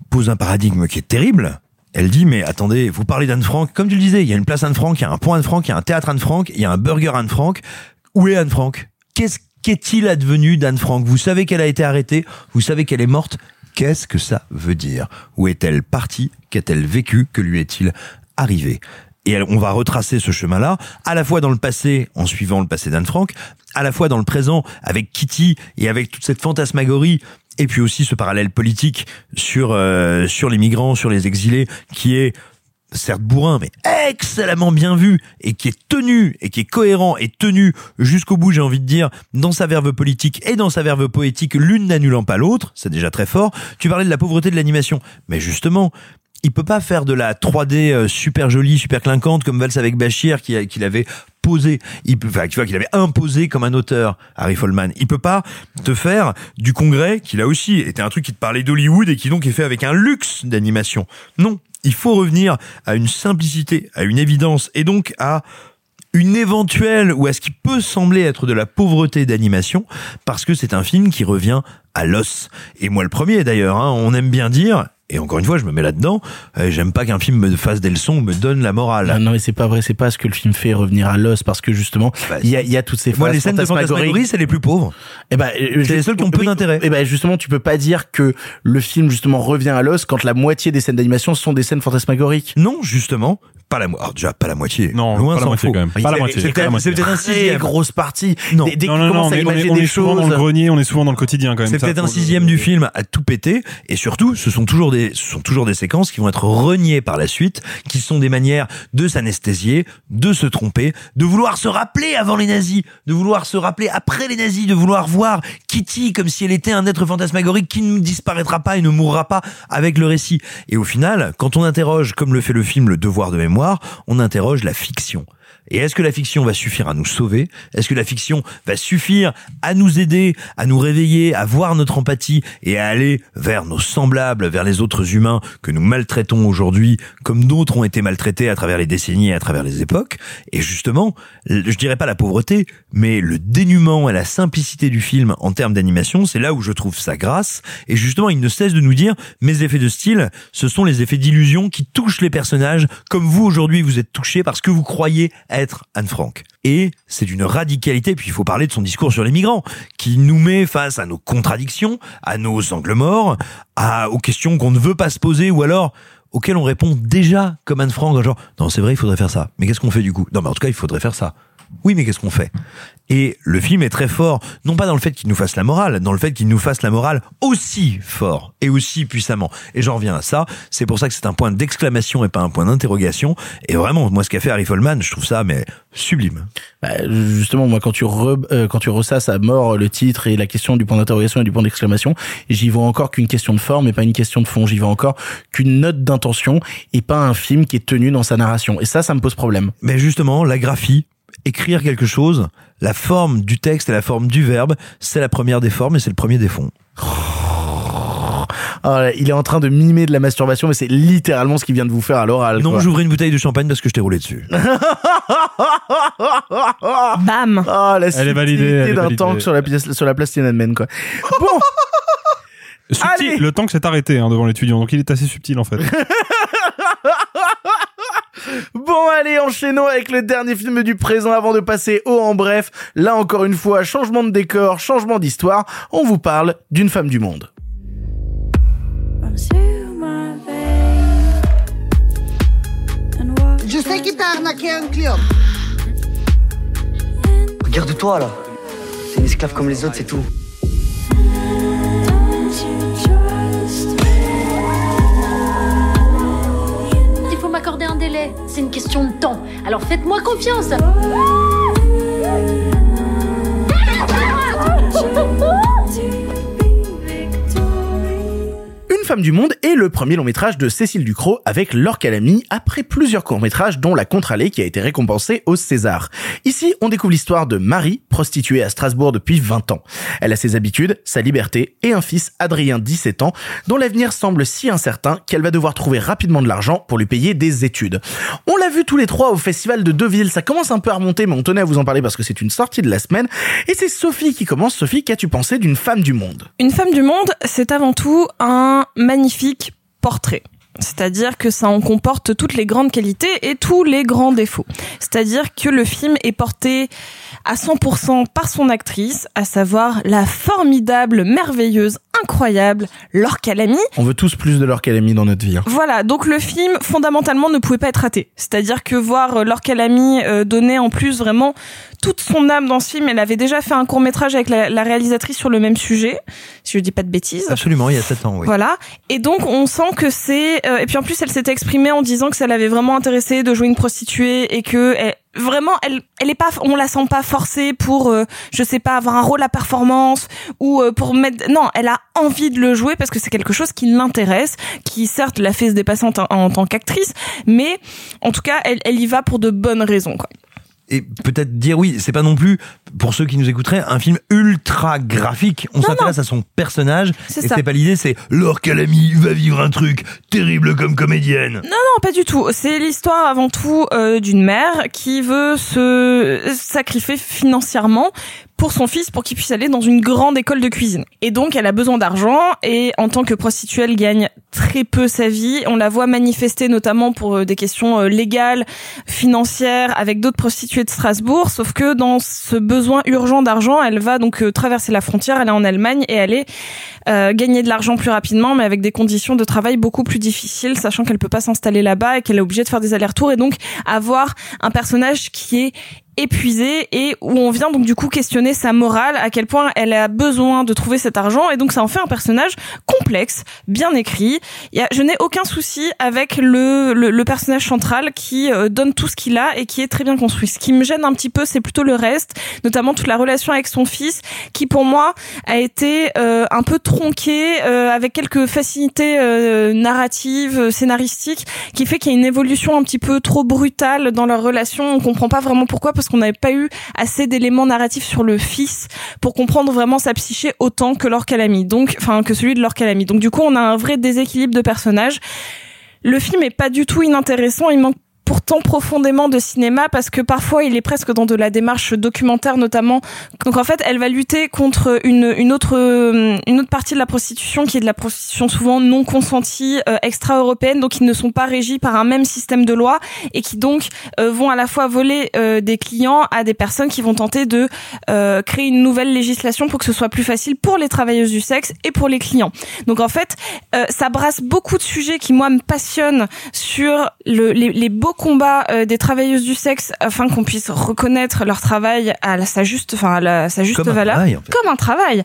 Speaker 12: pose un paradigme qui est terrible. Elle dit, mais attendez, vous parlez d'Anne Frank, comme tu le disais, il y a une place Anne Frank, il y a un pont Anne Frank, il y a un théâtre Anne Frank, il y a un burger Anne Frank. Où est Anne Frank? Qu'est-il advenu d'Anne Frank? Vous savez qu'elle a été arrêtée, vous savez qu'elle est morte. Qu'est-ce que ça veut dire? Où est-elle partie? Qu'a-t-elle vécu? Que lui est-il arrivé? Et on va retracer ce chemin-là, à la fois dans le passé, en suivant le passé d'Anne Frank, à la fois dans le présent, avec Kitty et avec toute cette fantasmagorie, et puis aussi ce parallèle politique sur les migrants, sur les exilés, qui est certes bourrin, mais excellemment bien vu, et qui est tenu, et qui est cohérent, et tenu jusqu'au bout, j'ai envie de dire, dans sa verve politique et dans sa verve poétique, l'une n'annulant pas l'autre, c'est déjà très fort. Tu parlais de la pauvreté de l'animation, mais justement, il peut pas faire de la 3D super jolie, super clinquante, comme Valse avec Bachir, qu'il avait posé, qu'il avait imposé comme un auteur, Harry Folman. Il peut pas te faire du Congrès, qui là aussi était un truc qui te parlait d'Hollywood et qui donc est fait avec un luxe d'animation. Non, il faut revenir à une simplicité, à une évidence, et donc à une éventuelle, ou à ce qui peut sembler être de la pauvreté d'animation, parce que c'est un film qui revient à l'os. Et moi le premier d'ailleurs, on aime bien dire, et encore une fois je me mets là-dedans, j'aime pas qu'un film me fasse des leçons ou me donne la morale.
Speaker 6: Non mais c'est pas vrai, c'est pas ce que le film fait revenir à l'os, parce que justement il y a toutes ces
Speaker 12: moi les scènes de fantasmagorie c'est les plus pauvres, c'est les seules qui ont peu d'intérêt.
Speaker 6: Et justement tu peux pas dire que le film justement revient à l'os quand la moitié des scènes d'animation sont des scènes fantasmagoriques.
Speaker 12: Non, justement pas la moitié. Déjà pas la moitié.
Speaker 8: Non,
Speaker 12: loin
Speaker 8: pas la moitié quand même. Pas la moitié.
Speaker 12: C'est peut-être un sixième.
Speaker 6: Grosse partie.
Speaker 12: Non,
Speaker 6: on
Speaker 8: est souvent dans le grenier, on est souvent dans le quotidien quand même.
Speaker 12: C'est peut-être un sixième du film à tout péter, et surtout, ce sont toujours des séquences qui vont être reniées par la suite, qui sont des manières de s'anesthésier, de se tromper, de vouloir se rappeler avant les nazis, de vouloir se rappeler après les nazis, de vouloir voir Kitty comme si elle était un être fantasmagorique qui ne disparaîtra pas et ne mourra pas avec le récit. Et au final, quand on interroge, comme le fait le film Le Devoir de mémoire, on interroge la fiction. Et est-ce que la fiction va suffire à nous sauver? Est-ce que la fiction va suffire à nous aider, à nous réveiller, à voir notre empathie et à aller vers nos semblables, vers les autres humains que nous maltraitons aujourd'hui, comme d'autres ont été maltraités à travers les décennies et à travers les époques? Et justement, je dirais pas la pauvreté, mais le dénuement et la simplicité du film en termes d'animation, c'est là où je trouve sa grâce. Et justement, il ne cesse de nous dire, mes effets de style, ce sont les effets d'illusion qui touchent les personnages, comme vous aujourd'hui vous êtes touchés parce que vous croyez être Anne Frank. Et c'est d'une radicalité, puis il faut parler de son discours sur les migrants, qui nous met face à nos contradictions, à nos angles morts, aux questions qu'on ne veut pas se poser, ou alors auxquelles on répond déjà comme Anne Frank, genre non c'est vrai il faudrait faire ça, mais qu'est-ce qu'on fait du coup? Non mais en tout cas il faudrait faire ça. Oui, mais qu'est-ce qu'on fait? Et le film est très fort, non pas dans le fait qu'il nous fasse la morale, dans le fait qu'il nous fasse la morale aussi fort et aussi puissamment. Et j'en reviens à ça, c'est pour ça que c'est un point d'exclamation et pas un point d'interrogation. Et vraiment, moi, ce qu'a fait Harry Folman, je trouve ça mais sublime.
Speaker 6: Justement, moi, quand tu ressasses à mort le titre et la question du point d'interrogation et du point d'exclamation, j'y vois encore qu'une question de forme et pas une question de fond. J'y vois encore qu'une note d'intention et pas un film qui est tenu dans sa narration. Et ça me pose problème.
Speaker 12: Mais justement, la graphie, écrire quelque chose, la forme du texte et la forme du verbe, c'est la première des formes et c'est le premier des fonds.
Speaker 6: Oh, il est en train de mimer de la masturbation, mais c'est littéralement ce qu'il vient de vous faire à l'oral.
Speaker 12: Non,
Speaker 6: quoi.
Speaker 12: J'ouvrais une bouteille de champagne parce que je t'ai roulé dessus.
Speaker 7: Bam.
Speaker 6: Oh, la subtilité d'un tank sur la place Tiananmen, quoi. Bon.
Speaker 8: Subtil, le tank s'est arrêté devant l'étudiant, donc il est assez subtil en fait.
Speaker 6: Bon, allez, enchaînons avec le dernier film du présent avant de passer au en bref. Là, encore une fois, changement de décor, changement d'histoire. On vous parle d'une femme du monde.
Speaker 13: Je sais qu'il t'a arnaqué un client.
Speaker 3: Regarde-toi là. C'est une esclave comme les autres, c'est tout.
Speaker 17: Il faut m'accorder un délai. C'est une question de temps. Alors faites-moi confiance.
Speaker 6: Une femme du monde est le premier long métrage de Cécile Ducrot avec Laure Calamy après plusieurs courts métrages dont La Contre-allée qui a été récompensée au César. Ici, on découvre l'histoire de Marie, prostituée à Strasbourg depuis 20 ans. Elle a ses habitudes, sa liberté et un fils, Adrien, 17 ans, dont l'avenir semble si incertain qu'elle va devoir trouver rapidement de l'argent pour lui payer des études. On l'a vu tous les trois au festival de Deauville, ça commence un peu à remonter mais on tenait à vous en parler parce que c'est une sortie de la semaine et c'est Sophie qui commence. Sophie, qu'as-tu pensé d'une femme du monde?
Speaker 7: Une femme du monde, c'est avant tout un magnifique portrait. C'est-à-dire que ça en comporte toutes les grandes qualités et tous les grands défauts. C'est-à-dire que le film est porté à 100% par son actrice, à savoir la formidable, merveilleuse, incroyable Laure Calamy.
Speaker 6: On veut tous plus de Laure Calamy dans notre vie.
Speaker 7: Voilà, donc le film, fondamentalement, ne pouvait pas être raté. C'est-à-dire que voir Laure Calamy donner en plus vraiment toute son âme dans ce film. Elle avait déjà fait un court-métrage avec la réalisatrice sur le même sujet, si je dis pas de bêtises.
Speaker 12: Absolument, il y a 7 ans, oui.
Speaker 7: Voilà. Et donc, on sent que c'est... et puis en plus, elle s'était exprimée en disant que ça l'avait vraiment intéressée de jouer une prostituée et que... Vraiment, elle est pas, on la sent pas forcée pour, je sais pas, avoir un rôle à performance ou pour mettre. Non, elle a envie de le jouer parce que c'est quelque chose qui l'intéresse, qui certes la fait se dépasser en tant qu'actrice, mais en tout cas, elle y va pour de bonnes raisons, quoi.
Speaker 12: Et peut-être dire oui, c'est pas non plus, pour ceux qui nous écouteraient, un film ultra graphique. On s'intéresse à son personnage. Et c'est pas l'idée, c'est Laure Calamy va vivre un truc terrible comme comédienne.
Speaker 7: Non, pas du tout. C'est l'histoire avant tout d'une mère qui veut se sacrifier financièrement pour son fils, pour qu'il puisse aller dans une grande école de cuisine. Et donc, elle a besoin d'argent, et en tant que prostituée, elle gagne très peu sa vie. On la voit manifester notamment pour des questions légales, financières, avec d'autres prostituées de Strasbourg, sauf que dans ce besoin urgent d'argent, elle va donc traverser la frontière, aller en Allemagne, et aller gagner de l'argent plus rapidement, mais avec des conditions de travail beaucoup plus difficiles, sachant qu'elle peut pas s'installer là-bas, et qu'elle est obligée de faire des allers-retours, et donc avoir un personnage qui est épuisée et où on vient donc du coup questionner sa morale, à quel point elle a besoin de trouver cet argent, et donc ça en fait un personnage complexe, bien écrit. Je n'ai aucun souci avec le personnage central qui donne tout ce qu'il a et qui est très bien construit. Ce qui me gêne un petit peu, c'est plutôt le reste, notamment toute la relation avec son fils, qui pour moi a été un peu tronquée, avec quelques facilités narratives, scénaristiques, qui fait qu'il y a une évolution un petit peu trop brutale dans leur relation. On comprend pas vraiment pourquoi, parce qu'on n'avait pas eu assez d'éléments narratifs sur le fils pour comprendre vraiment sa psyché autant que Laure Calamy, donc que celui de Laure Calamy. Donc du coup, on a un vrai déséquilibre de personnages. Le film est pas du tout inintéressant, il manque pourtant profondément de cinéma, parce que parfois il est presque dans de la démarche documentaire notamment. Donc en fait, elle va lutter contre une autre partie de la prostitution, qui est de la prostitution souvent non consentie, extra-européenne, donc ils ne sont pas régis par un même système de loi, et qui donc vont à la fois voler des clients à des personnes qui vont tenter de créer une nouvelle législation pour que ce soit plus facile pour les travailleuses du sexe et pour les clients. Donc en fait, ça brasse beaucoup de sujets qui moi me passionnent sur les beaux combats des travailleuses du sexe, afin qu'on puisse reconnaître leur travail à sa juste valeur,
Speaker 12: travail, en fait.
Speaker 7: Comme un travail.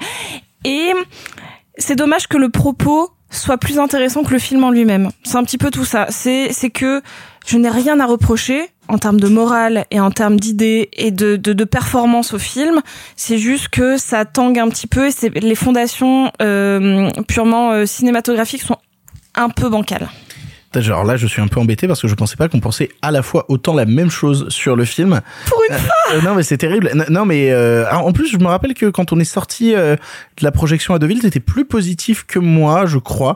Speaker 7: Et c'est dommage que le propos soit plus intéressant que le film en lui-même. C'est un petit peu tout ça. C'est que je n'ai rien à reprocher en termes de morale et en termes d'idées et de performance au film. C'est juste que ça tangue un petit peu, et les fondations purement cinématographiques sont un peu bancales.
Speaker 6: Genre là, je suis un peu embêté parce que je pensais pas qu'on pensait à la fois autant la même chose sur le film.
Speaker 7: Pour une fois.
Speaker 6: Non mais c'est terrible. Non mais en plus, je me rappelle que quand on est sorti de la projection à Deauville, t'étais plus positif que moi, je crois,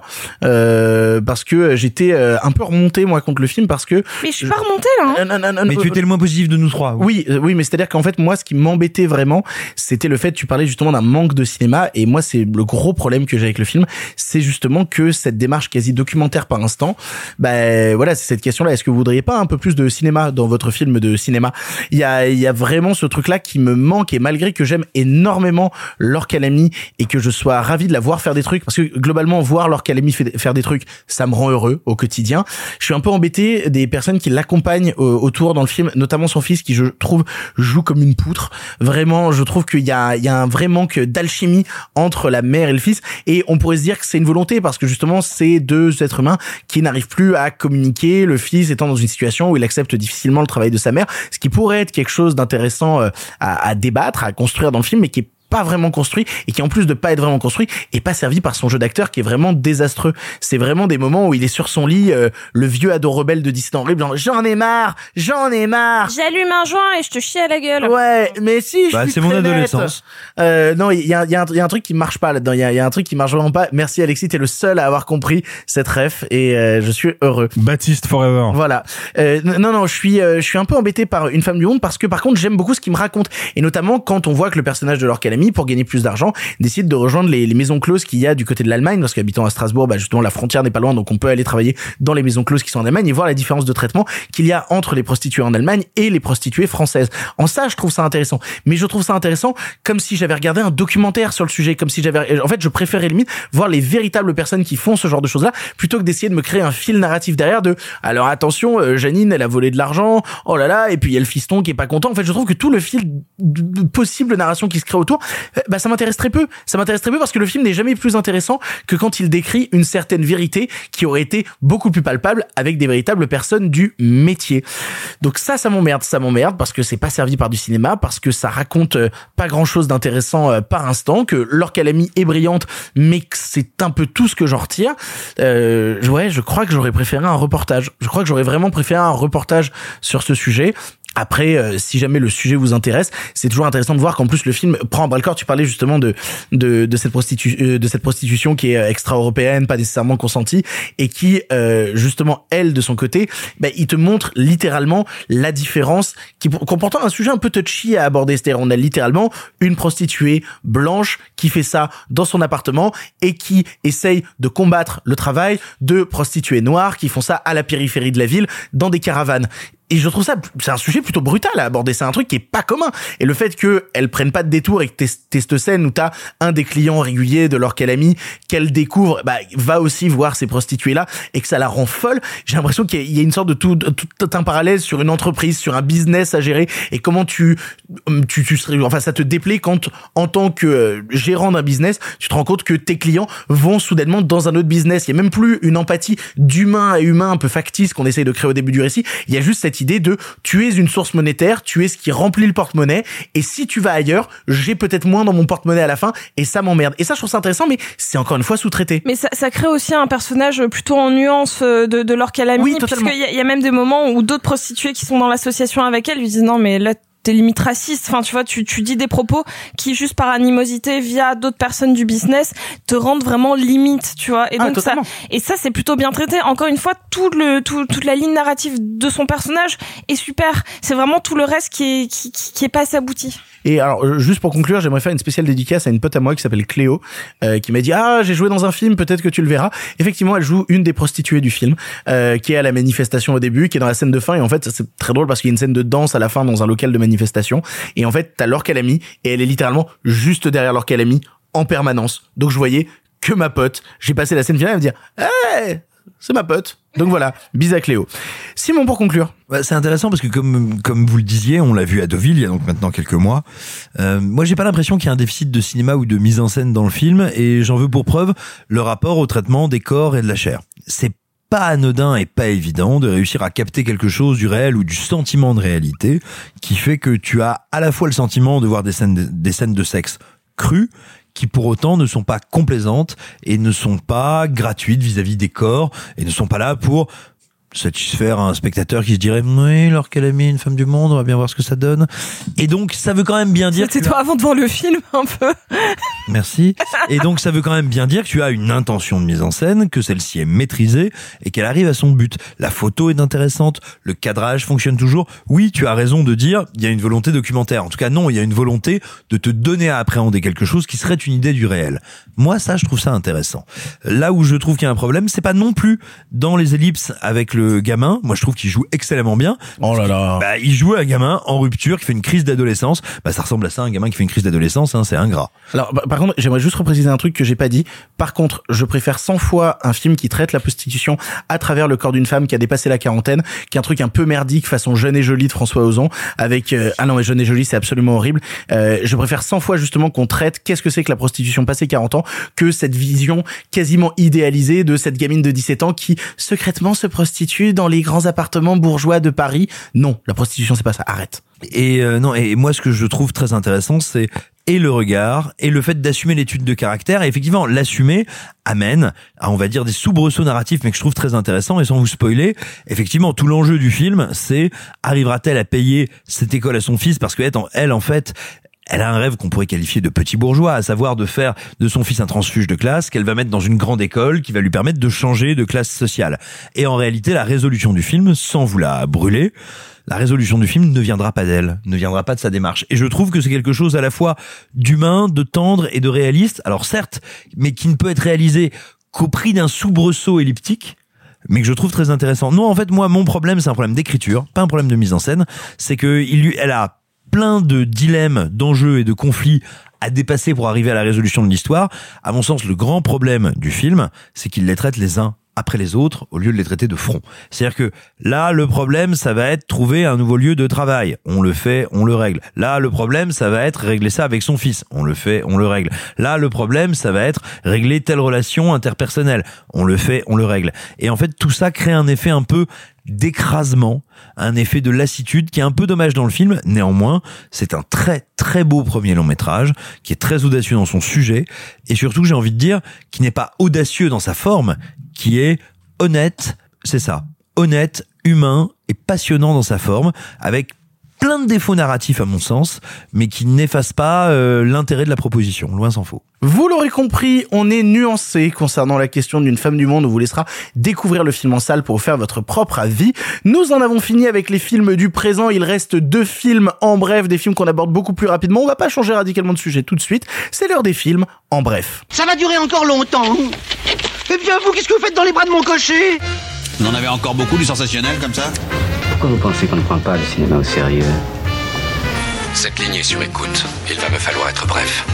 Speaker 6: parce que j'étais un peu remonté moi contre le film, parce que.
Speaker 7: Mais je suis pas remonté là.
Speaker 6: Non,
Speaker 12: mais tu étais le moins positif de nous trois.
Speaker 6: Oui, mais c'est-à-dire qu'en fait moi, ce qui m'embêtait vraiment, c'était le fait, tu parlais justement d'un manque de cinéma, et moi c'est le gros problème que j'ai avec le film, c'est justement que cette démarche quasi documentaire par instant. Voilà, c'est cette question-là. Est-ce que vous voudriez pas un peu plus de cinéma dans votre film de cinéma? Il y a vraiment ce truc-là qui me manque, et malgré que j'aime énormément Laure Calamy et que je sois ravi de la voir faire des trucs, parce que globalement, voir Laure Calamy faire des trucs, ça me rend heureux au quotidien. Je suis un peu embêté des personnes qui l'accompagnent autour dans le film, notamment son fils, qui je trouve joue comme une poutre. Vraiment, je trouve qu'il y a un vrai manque d'alchimie entre la mère et le fils, et on pourrait se dire que c'est une volonté, parce que justement, c'est deux êtres humains qui n'arrivent plus à communiquer, le fils étant dans une situation où il accepte difficilement le travail de sa mère, ce qui pourrait être quelque chose d'intéressant à débattre, à construire dans le film, mais qui est pas vraiment construit, et qui en plus de pas être vraiment construit est pas servi par son jeu d'acteur qui est vraiment désastreux. C'est vraiment des moments où il est sur son lit, le vieux ado rebelle de 17 ans horrible, genre j'en ai marre.
Speaker 7: J'allume un joint et je te chie à la gueule.
Speaker 6: Ouais, mais si je suis
Speaker 12: c'est mon adolescence.
Speaker 6: Non, il y a un truc qui marche pas là-dedans. Il y a un truc qui marche vraiment pas. Merci Alexis, t'es le seul à avoir compris cette ref, et je suis heureux.
Speaker 8: Baptiste forever.
Speaker 6: Voilà. Non, je suis un peu embêté par Une femme du monde, parce que par contre j'aime beaucoup ce qu'il me raconte, et notamment quand on voit que le personnage de Laure Calamy Alchemy, pour gagner plus d'argent, décide de rejoindre les maisons closes qu'il y a du côté de l'Allemagne, parce qu'habitant à Strasbourg, justement la frontière n'est pas loin, donc on peut aller travailler dans les maisons closes qui sont en Allemagne et voir la différence de traitement qu'il y a entre les prostituées en Allemagne et les prostituées françaises. En ça, je trouve ça intéressant. Mais je trouve ça intéressant comme si j'avais regardé un documentaire sur le sujet, comme si en fait, je préférais limite voir les véritables personnes qui font ce genre de choses-là, plutôt que d'essayer de me créer un fil narratif derrière alors attention, Janine, elle a volé de l'argent, oh là là, et puis il y a le fiston qui est pas content. En fait, je trouve que tout le fil de possible narration qui se crée autour, ça m'intéresse très peu. Ça m'intéresse très peu parce que le film n'est jamais plus intéressant que quand il décrit une certaine vérité qui aurait été beaucoup plus palpable avec des véritables personnes du métier. Donc ça m'emmerde parce que c'est pas servi par du cinéma, parce que ça raconte pas grand chose d'intéressant par instant, que Laure Calamy est brillante, mais que c'est un peu tout ce que j'en retire. Je crois que j'aurais préféré un reportage. Je crois que j'aurais vraiment préféré un reportage sur ce sujet. Après, si jamais le sujet vous intéresse, c'est toujours intéressant de voir qu'en plus le film prend à bras le corps. Tu parlais justement de cette prostitution qui est extra-européenne, pas nécessairement consentie, et qui justement elle de son côté, il te montre littéralement la différence, qui comportant un sujet un peu touchy à aborder. C'est-à-dire on a littéralement une prostituée blanche qui fait ça dans son appartement et qui essaye de combattre le travail de prostituées noires qui font ça à la périphérie de la ville dans des caravanes. Et je trouve ça, c'est un sujet plutôt brutal à aborder. C'est un truc qui est pas commun. Et le fait qu'elle prenne pas de détour et que t'aies cette scène où t'as un des clients réguliers de Laure Calamy qu'elle découvre, va aussi voir ces prostituées-là et que ça la rend folle. J'ai l'impression qu'il y a une sorte de tout un parallèle sur une entreprise, sur un business à gérer et comment tu serais, enfin, ça te déplaît quand, en tant que gérant d'un business, tu te rends compte que tes clients vont soudainement dans un autre business. Il y a même plus une empathie d'humain à humain un peu factice qu'on essaye de créer au début du récit. Il y a juste cette idée de tu es une source monétaire, tu es ce qui remplit le porte-monnaie, et si tu vas ailleurs, j'ai peut-être moins dans mon porte-monnaie à la fin, et ça m'emmerde. Et ça, je trouve ça intéressant, mais c'est encore une fois sous-traité. Mais ça crée aussi un personnage plutôt en nuance de Laure Calamy, oui, puisqu'il y a même des moments où d'autres prostituées qui sont dans l'association avec elle lui disent non mais là t'es limite raciste, enfin tu vois, tu dis des propos qui juste par animosité via d'autres personnes du business te rendent vraiment limite, tu vois. Et donc ça c'est plutôt bien traité. Encore une fois, toute la ligne narrative de son personnage est super. C'est vraiment tout le reste qui est pas assez abouti. Et alors, juste pour conclure, j'aimerais faire une spéciale dédicace à une pote à moi qui s'appelle Cléo, qui m'a dit j'ai joué dans un film, peut-être que tu le verras. Effectivement, elle joue une des prostituées du film, qui est à la manifestation au début, qui est dans la scène de fin, et en fait, c'est très drôle parce qu'il y a une scène de danse à la fin dans un local de manifestation, et en fait, t'as Laure Calamy, et elle est littéralement juste derrière Laure Calamy en permanence. Donc je voyais que ma pote. J'ai passé la scène finale à me dire hey, c'est ma pote. Donc voilà, bis à Cléo. Simon, pour conclure.
Speaker 12: C'est intéressant parce que comme vous le disiez, on l'a vu à Deauville il y a donc maintenant quelques mois. Moi, j'ai pas l'impression qu'il y a un déficit de cinéma ou de mise en scène dans le film, et j'en veux pour preuve le rapport au traitement des corps et de la chair. C'est pas anodin et pas évident de réussir à capter quelque chose du réel ou du sentiment de réalité qui fait que tu as à la fois le sentiment de voir des scènes de sexe crues, qui pour autant ne sont pas complaisantes et ne sont pas gratuites vis-à-vis des corps et ne sont pas là pour satisfaire un spectateur qui se dirait oui, Laure Calamy, une femme du monde, on va bien voir ce que ça donne. Et donc ça veut quand même bien dire
Speaker 7: c'était toi avant de voir le film un peu.
Speaker 12: Merci. Et donc ça veut quand même bien dire que tu as une intention de mise en scène, que celle-ci est maîtrisée et qu'elle arrive à son but. La photo est intéressante, le cadrage fonctionne toujours. Oui, tu as raison de dire il y a une volonté documentaire. En tout cas non, il y a une volonté de te donner à appréhender quelque chose qui serait une idée du réel. Moi ça, je trouve ça intéressant. Là où je trouve qu'il y a un problème, c'est pas non plus dans les ellipses avec le gamin. Moi je trouve qu'il joue excellemment bien.
Speaker 6: Oh là là.
Speaker 12: Il joue un gamin en rupture qui fait une crise d'adolescence. Ça ressemble à ça, un gamin qui fait une crise d'adolescence, hein, c'est ingrat.
Speaker 6: Alors par contre, j'aimerais juste repréciser un truc que j'ai pas dit. Par contre, je préfère 100 fois un film qui traite la prostitution à travers le corps d'une femme qui a dépassé la quarantaine, qui est un truc un peu merdique façon Jeune et Jolie de François Ozon avec ah non mais Jeune et Jolie c'est absolument horrible. Je préfère 100 fois justement qu'on traite qu'est-ce que c'est que la prostitution passé 40 ans que cette vision quasiment idéalisée de cette gamine de 17 ans qui secrètement se prostitue dans les grands appartements bourgeois de Paris. Non, la prostitution c'est pas ça, arrête.
Speaker 12: Et non, et moi ce que je trouve très intéressant, c'est et le regard et le fait d'assumer l'étude de caractère, et effectivement l'assumer amène à, on va dire, des soubresauts narratifs, mais que je trouve très intéressant. Et sans vous spoiler, effectivement tout l'enjeu du film, c'est arrivera-t-elle à payer cette école à son fils, parce que elle en fait Elle a un rêve qu'on pourrait qualifier de petit bourgeois, à savoir de faire de son fils un transfuge de classe qu'elle va mettre dans une grande école qui va lui permettre de changer de classe sociale. Et en réalité, la résolution du film, sans vous la brûler, la résolution du film ne viendra pas d'elle, ne viendra pas de sa démarche. Et je trouve que c'est quelque chose à la fois d'humain, de tendre et de réaliste. Alors certes, mais qui ne peut être réalisé qu'au prix d'un soubresaut elliptique, mais que je trouve très intéressant. Non, en fait, moi, mon problème, c'est un problème d'écriture, pas un problème de mise en scène. C'est que elle a plein de dilemmes, d'enjeux et de conflits à dépasser pour arriver à la résolution de l'histoire. À mon sens, le grand problème du film, c'est qu'il les traite les uns après les autres au lieu de les traiter de front. C'est-à-dire que là, le problème, ça va être trouver un nouveau lieu de travail. On le fait, on le règle. Là, le problème, ça va être régler ça avec son fils. On le fait, on le règle. Là, le problème, ça va être régler telle relation interpersonnelle. On le fait, on le règle. Et en fait, tout ça crée un effet un peu d'écrasement, un effet de lassitude qui est un peu dommage dans le film. Néanmoins, c'est un très très beau premier long métrage qui est très audacieux dans son sujet et surtout, j'ai envie de dire, qui n'est pas audacieux dans sa forme, qui est honnête, c'est ça, honnête, humain et passionnant dans sa forme, avec plein de défauts narratifs à mon sens, mais qui n'effacent pas l'intérêt de la proposition, loin s'en faut.
Speaker 6: Vous l'aurez compris, on est nuancé concernant la question d'une femme du monde. On vous laissera découvrir le film en salle pour vous faire votre propre avis. Nous en avons fini avec les films du présent. Il reste 2 films en bref, des films qu'on aborde beaucoup plus rapidement. On va pas changer radicalement de sujet tout de suite. C'est l'heure des films en bref.
Speaker 13: Ça va durer encore longtemps. Eh bien, vous, qu'est-ce que vous faites dans les bras de mon cocher?
Speaker 2: Vous en avez encore beaucoup du sensationnel comme ça?
Speaker 18: Pourquoi vous pensez qu'on ne prend pas le cinéma au sérieux?
Speaker 11: Cette ligne est sur écoute. Il va me falloir être bref.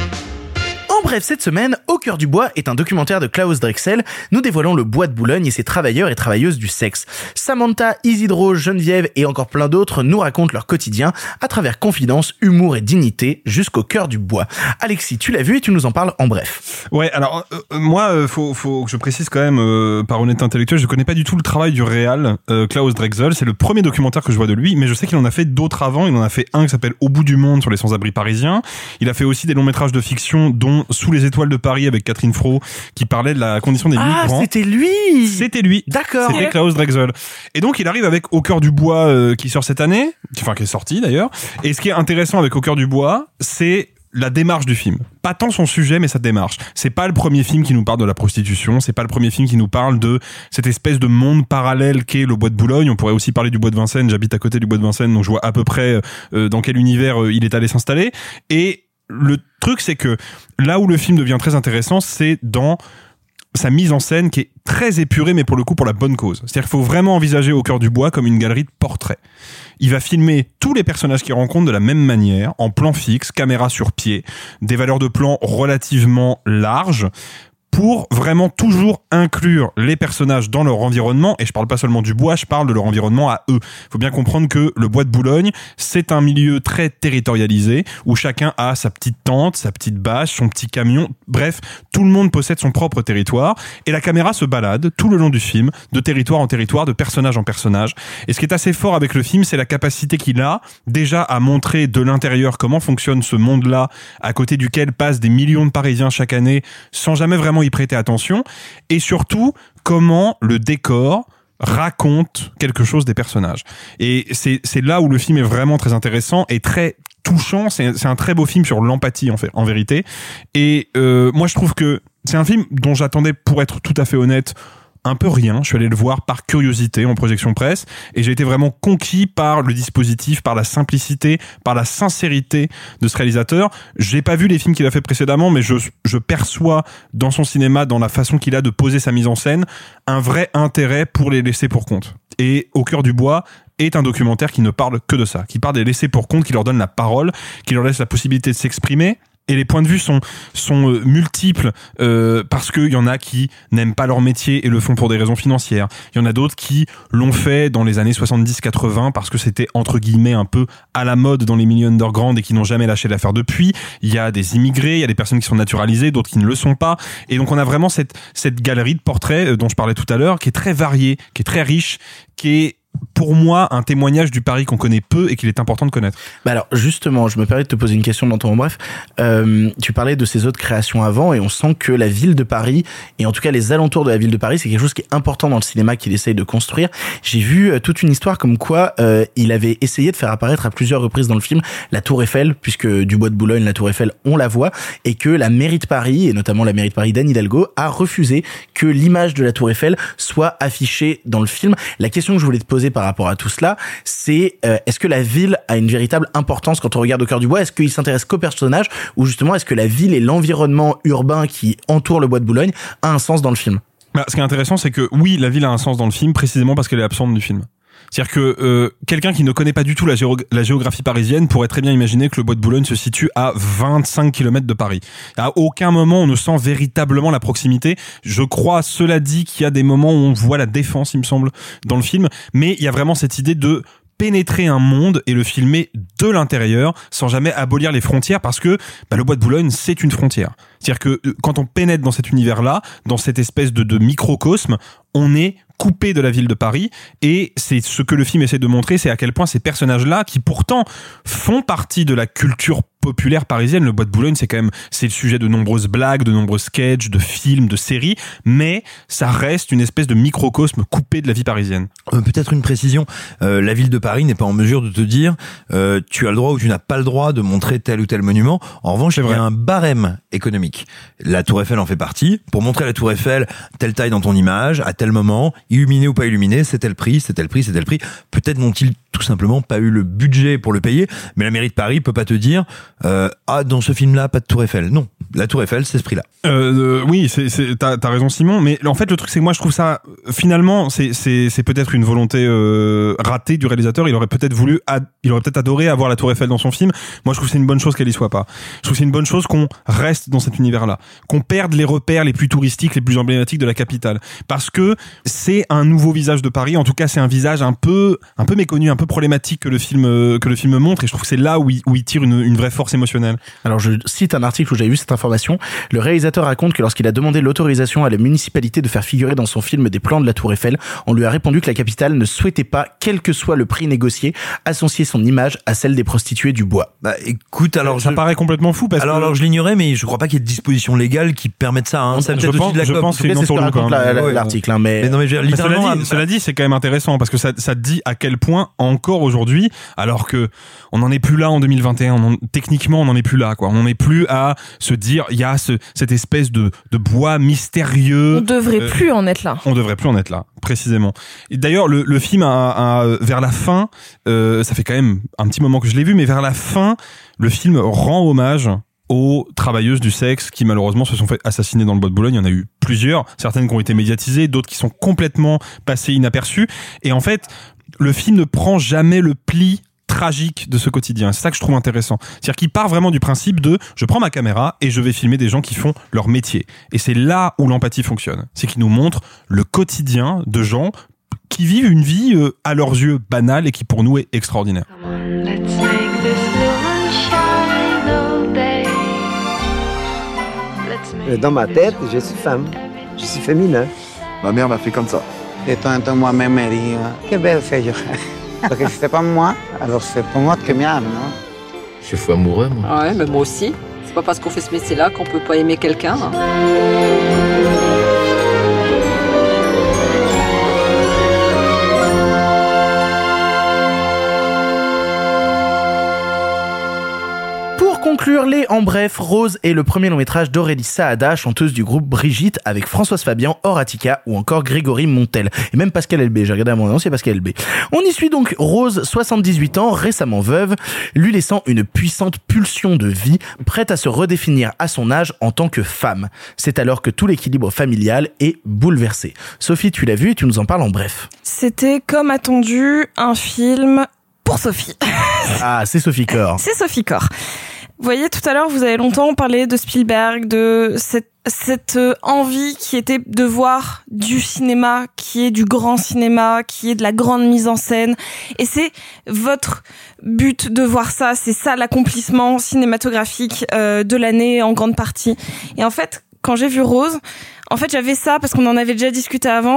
Speaker 6: En bref, cette semaine, Au cœur du bois est un documentaire de Klaus Drexel. Nous dévoilons le bois de Boulogne et ses travailleurs et travailleuses du sexe. Samantha, Isidro, Geneviève et encore plein d'autres nous racontent leur quotidien à travers confidences, humour et dignité jusqu'au cœur du bois. Alexis, tu l'as vu et tu nous en parles en bref.
Speaker 8: Ouais, alors moi, faut que je précise quand même par honnêteté intellectuelle, je connais pas du tout le travail du réal Klaus Drexel. C'est le premier documentaire que je vois de lui, mais je sais qu'il en a fait d'autres avant. Il en a fait un qui s'appelle Au bout du monde sur les sans-abri parisiens. Il a fait aussi des longs métrages de fiction, dont Sous les étoiles de Paris avec Catherine Fro, qui parlait de la condition des migrants.
Speaker 6: Ah, c'était lui.
Speaker 8: C'était lui.
Speaker 6: D'accord.
Speaker 8: C'était Klaus Drexel. Et donc il arrive avec Au cœur du bois qui sort cette année, enfin qui est sorti d'ailleurs. Et ce qui est intéressant avec Au cœur du bois, c'est la démarche du film. Pas tant son sujet, mais sa démarche. C'est pas le premier film qui nous parle de la prostitution, c'est pas le premier film qui nous parle de cette espèce de monde parallèle qu'est le bois de Boulogne. On pourrait aussi parler du bois de Vincennes, j'habite à côté du bois de Vincennes, donc je vois à peu près dans quel univers il est allé s'installer. Et le truc, c'est que là où le film devient très intéressant, c'est dans sa mise en scène qui est très épurée, mais pour le coup pour la bonne cause. C'est-à-dire qu'il faut vraiment envisager Au cœur du bois comme une galerie de portraits. Il va filmer tous les personnages qu'il rencontre de la même manière, en plan fixe, caméra sur pied, des valeurs de plan relativement larges, pour vraiment toujours inclure les personnages dans leur environnement. Et je parle pas seulement du bois, je parle de leur environnement à eux. Il faut bien comprendre que le bois de Boulogne, c'est un milieu très territorialisé, où chacun a sa petite tente, sa petite bâche, son petit camion. Bref, tout le monde possède son propre territoire. Et la caméra se balade tout le long du film, de territoire en territoire, de personnage en personnage. Et ce qui est assez fort avec le film, c'est la capacité qu'il a déjà à montrer de l'intérieur comment fonctionne ce monde-là, à côté duquel passent des millions de Parisiens chaque année, sans jamais vraiment y prêter attention, et surtout comment le décor raconte quelque chose des personnages. Et c'est là où le film est vraiment très intéressant et très touchant. C'est un très beau film sur l'empathie en vérité. Et moi je trouve que c'est un film dont j'attendais, pour être tout à fait honnête, un peu rien. Je suis allé le voir par curiosité en projection presse et j'ai été vraiment conquis par le dispositif, par la simplicité, par la sincérité de ce réalisateur. J'ai pas vu les films qu'il a fait précédemment, mais je perçois dans son cinéma, dans la façon qu'il a de poser sa mise en scène, un vrai intérêt pour les laissés pour compte. Et Au cœur du bois est un documentaire qui ne parle que de ça, qui parle des laissés pour compte, qui leur donne la parole, qui leur laisse la possibilité de s'exprimer. Et les points de vue sont multiples parce qu'il y en a qui n'aiment pas leur métier et le font pour des raisons financières. Il y en a d'autres qui l'ont fait dans les années 70-80 parce que c'était entre guillemets un peu à la mode dans les milieux underground et qui n'ont jamais lâché l'affaire depuis. Il y a des immigrés, il y a des personnes qui sont naturalisées, d'autres qui ne le sont pas. Et donc on a vraiment cette galerie de portraits dont je parlais tout à l'heure qui est très variée, qui est très riche, qui est pour moi un témoignage du Paris qu'on connaît peu et qu'il est important de connaître.
Speaker 6: Bah alors justement, je me permets de te poser une question dans ton bref. Tu parlais de ces autres créations avant et on sent que la ville de Paris et en tout cas les alentours de la ville de Paris, c'est quelque chose qui est important dans le cinéma qu'il essaye de construire. J'ai vu toute une histoire comme quoi il avait essayé de faire apparaître à plusieurs reprises dans le film la Tour Eiffel, puisque du Bois de Boulogne, la Tour Eiffel, on la voit, et que la mairie de Paris, et notamment la mairie de Paris d'Anne Hidalgo, a refusé que l'image de la Tour Eiffel soit affichée dans le film. La question que je voulais te poser par rapport à tout cela, c'est est-ce que la ville a une véritable importance quand on regarde Au cœur du bois? Est-ce qu'il s'intéresse qu'aux personnages, ou justement est-ce que la ville et l'environnement urbain qui entoure le Bois de Boulogne a un sens dans le film?
Speaker 8: Bah, ce qui est intéressant, c'est que oui, la ville a un sens dans le film, précisément parce qu'elle est absente du film. C'est-à-dire que quelqu'un qui ne connaît pas du tout la géographie parisienne pourrait très bien imaginer que le Bois de Boulogne se situe à 25 km de Paris. À aucun moment on ne sent véritablement la proximité. Je crois, cela dit, qu'il y a des moments où on voit la Défense, il me semble, dans le film, mais il y a vraiment cette idée de pénétrer un monde et le filmer de l'intérieur sans jamais abolir les frontières, parce que le Bois de Boulogne, c'est une frontière. C'est-à-dire que quand on pénètre dans cet univers-là, dans cette espèce de microcosme, on est coupé de la ville de Paris, et c'est ce que le film essaie de montrer, c'est à quel point ces personnages-là, qui pourtant font partie de la culture populaire parisienne, le Bois de Boulogne, c'est le sujet de nombreuses blagues, de nombreux sketchs, de films, de séries, mais ça reste une espèce de microcosme coupé de la vie parisienne.
Speaker 12: Peut-être une précision, la ville de Paris n'est pas en mesure de te dire tu as le droit ou tu n'as pas le droit de montrer tel ou tel monument. En revanche, il y a un barème économique. La Tour Eiffel en fait partie. Pour montrer la Tour Eiffel, telle taille dans ton image, à tel moment, illuminé ou pas illuminé, c'est tel prix, c'est tel prix, c'est tel prix. Peut-être n'ont-ils tout simplement pas eu le budget pour le payer, mais la mairie de Paris peut pas te dire dans ce film-là, pas de Tour Eiffel. Non, la Tour Eiffel, c'est ce prix-là.
Speaker 8: Oui, t'as raison, Simon, mais en fait le truc c'est que moi je trouve ça finalement c'est peut-être une volonté ratée du réalisateur. Il aurait peut-être adoré avoir la Tour Eiffel dans son film. Moi je trouve que c'est une bonne chose qu'elle y soit pas. Je trouve que c'est une bonne chose qu'on reste dans cet univers-là, qu'on perde les repères les plus touristiques, les plus emblématiques de la capitale, parce que c'est un nouveau visage de Paris. En tout cas, c'est un visage un peu méconnu, un peu problématique que le film montre, et je trouve que c'est là où il tire une vraie force émotionnelle.
Speaker 6: Alors je cite un article où j'avais vu cette information. Le réalisateur raconte que lorsqu'il a demandé l'autorisation à la municipalité de faire figurer dans son film des plans de la Tour Eiffel, on lui a répondu que la capitale ne souhaitait pas, quel que soit le prix négocié, associer son image à celle des prostituées du bois.
Speaker 12: Bah écoute, alors
Speaker 8: ça paraît complètement fou parce
Speaker 12: alors je l'ignorais, mais je crois pas qu'il y ait de dispositions légales qui permettent ça. Hein. Ça
Speaker 8: je pense que c'est une entourloupe,
Speaker 6: l'article, hein, mais
Speaker 12: non, mais littéralement.
Speaker 8: Cela dit, c'est quand même intéressant parce que ça dit à quel point encore aujourd'hui, alors que on n'en est plus là en 2021, techniquement on n'en est plus là, quoi. On n'en est plus à se dire il y a cette espèce de bois mystérieux.
Speaker 7: On devrait plus en être là.
Speaker 8: On devrait plus en être là, précisément. Et d'ailleurs, le film a vers la fin, ça fait quand même un petit moment que je l'ai vu, mais vers la fin, le film rend hommage aux travailleuses du sexe qui malheureusement se sont fait assassiner dans le Bois de Boulogne. Il y en a eu plusieurs, certaines qui ont été médiatisées, d'autres qui sont complètement passées inaperçues. Et en fait, le film ne prend jamais le pli tragique de ce quotidien. C'est ça que je trouve intéressant. C'est-à-dire qu'il part vraiment du principe de je prends ma caméra et je vais filmer des gens qui font leur métier. Et c'est là où l'empathie fonctionne. C'est qu'il nous montre le quotidien de gens qui vivent une vie à leurs yeux banale et qui pour nous est extraordinaire.
Speaker 19: Dans ma tête, je suis femme. Je suis féminin.
Speaker 20: Ma mère m'a fait comme ça.
Speaker 19: Et toi, moi-même, Maria. Que belle fille. Parce que c'est pas moi, alors c'est pour moi que m'aime, non?
Speaker 21: Je suis fou amoureux, moi.
Speaker 22: Ouais, mais moi aussi. C'est pas parce qu'on fait ce métier-là qu'on peut pas aimer quelqu'un. Hein.
Speaker 6: Pour conclure les En Bref, Rose est le premier long métrage d'Aurélie Saada, chanteuse du groupe Brigitte, avec Françoise Fabian, Horatica ou encore Grégory Montel. Et même Pascal Elbé, j'ai regardé à mon annonce, c'est Pascal Elbé. On y suit donc Rose, 78 ans, récemment veuve, lui laissant une puissante pulsion de vie, prête à se redéfinir à son âge en tant que femme. C'est alors que tout l'équilibre familial est bouleversé. Sophie, tu l'as vu et tu nous en parles en bref.
Speaker 7: C'était comme attendu un film pour Sophie.
Speaker 6: Ah, c'est Sophie Cor.
Speaker 7: C'est Sophie Cor. Vous voyez, tout à l'heure, vous avez longtemps parlé de Spielberg, de cette envie qui était de voir du cinéma, qui est du grand cinéma, qui est de la grande mise en scène. Et c'est votre but de voir ça, c'est ça l'accomplissement cinématographique de l'année en grande partie. Et en fait, quand j'ai vu Rose, en fait, j'avais ça parce qu'on en avait déjà discuté avant.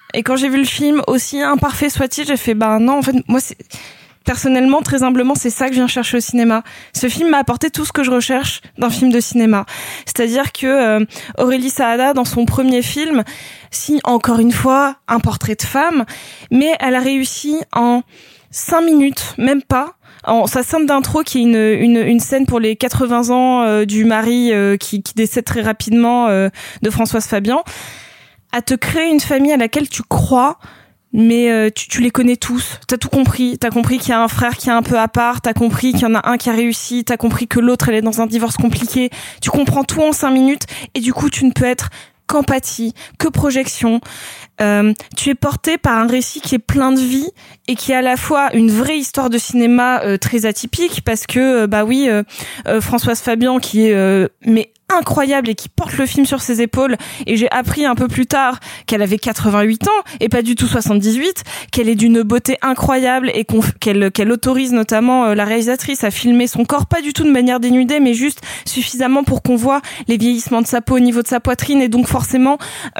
Speaker 7: Et quand j'ai vu le film, aussi imparfait soit-il, j'ai fait non, en fait, moi personnellement, très humblement, c'est ça que je viens chercher au cinéma. Ce film m'a apporté tout ce que je recherche d'un film de cinéma. C'est-à-dire que Aurélie Saada, dans son premier film, signe encore une fois un portrait de femme, mais elle a réussi en 5 minutes, même pas, en sa scène d'intro, qui est une scène pour les 80 ans du mari qui décède très rapidement de Françoise Fabian, à te créer une famille à laquelle tu crois, mais tu les connais tous. T'as tout compris. T'as compris qu'il y a un frère qui est un peu à part. T'as compris qu'il y en a un qui a réussi. T'as compris que l'autre, elle est dans un divorce compliqué. Tu comprends tout en 5 minutes. Et du coup, tu ne peux être qu'empathie, que projection. Tu es porté par un récit qui est plein de vie et qui est à la fois une vraie histoire de cinéma très atypique, parce que Françoise Fabian, qui est mais incroyable et qui porte le film sur ses épaules, et j'ai appris un peu plus tard qu'elle avait 88 ans et pas du tout 78, qu'elle est d'une beauté incroyable et qu'elle autorise notamment la réalisatrice à filmer son corps, pas du tout de manière dénudée, mais juste suffisamment pour qu'on voit les vieillissements de sa peau au niveau de sa poitrine, et donc forcément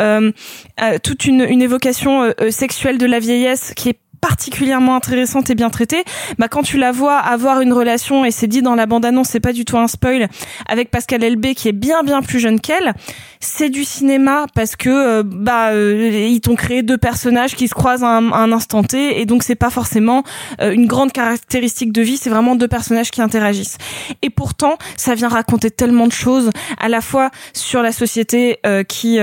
Speaker 7: toute une évocation sexuelle de la vieillesse qui est particulièrement intéressante et bien traitée. Quand tu la vois avoir une relation, et c'est dit dans la bande-annonce, c'est pas du tout un spoil, avec Pascal Elbé qui est bien plus jeune qu'elle, c'est du cinéma, parce que ils t'ont créé 2 personnages qui se croisent à un instant T, et donc c'est pas forcément une grande caractéristique de vie, c'est vraiment 2 personnages qui interagissent. Et pourtant, ça vient raconter tellement de choses, à la fois sur la société qui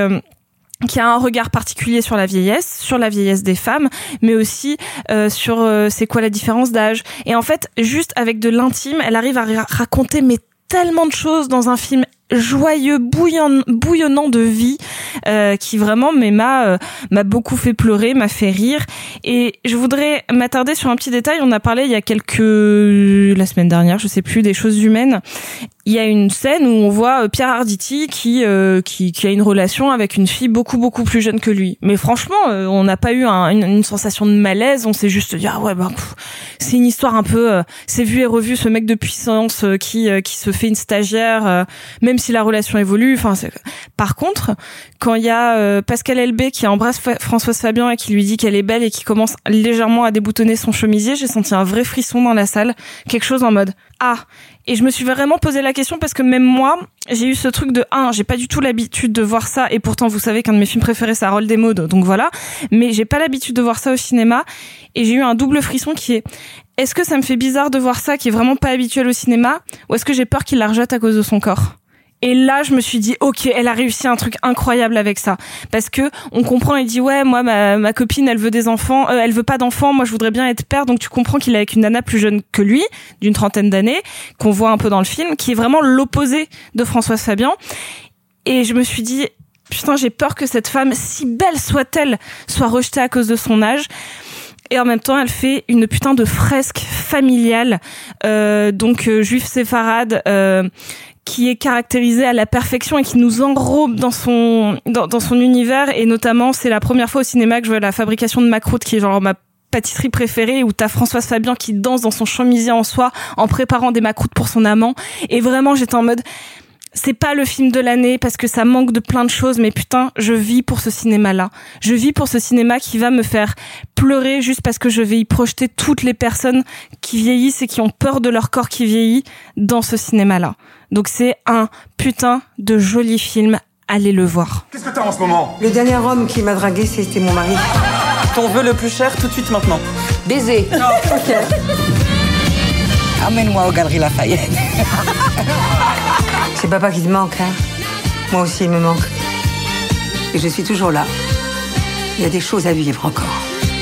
Speaker 7: a un regard particulier sur la vieillesse des femmes, mais aussi sur c'est quoi la différence d'âge. Et en fait, juste avec de l'intime, elle arrive à raconter tellement de choses dans un film joyeux, bouillonnant de vie, qui vraiment m'a beaucoup fait pleurer, m'a fait rire. Et je voudrais m'attarder sur un petit détail. On a parlé il y a la semaine dernière, je sais plus, des choses humaines. Il y a une scène où on voit Pierre Arditi qui a une relation avec une fille beaucoup plus jeune que lui. Mais franchement, on n'a pas eu une sensation de malaise. On s'est juste dit c'est une histoire un peu c'est vu et revu, ce mec de puissance qui se fait une stagiaire, même si la relation évolue. Par contre, quand il y a Pascal Elbé qui embrasse Françoise Fabian et qui lui dit qu'elle est belle et qui commence légèrement à déboutonner son chemisier, j'ai senti un vrai frisson dans la salle, quelque chose en mode et je me suis vraiment posé la question, parce que même moi, j'ai eu ce truc de j'ai pas du tout l'habitude de voir ça, et pourtant vous savez qu'un de mes films préférés c'est Harold et Maude, donc voilà, mais j'ai pas l'habitude de voir ça au cinéma, et j'ai eu un double frisson qui est-ce que ça me fait bizarre de voir ça qui est vraiment pas habituel au cinéma, ou est-ce que j'ai peur qu'il la rejette à cause de son corps? Et là, je me suis dit, ok, elle a réussi un truc incroyable avec ça. Parce que on comprend, il dit, ouais, moi, ma copine, elle veut des enfants, elle veut pas d'enfants, moi, je voudrais bien être père. Donc, tu comprends qu'il est avec une nana plus jeune que lui, d'une 30aine d'années, qu'on voit un peu dans le film, qui est vraiment l'opposé de Françoise Fabian. Et je me suis dit, putain, j'ai peur que cette femme, si belle soit-elle, soit rejetée à cause de son âge. Et en même temps, elle fait une putain de fresque familiale, juif séfarade, qui est caractérisée à la perfection et qui nous enrobe dans son univers. Et notamment, c'est la première fois au cinéma que je vois la fabrication de macroute, qui est genre ma pâtisserie préférée, où t'as Françoise Fabian qui danse dans son chemisier en soie en préparant des macroutes pour son amant. Et vraiment, j'étais en mode, c'est pas le film de l'année parce que ça manque de plein de choses, mais putain, je vis pour ce cinéma-là. Je vis pour ce cinéma qui va me faire pleurer juste parce que je vais y projeter toutes les personnes qui vieillissent et qui ont peur de leur corps qui vieillit dans ce cinéma-là. Donc c'est un putain de joli film. Allez le voir.
Speaker 1: Qu'est-ce que t'as en ce moment?
Speaker 20: Le dernier homme qui m'a dragué, c'était mon mari.
Speaker 23: Ton vœu le plus cher, tout de suite maintenant.
Speaker 20: Baiser.
Speaker 23: Non, ok.
Speaker 20: Emmène-moi aux Galeries Lafayette. C'est papa qui te manque, hein. Moi aussi, il me manque. Et je suis toujours là. Il y a des choses à vivre encore.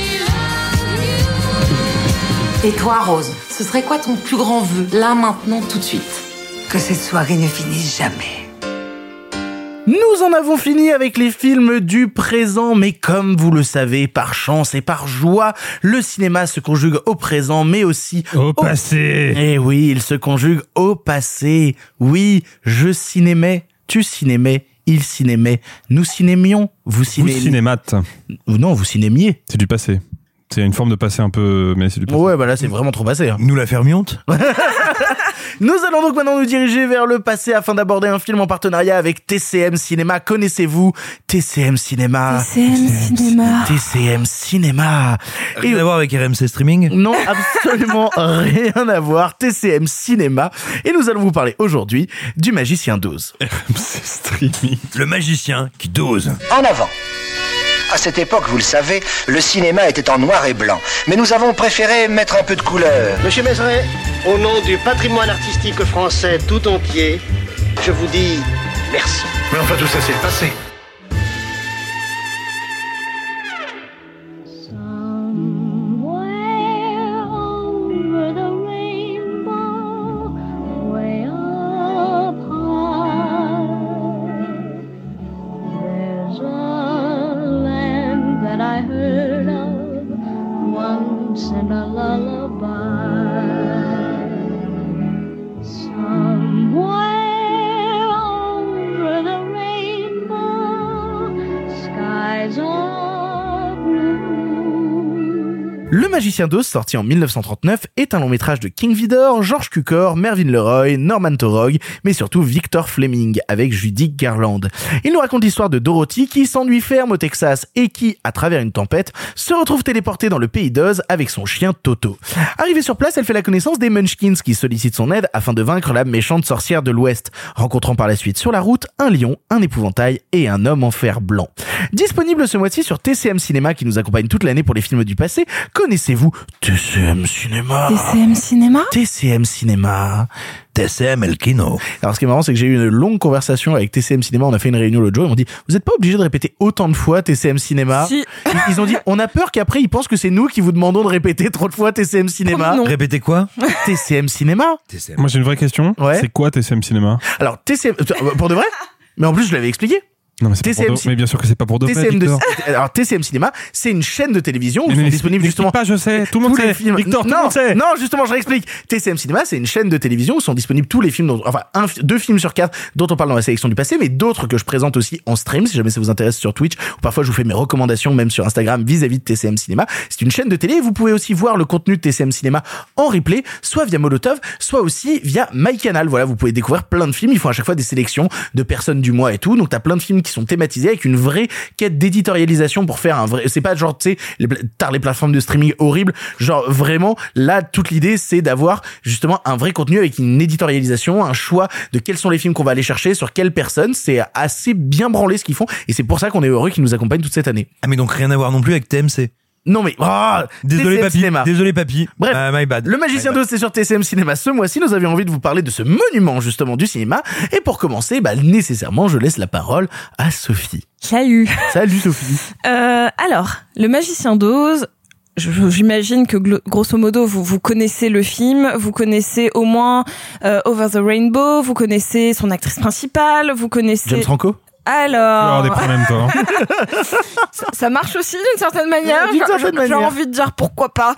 Speaker 9: Et toi, Rose, ce serait quoi ton plus grand vœu, là, maintenant, tout de suite?
Speaker 20: Que cette soirée ne finisse jamais.
Speaker 6: Nous en avons fini avec les films du présent, mais comme vous le savez, par chance et par joie, le cinéma se conjugue au présent, mais aussi
Speaker 8: au passé.
Speaker 6: Eh oui, il se conjugue au passé. Oui, je cinémais, tu cinémais, il cinémait, nous cinémions, vous cinémiez.
Speaker 8: Vous cinémate.
Speaker 6: Non, vous cinémiez.
Speaker 8: C'est du passé. C'est une forme de passé un peu, mais c'est du passé.
Speaker 6: Ouais, bah là, c'est vraiment trop passé. Hein.
Speaker 12: Nous la fermions.
Speaker 6: Nous allons donc maintenant nous diriger vers le passé afin d'aborder un film en partenariat avec TCM Cinéma. Connaissez-vous TCM Cinéma? TCM Cinéma.
Speaker 12: Rien à voir avec RMC Streaming?
Speaker 6: Non, absolument rien à voir. TCM Cinéma. Et nous allons vous parler aujourd'hui du Magicien d'Oz.
Speaker 8: RMC Streaming.
Speaker 12: Le magicien qui dose.
Speaker 1: En avant. À cette époque, vous le savez, le cinéma était en noir et blanc. Mais nous avons préféré mettre un peu de couleur.
Speaker 5: Monsieur Mézeray, au nom du patrimoine artistique français tout entier, je vous dis merci.
Speaker 13: Mais enfin, tout ça, c'est le passé.
Speaker 6: Le Magicien d'Oz, sorti en 1939, est un long métrage de King Vidor, George Cukor, Mervyn LeRoy, Norman Taurog, mais surtout Victor Fleming, avec Judy Garland. Il nous raconte l'histoire de Dorothy qui s'ennuie ferme au Texas et qui, à travers une tempête, se retrouve téléportée dans le pays d'Oz avec son chien Toto. Arrivée sur place, elle fait la connaissance des Munchkins qui sollicitent son aide afin de vaincre la méchante sorcière de l'Ouest, rencontrant par la suite sur la route un lion, un épouvantail et un homme en fer blanc. Disponible ce mois-ci sur TCM Cinéma qui nous accompagne toute l'année pour les films du passé. Connaissez-vous TCM Cinéma?
Speaker 7: TCM Cinéma?
Speaker 6: TCM Cinéma.
Speaker 12: TCM El Kino.
Speaker 6: Alors ce qui est marrant, c'est que j'ai eu une longue conversation avec TCM Cinéma. On a fait une réunion l'autre jour. Ils m'ont dit, vous n'êtes pas obligé de répéter autant de fois TCM Cinéma.
Speaker 7: Si.
Speaker 6: Ils ont dit, on a peur qu'après ils pensent que c'est nous qui vous demandons de répéter trop de fois TCM Cinéma.
Speaker 7: Oh,
Speaker 12: répétez quoi?
Speaker 6: TCM Cinéma.
Speaker 12: TCM.
Speaker 8: Moi j'ai une vraie question.
Speaker 6: Ouais.
Speaker 8: C'est quoi TCM Cinéma?
Speaker 6: Alors TCM, pour de vrai? Mais en plus je l'avais expliqué.
Speaker 8: Non, mais, c'est pas pour mais bien sûr que c'est pas pour de vrai, Victor.
Speaker 6: Alors TCM Cinéma, c'est une chaîne de télévision où sont disponibles justement
Speaker 8: pas, je sais, tout le monde sait.
Speaker 6: Films.
Speaker 8: Victor, tout le monde sait.
Speaker 6: Non, justement, je réexplique. TCM Cinéma, c'est une chaîne de télévision où sont disponibles tous les films, deux films sur 4 dont on parle dans la sélection du passé, mais d'autres que je présente aussi en stream, si jamais ça vous intéresse sur Twitch, ou parfois je vous fais mes recommandations même sur Instagram vis-à-vis de TCM Cinéma. C'est une chaîne de télé et vous pouvez aussi voir le contenu de TCM Cinéma en replay, soit via Molotov, soit aussi via MyCanal. Voilà, vous pouvez découvrir plein de films. Ils font à chaque fois des sélections de personnes du mois et tout. Donc t'as plein de films qui sont thématisés avec une vraie quête d'éditorialisation pour faire un vrai, c'est pas genre, tu sais, les plateformes de streaming horribles, genre vraiment, là, toute l'idée, c'est d'avoir justement un vrai contenu avec une éditorialisation, un choix de quels sont les films qu'on va aller chercher, sur quelles personnes. C'est assez bien branlé ce qu'ils font et c'est pour ça qu'on est heureux qu'ils nous accompagnent toute cette année.
Speaker 12: Ah, mais donc rien à voir non plus avec TMC.
Speaker 6: Non mais
Speaker 12: désolé papy,
Speaker 6: Cinéma.
Speaker 12: Désolé papy.
Speaker 6: Bref,
Speaker 12: my bad.
Speaker 6: Le Magicien d'Oz, c'est sur TCM Cinéma ce mois-ci. Nous avions envie de vous parler de ce monument justement du cinéma. Et pour commencer, nécessairement, je laisse la parole à Sophie.
Speaker 7: Salut.
Speaker 6: Salut Sophie.
Speaker 7: Alors, Le Magicien d'Oz. J'imagine que grosso modo vous connaissez le film, vous connaissez au moins Over the Rainbow, vous connaissez son actrice principale, vous connaissez
Speaker 6: James Franco.
Speaker 7: Alors,
Speaker 8: des problèmes, toi.
Speaker 7: ça marche aussi d'une certaine manière. J'ai envie de dire pourquoi pas.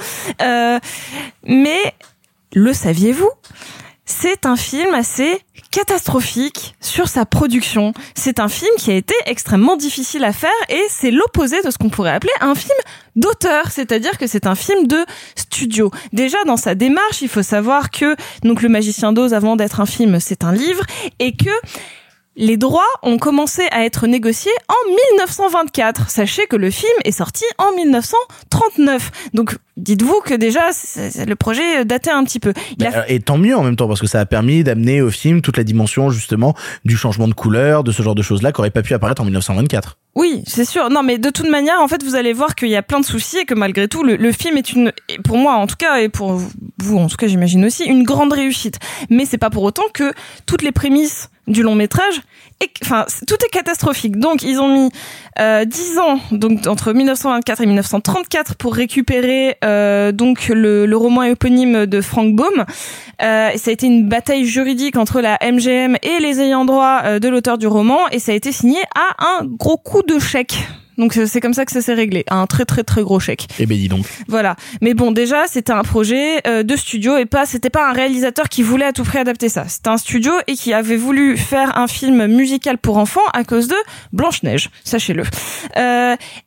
Speaker 7: Mais le saviez-vous? C'est un film assez catastrophique sur sa production. C'est un film qui a été extrêmement difficile à faire et c'est l'opposé de ce qu'on pourrait appeler un film d'auteur, c'est-à-dire que c'est un film de studio. Déjà dans sa démarche, il faut savoir que donc Le Magicien d'Oz, avant d'être un film, c'est un livre et que les droits ont commencé à être négociés en 1924. Sachez que le film est sorti en 1939. Donc, dites-vous que déjà, le projet datait un petit peu.
Speaker 6: Et tant mieux en même temps, parce que ça a permis d'amener au film toute la dimension, justement, du changement de couleur, de ce genre de choses-là, qui n'auraient pas pu apparaître en 1924.
Speaker 7: Oui, c'est sûr. Non, mais de toute manière, en fait, vous allez voir qu'il y a plein de soucis et que malgré tout, le film est pour moi en tout cas, et pour vous en tout cas, j'imagine aussi, une grande réussite. Mais c'est pas pour autant que toutes les prémices du long métrage, tout est catastrophique. Donc ils ont mis 10 ans, donc entre 1924 et 1934, pour récupérer donc le roman éponyme de Frank Baum. Et ça a été une bataille juridique entre la MGM et les ayants droit de l'auteur du roman, et ça a été signé à un gros coup de chèque. Donc c'est comme ça que ça s'est réglé, un très très très gros chèque.
Speaker 6: Eh ben dis donc.
Speaker 7: Voilà. Mais bon, déjà c'était un projet de studio et c'était pas un réalisateur qui voulait à tout prix adapter ça. C'était un studio et qui avait voulu faire un film musical pour enfants à cause de Blanche-Neige, sachez-le.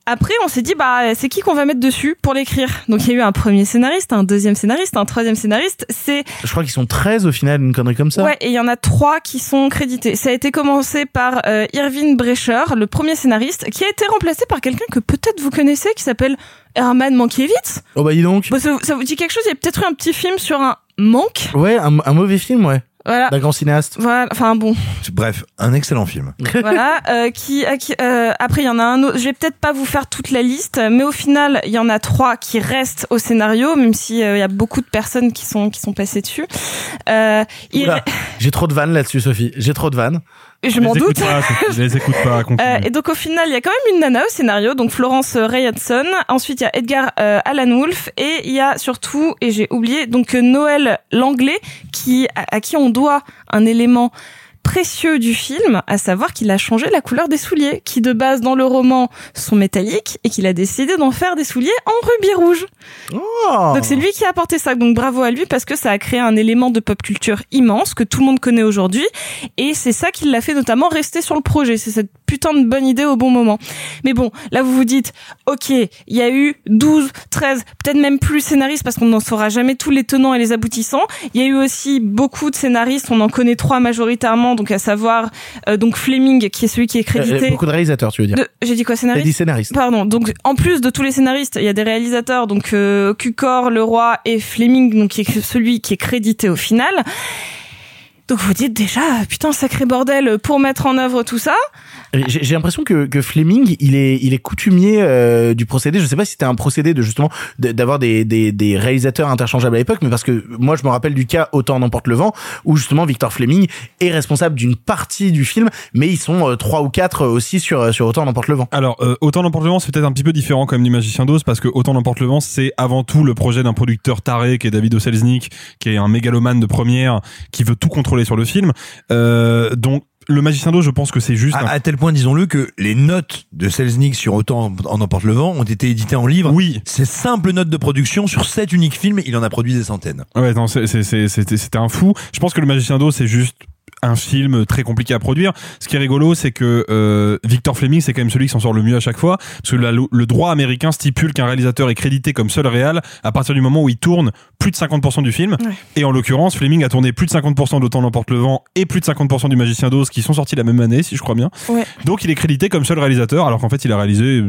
Speaker 7: Après, on s'est dit, c'est qui qu'on va mettre dessus pour l'écrire? Donc, il y a eu un premier scénariste, un deuxième scénariste, un troisième scénariste.
Speaker 6: Je crois qu'ils sont 13 au final, une connerie comme ça.
Speaker 7: Ouais, et il y en a 3 qui sont crédités. Ça a été commencé par Irving Brecher, le premier scénariste, qui a été remplacé par quelqu'un que peut-être vous connaissez, qui s'appelle Herman Mankiewicz.
Speaker 6: Oh bah dis donc.
Speaker 7: Ça vous dit quelque chose? Il y a peut-être eu un petit film sur un monk.
Speaker 6: Ouais, un mauvais film, ouais.
Speaker 7: Voilà.
Speaker 6: D'un grand cinéaste.
Speaker 7: Voilà, enfin bon.
Speaker 12: Bref, un excellent film.
Speaker 7: Voilà, après il y en a un autre, je vais peut-être pas vous faire toute la liste, mais au final, il y en a 3 qui restent au scénario, même si il y a beaucoup de personnes qui sont passées dessus.
Speaker 6: J'ai trop de vannes là-dessus, Sophie. J'ai trop de vannes.
Speaker 7: Je m'en doute.
Speaker 8: Je les écoute pas.
Speaker 7: Et donc au final, il y a quand même une nana au scénario, donc Florence Ray Hudson. Ensuite, il y a Edgar Allan Wolff et il y a surtout, et j'ai oublié, donc Noël Langlais, à qui on doit un élément précieux du film, à savoir qu'il a changé la couleur des souliers, qui de base dans le roman sont métalliques et qu'il a décidé d'en faire des souliers en rubis rouge.
Speaker 6: Oh.
Speaker 7: Donc c'est lui qui a apporté ça, donc bravo à lui parce que ça a créé un élément de pop culture immense que tout le monde connaît aujourd'hui et c'est ça qui l'a fait notamment rester sur le projet, c'est cette putain de bonne idée au bon moment. Mais bon, là vous vous dites, ok, il y a eu 12, 13, peut-être même plus scénaristes parce qu'on n'en saura jamais tous les tenants et les aboutissants. Il y a eu aussi beaucoup de scénaristes, on en connaît 3 majoritairement, donc à savoir donc Fleming qui est celui qui est crédité.
Speaker 6: Beaucoup de réalisateurs, tu veux dire.
Speaker 7: J'ai dit quoi, scénariste?
Speaker 6: J'ai dit scénariste.
Speaker 7: Pardon. Donc en plus de tous les scénaristes, il y a des réalisateurs, donc Cukor, Leroy et Fleming, donc qui est celui qui est crédité au final. Donc vous dites déjà, putain, sacré bordel pour mettre en œuvre tout ça.
Speaker 6: J'ai l'impression que Fleming, il est coutumier du procédé. Je sais pas si c'était un procédé de justement d'avoir des réalisateurs interchangeables à l'époque, mais parce que moi je me rappelle du cas Autant n'emporte le vent où justement Victor Fleming est responsable d'une partie du film, mais ils sont 3 ou 4 aussi sur Autant n'emporte le vent.
Speaker 8: Alors Autant n'emporte le vent, c'est peut-être un petit peu différent quand même du Magicien d'Oz parce que Autant n'emporte le vent, c'est avant tout le projet d'un producteur taré qui est David O. Selznick, qui est un mégalomane de première, qui veut tout contrôler sur le film. Donc le Magicien d'Oz, je pense que c'est juste...
Speaker 12: À tel point, disons-le, que les notes de Selznick sur Autant en emporte le vent ont été éditées en livre.
Speaker 8: Oui.
Speaker 12: Ces simples notes de production sur 7 uniques films, il en a produit des centaines.
Speaker 8: Ouais, non, c'était un fou. Je pense que le Magicien d'Oz, c'est juste un film très compliqué à produire. Ce qui est rigolo, c'est que Victor Fleming, c'est quand même celui qui s'en sort le mieux à chaque fois, parce que le droit américain stipule qu'un réalisateur est crédité comme seul réal à partir du moment où il tourne plus de 50% du film. Ouais. Et en l'occurrence, Fleming a tourné plus de 50% d'Autant n'emporte le vent et plus de 50% du Magicien d'Oz qui sont sortis la même année, si je crois bien. Ouais. Donc il est crédité comme seul réalisateur, alors qu'en fait il a réalisé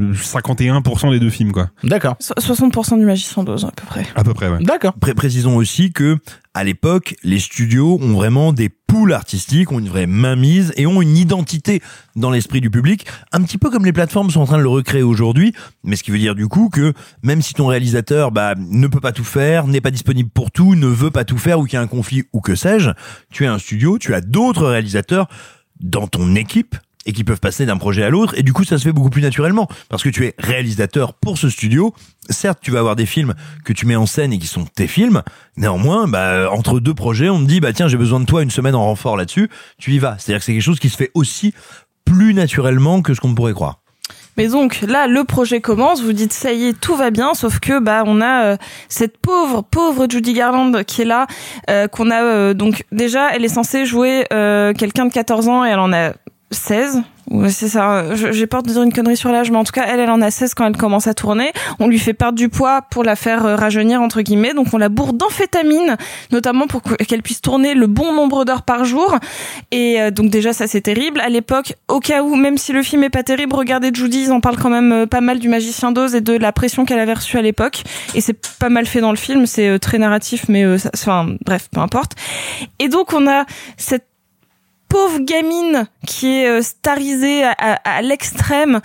Speaker 8: 51% des 2 films, quoi.
Speaker 6: D'accord.
Speaker 7: 60% du Magicien d'Oz, à peu près.
Speaker 8: À peu près, ouais.
Speaker 6: D'accord.
Speaker 12: Précisons aussi que à l'époque, les studios ont vraiment des poules artistiques, ont une vraie mainmise et ont une identité dans l'esprit du public, un petit peu comme les plateformes sont en train de le recréer aujourd'hui, mais ce qui veut dire du coup que même si ton réalisateur ne peut pas tout faire, n'est pas disponible pour tout, ne veut pas tout faire ou qu'il y a un conflit ou que sais-je, tu es un studio, tu as d'autres réalisateurs dans ton équipe et qui peuvent passer d'un projet à l'autre, et du coup ça se fait beaucoup plus naturellement, parce que tu es réalisateur pour ce studio. Certes, tu vas avoir des films que tu mets en scène et qui sont tes films, néanmoins, entre 2 projets, on te dit, tiens, j'ai besoin de toi une semaine en renfort là-dessus, tu y vas. C'est-à-dire que c'est quelque chose qui se fait aussi plus naturellement que ce qu'on pourrait croire.
Speaker 7: Mais donc là, le projet commence, vous dites ça y est, tout va bien, sauf que on a cette pauvre Judy Garland qui est là, qu'on a donc déjà, elle est censée jouer quelqu'un de 14 ans et elle en a 16. Ouais, c'est ça. J'ai peur de dire une connerie sur l'âge, mais en tout cas, elle en a 16 quand elle commence à tourner. On lui fait perdre du poids pour la faire rajeunir, entre guillemets. Donc, on la bourre d'amphétamine, notamment pour qu'elle puisse tourner le bon nombre d'heures par jour. Et donc, déjà, ça, c'est terrible. À l'époque, au cas où, même si le film est pas terrible, regardez Judy, ils en parlent quand même pas mal du Magicien d'Oz et de la pression qu'elle avait reçue à l'époque. Et c'est pas mal fait dans le film. C'est très narratif, mais bref, peu importe. Et donc, on a cette pauvre gamine qui est starisée à l'extrême,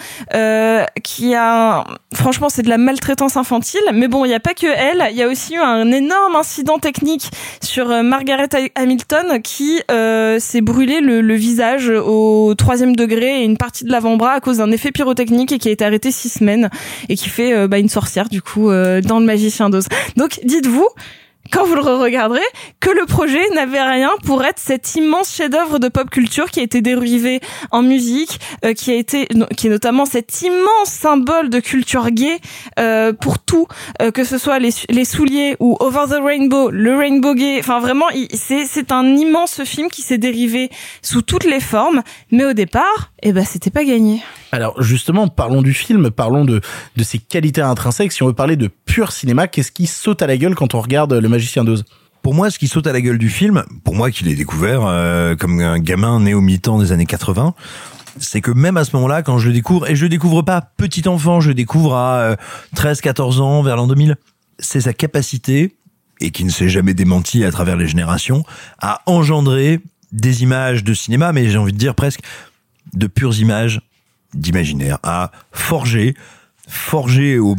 Speaker 7: qui a franchement c'est de la maltraitance infantile, mais bon il y a pas que elle, il y a aussi eu un énorme incident technique sur Margaret Hamilton qui s'est brûlé le visage au 3e degré et une partie de l'avant-bras à cause d'un effet pyrotechnique et qui a été arrêtée 6 semaines et qui fait une sorcière du coup dans le Magicien d'Oz. Donc dites-vous, quand vous le regarderez, que le projet n'avait rien pour être cet immense chef-d'œuvre de pop culture qui a été dérivé en musique, qui est notamment cet immense symbole de culture gay pour tout, que ce soit les souliers ou Over the Rainbow, le Rainbow Gay. Enfin vraiment, c'est un immense film qui s'est dérivé sous toutes les formes, mais au départ, c'était pas gagné.
Speaker 6: Alors justement, parlons du film, parlons de ses qualités intrinsèques. Si on veut parler de pur cinéma, qu'est-ce qui saute à la gueule quand on regarde Le Magicien d'Oz ?
Speaker 12: Pour moi, ce qui saute à la gueule du film, pour moi qui l'ai découvert comme un gamin né au mi-temps des années 80, c'est que même à ce moment-là, quand je le découvre, et je le découvre pas petit enfant, je le découvre à 13-14 ans, vers l'an 2000, c'est sa capacité, et qui ne s'est jamais démenti à travers les générations, à engendrer des images de cinéma, mais j'ai envie de dire presque de pures images d'imaginaire, à forger au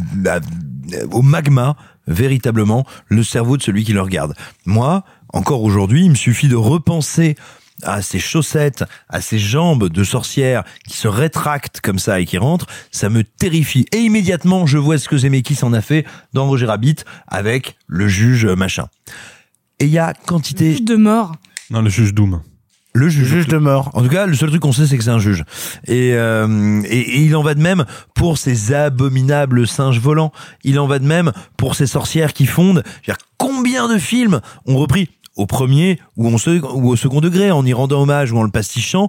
Speaker 12: magma véritablement le cerveau de celui qui le regarde. Moi, encore aujourd'hui, il me suffit de repenser à ces chaussettes, à ces jambes de sorcière qui se rétractent comme ça et qui rentrent, ça me terrifie. Et immédiatement, je vois ce que Zemeckis en a fait dans Roger Rabbit avec le juge machin. Et il y a quantité...
Speaker 7: Le juge de mort.
Speaker 8: Non, le juge Doom.
Speaker 12: Le juge de mort. En tout cas, le seul truc qu'on sait, c'est que c'est un juge. Et il en va de même pour ces abominables singes volants. Il en va de même pour ces sorcières qui fondent. Je veux dire, combien de films ont repris au premier ou au second degré, en y rendant hommage ou en le pastichant,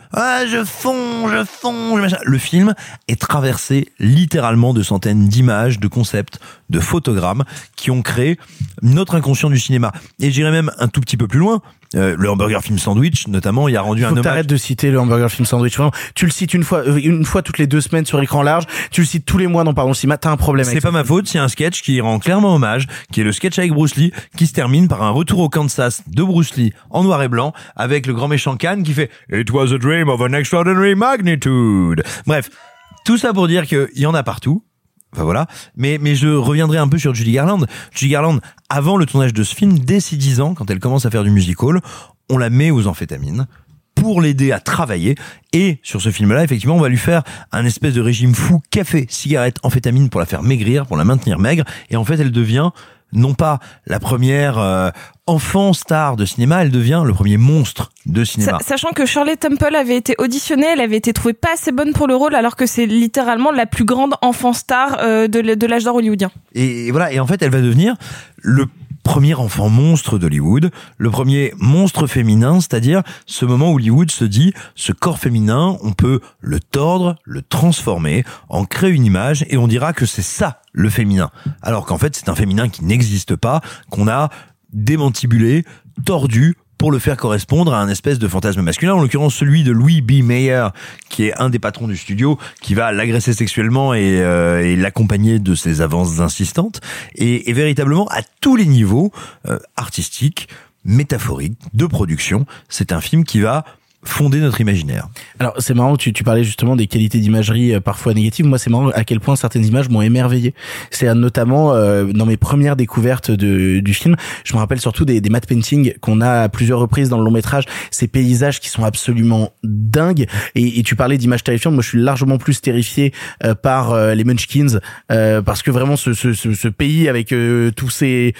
Speaker 12: je fonds, machin. Le film est traversé littéralement de centaines d'images, de concepts, de photogrammes qui ont créé notre inconscient du cinéma. Et j'irais même un tout petit peu plus loin. Le Hamburger Film Sandwich, notamment, il a rendu un hommage.
Speaker 6: T'arrêtes de citer le Hamburger Film Sandwich. Vraiment, tu le cites une fois toutes les 2 semaines sur écran large. Tu le cites tous les mois dans Pardon Cinéma. T'as un problème.
Speaker 12: C'est pas ma faute. C'est un sketch qui rend clairement hommage, qui est le sketch avec Bruce Lee, qui se termine par un retour au Kansas de Bruce Lee en noir et blanc, avec le grand méchant Khan qui fait It was a dream of an extraordinary magnitude. Bref, tout ça pour dire qu'il y en a partout. Enfin voilà, mais je reviendrai un peu sur Judy Garland. Judy Garland, avant le tournage de ce film, dès ses 10 ans, quand elle commence à faire du musical, on la met aux amphétamines pour l'aider à travailler. Et sur ce film-là, effectivement, on va lui faire un espèce de régime fou, café, cigarette, amphétamine, pour la faire maigrir, pour la maintenir maigre. Et en fait, elle devient non pas la première enfant star de cinéma, elle devient le premier monstre de cinéma.
Speaker 7: Sachant que Shirley Temple avait été auditionnée, elle avait été trouvée pas assez bonne pour le rôle, alors que c'est littéralement la plus grande enfant star de l'âge d'or hollywoodien.
Speaker 12: Et voilà, et en fait, elle va devenir le premier enfant monstre d'Hollywood, le premier monstre féminin, c'est-à-dire ce moment où Hollywood se dit, ce corps féminin, on peut le tordre, le transformer, en créer une image, et on dira que c'est ça, le féminin. Alors qu'en fait, c'est un féminin qui n'existe pas, qu'on a démantibulé, tordu, pour le faire correspondre à un espèce de fantasme masculin, en l'occurrence celui de Louis B. Mayer, qui est un des patrons du studio, qui va l'agresser sexuellement et l'accompagner de ses avances insistantes. Et véritablement, à tous les niveaux, artistiques, métaphoriques, de production, c'est un film qui va fonder notre imaginaire.
Speaker 6: Alors c'est marrant, tu parlais justement des qualités d'imagerie parfois négatives. Moi c'est marrant à quel point certaines images m'ont émerveillé. C'est notamment dans mes premières découvertes du film, je me rappelle surtout des matte paintings qu'on a à plusieurs reprises dans le long métrage, ces paysages qui sont absolument dingues. Et tu parlais d'images terrifiantes, moi je suis largement plus terrifié par les Munchkins, parce que vraiment ce pays avec tous ces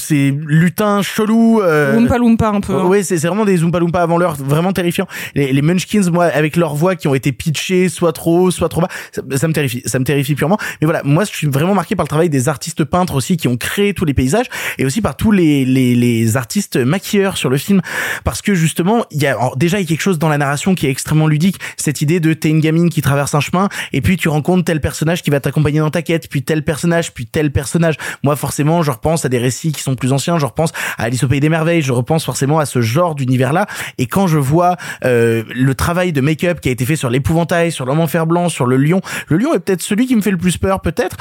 Speaker 6: lutins chelous,
Speaker 7: Oompa Loompa un peu.
Speaker 6: Oui, c'est vraiment des Oompa Loompa avant l'heure, vraiment terrifiant. Les Munchkins, moi, avec leurs voix qui ont été pitchées, soit trop haut, soit trop bas, ça me terrifie purement. Mais voilà, moi, je suis vraiment marqué par le travail des artistes peintres aussi qui ont créé tous les paysages, et aussi par tous les artistes maquilleurs sur le film, parce que justement, il y a quelque chose dans la narration qui est extrêmement ludique. Cette idée de t'es une gamine qui traverse un chemin, et puis tu rencontres tel personnage qui va t'accompagner dans ta quête, puis tel personnage. Moi, forcément, je repense à des récits qui sont plus anciens, je repense à Alice au Pays des Merveilles, je repense forcément à ce genre d'univers-là, et quand je vois le travail de make-up qui a été fait sur l'épouvantail, sur l'homme en fer blanc, sur le lion est peut-être celui qui me fait le plus peur, peut-être.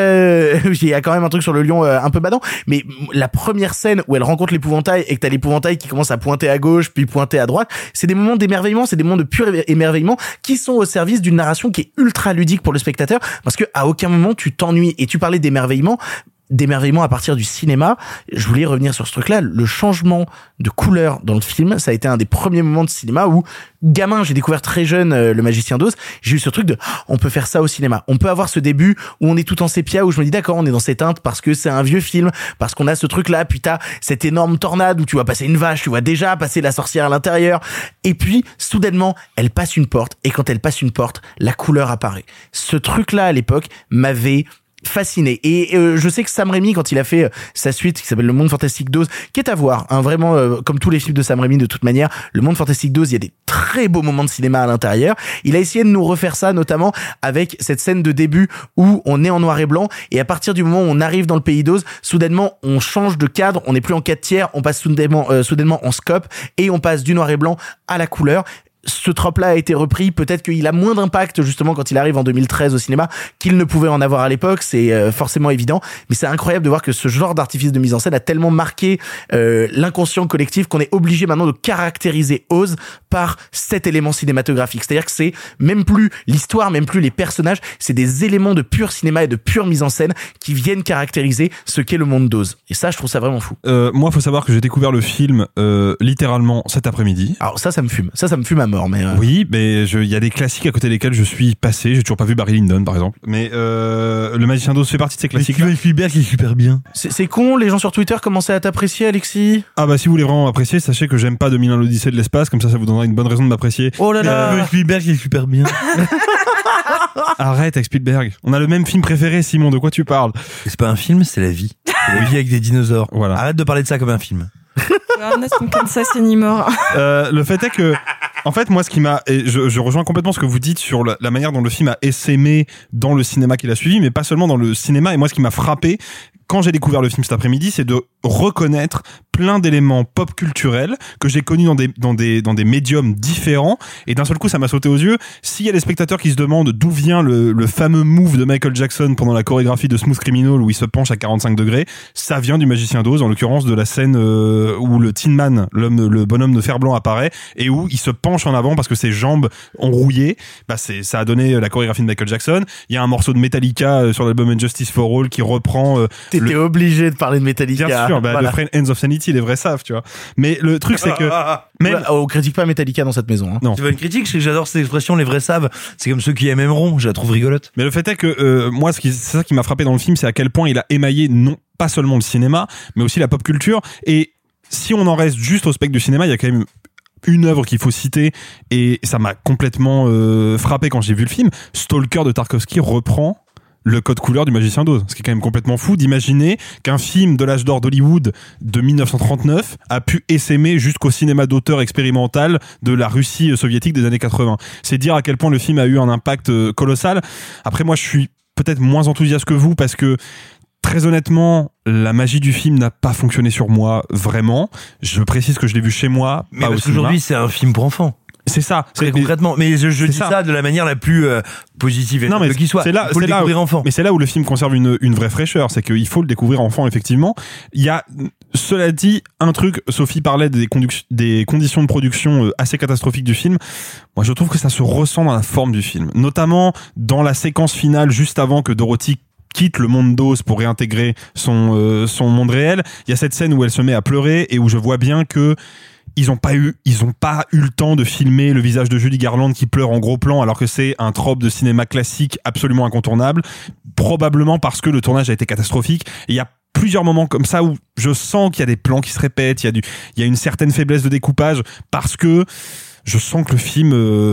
Speaker 6: Il y a quand même un truc sur le lion un peu badant, mais la première scène où elle rencontre l'épouvantail et que t'as l'épouvantail qui commence à pointer à gauche puis pointer à droite, c'est des moments d'émerveillement, c'est des moments de pur émerveillement qui sont au service d'une narration qui est ultra ludique pour le spectateur, parce que à aucun moment tu t'ennuies. Et tu parlais d'émerveillement à partir du cinéma. Je voulais revenir sur ce truc-là. Le changement de couleur dans le film, ça a été un des premiers moments de cinéma où, gamin, j'ai découvert très jeune Le Magicien d'Oz. J'ai eu ce truc de, on peut faire ça au cinéma. On peut avoir ce début où on est tout en sépia, où je me dis d'accord, on est dans ces teintes parce que c'est un vieux film, parce qu'on a ce truc-là, puis t'as cette énorme tornade où tu vois passer une vache, tu vois déjà passer la sorcière à l'intérieur. Et puis, soudainement, elle passe une porte, et quand elle passe une porte, la couleur apparaît. Ce truc-là, à l'époque, m'avait fasciné. Et je sais que Sam Raimi, quand il a fait sa suite qui s'appelle Le Monde Fantastique d'Oz, qui est à voir, hein, vraiment comme tous les films de Sam Raimi de toute manière, Le Monde Fantastique d'Oz, il y a des très beaux moments de cinéma à l'intérieur. Il a essayé de nous refaire ça, notamment avec cette scène de début où on est en noir et blanc, et à partir du moment où on arrive dans le pays d'Oz, soudainement on change de cadre, on n'est plus en 4/3, on passe soudainement en scope, et on passe du noir et blanc à la couleur. Ce trope-là a été repris, peut-être qu'il a moins d'impact justement quand il arrive en 2013 au cinéma qu'il ne pouvait en avoir à l'époque, c'est forcément évident, mais c'est incroyable de voir que ce genre d'artifice de mise en scène a tellement marqué l'inconscient collectif qu'on est obligé maintenant de caractériser Oz par cet élément cinématographique. C'est-à-dire que c'est même plus l'histoire, même plus les personnages, c'est des éléments de pur cinéma et de pure mise en scène qui viennent caractériser ce qu'est le monde d'Oz. Et ça, je trouve ça vraiment fou.
Speaker 8: Moi, faut savoir que j'ai découvert le film littéralement cet après-midi.
Speaker 6: Alors ça me fume à mort. Mais
Speaker 8: oui, mais il y a des classiques à côté desquels je suis passé. J'ai toujours pas vu Barry Lyndon, par exemple. Mais Le Magicien d'Oz fait partie de ces classiques.
Speaker 12: Mais Spielberg est super bien.
Speaker 6: C'est con, les gens sur Twitter commençaient à t'apprécier, Alexis.
Speaker 8: Ah bah si vous voulez vraiment m'apprécier, sachez que j'aime pas 2001 l'Odyssée de l'espace, comme ça vous donnera une bonne raison de m'apprécier.
Speaker 6: Oh là là.
Speaker 12: Spielberg est super bien.
Speaker 8: Arrête avec Spielberg. On a le même film préféré, Simon. De quoi tu parles?
Speaker 12: C'est pas un film, c'est la vie. C'est la vie avec des dinosaures.
Speaker 8: Voilà.
Speaker 12: Arrête de parler de ça comme un film.
Speaker 8: Le fait est que, en fait, moi, ce qui m'a, et je rejoins complètement ce que vous dites sur la manière dont le film a essaimé dans le cinéma qu'il a suivi, mais pas seulement dans le cinéma. Et moi, ce qui m'a frappé quand j'ai découvert le film cet après-midi, c'est de reconnaître plein d'éléments pop culturels que j'ai connus dans des médiums différents, et d'un seul coup ça m'a sauté aux yeux. S'il y a des spectateurs qui se demandent d'où vient le fameux move de Michael Jackson pendant la chorégraphie de Smooth Criminal où il se penche à 45 degrés, ça vient du Magicien d'Oz, en l'occurrence de la scène où le Tin Man, le bonhomme de fer blanc apparaît et où il se penche en avant parce que ses jambes ont rouillé. Bah ça a donné la chorégraphie de Michael Jackson. Il y a un morceau de Metallica sur l'album Injustice for All qui reprend
Speaker 6: T'étais obligé de parler de Metallica.
Speaker 8: Bien sûr, voilà. The Friend Ends of Sanity, les vrais savent, tu vois. Mais le truc, c'est que
Speaker 6: même on critique pas Metallica dans cette maison. Hein.
Speaker 8: Non.
Speaker 12: Tu veux une critique? C'est que j'adore cette expression, les vrais savent. C'est comme ceux qui aimeront. Je la trouve rigolote.
Speaker 8: Mais le fait est que moi, c'est ça qui m'a frappé dans le film, c'est à quel point il a émaillé non pas seulement le cinéma, mais aussi la pop culture. Et si on en reste juste au spectre du cinéma, il y a quand même une œuvre qu'il faut citer, et ça m'a complètement frappé quand j'ai vu le film. Stalker de Tarkovsky reprend le code couleur du Magicien d'Oz. Ce qui est quand même complètement fou d'imaginer qu'un film de l'âge d'or d'Hollywood de 1939 a pu essaimer jusqu'au cinéma d'auteur expérimental de la Russie soviétique des années 80. C'est dire à quel point le film a eu un impact colossal. Après, moi, je suis peut-être moins enthousiaste que vous parce que très honnêtement, la magie du film n'a pas fonctionné sur moi vraiment. Je précise que je l'ai vu chez moi,
Speaker 12: mais
Speaker 8: pas
Speaker 12: parce
Speaker 8: au cinéma.
Speaker 12: qu'aujourd'hui, c'est un film pour enfants.
Speaker 8: C'est ça.
Speaker 12: Très concrètement. Mais je dis ça de la manière la plus positive et
Speaker 8: non, mais
Speaker 12: qui soit.
Speaker 8: C'est là,
Speaker 12: il faut le découvrir enfant.
Speaker 8: Mais c'est là où le film conserve une vraie fraîcheur. C'est qu'il faut le découvrir enfant, effectivement. Il y a, cela dit, un truc, Sophie parlait des conditions de production assez catastrophiques du film. Moi, je trouve que ça se ressent dans la forme du film. Notamment dans la séquence finale, juste avant que Dorothy quitte le monde d'Oz pour réintégrer son monde réel. Il y a cette scène où elle se met à pleurer et où je vois bien que ils ont pas eu le temps de filmer le visage de Judy Garland qui pleure en gros plan alors que c'est un trope de cinéma classique absolument incontournable, probablement parce que le tournage a été catastrophique. Et il y a plusieurs moments comme ça où je sens qu'il y a des plans qui se répètent, il y a une certaine faiblesse de découpage parce que je sens que le film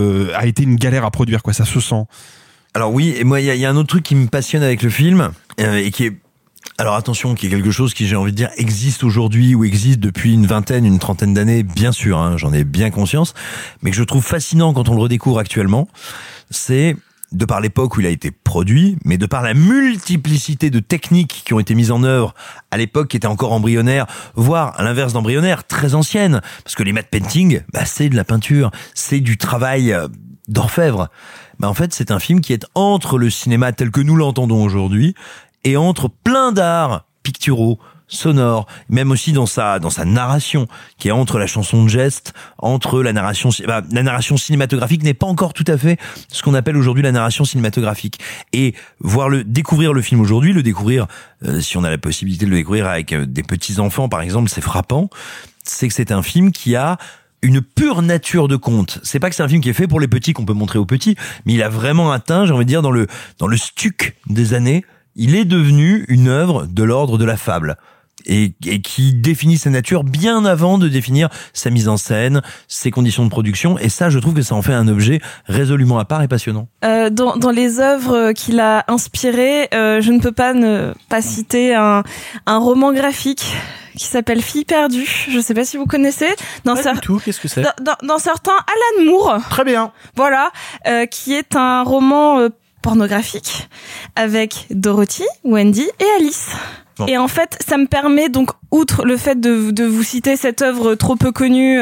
Speaker 8: a été une galère à produire, quoi, ça se sent.
Speaker 12: Alors oui, et moi il y a un autre truc qui me passionne avec le film et qui est, alors attention, qui est quelque chose qui, j'ai envie de dire, existe aujourd'hui ou existe depuis une trentaine d'années, bien sûr, hein, j'en ai bien conscience, mais que je trouve fascinant quand on le redécouvre actuellement, c'est de par l'époque où il a été produit, mais de par la multiplicité de techniques qui ont été mises en œuvre à l'époque qui était encore embryonnaire, voire à l'inverse d'embryonnaire, très ancienne, parce que les matte painting, bah, c'est de la peinture, c'est du travail d'orfèvre. Bah, en fait, c'est un film qui est entre le cinéma tel que nous l'entendons aujourd'hui et entre plein d'arts picturaux, sonores, même aussi dans sa narration, qui est entre la chanson de geste, entre la narration cinématographique n'est pas encore tout à fait ce qu'on appelle aujourd'hui la narration cinématographique. Et découvrir le film aujourd'hui, si on a la possibilité de le découvrir avec des petits enfants par exemple, c'est frappant. C'est que c'est un film qui a une pure nature de conte. C'est pas que c'est un film qui est fait pour les petits qu'on peut montrer aux petits, mais il a vraiment atteint, j'ai envie de dire, dans le stuc des années, il est devenu une œuvre de l'ordre de la fable. et qui définit sa nature bien avant de définir sa mise en scène, ses conditions de production. Et ça, je trouve que ça en fait un objet résolument à part et passionnant.
Speaker 7: Dans les œuvres qu'il a inspirées, je ne peux pas ne pas citer un roman graphique qui s'appelle Fille perdue. Je sais pas si vous connaissez.
Speaker 6: Pas du tout. Qu'est-ce que c'est?
Speaker 7: Dans certains, Alan Moore.
Speaker 6: Très bien.
Speaker 7: Voilà, qui est un roman pornographique avec Dorothy, Wendy et Alice. Bon. Et en fait, ça me permet donc, outre le fait de vous citer cette œuvre trop peu connue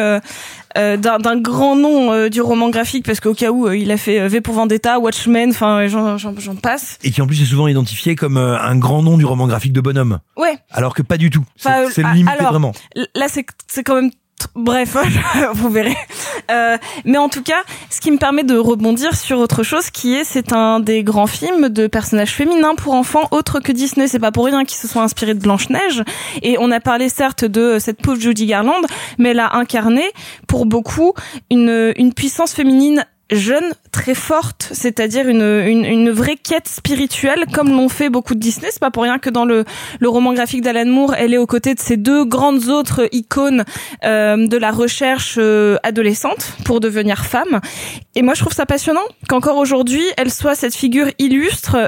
Speaker 7: d'un grand nom du roman graphique, parce qu'au cas où il a fait V pour Vendetta, Watchmen, enfin j'en passe.
Speaker 12: Et qui en plus est souvent identifié comme un grand nom du roman graphique de bonhomme.
Speaker 7: Ouais.
Speaker 12: Alors que pas du tout. C'est limité alors, vraiment.
Speaker 7: Là, c'est quand même bref, vous verrez. Mais en tout cas, ce qui me permet de rebondir sur autre chose, c'est un des grands films de personnages féminins pour enfants autres que Disney. C'est pas pour rien qu'ils se sont inspirés de Blanche-Neige. Et on a parlé certes de cette pauvre Judy Garland, mais elle a incarné pour beaucoup une puissance féminine jeune, très forte, c'est-à-dire une vraie quête spirituelle, comme l'ont fait beaucoup de Disney. C'est pas pour rien que dans le roman graphique d'Alan Moore, elle est aux côtés de ces deux grandes autres icônes de la recherche adolescente pour devenir femme. Et moi, je trouve ça passionnant qu'encore aujourd'hui, elle soit cette figure illustre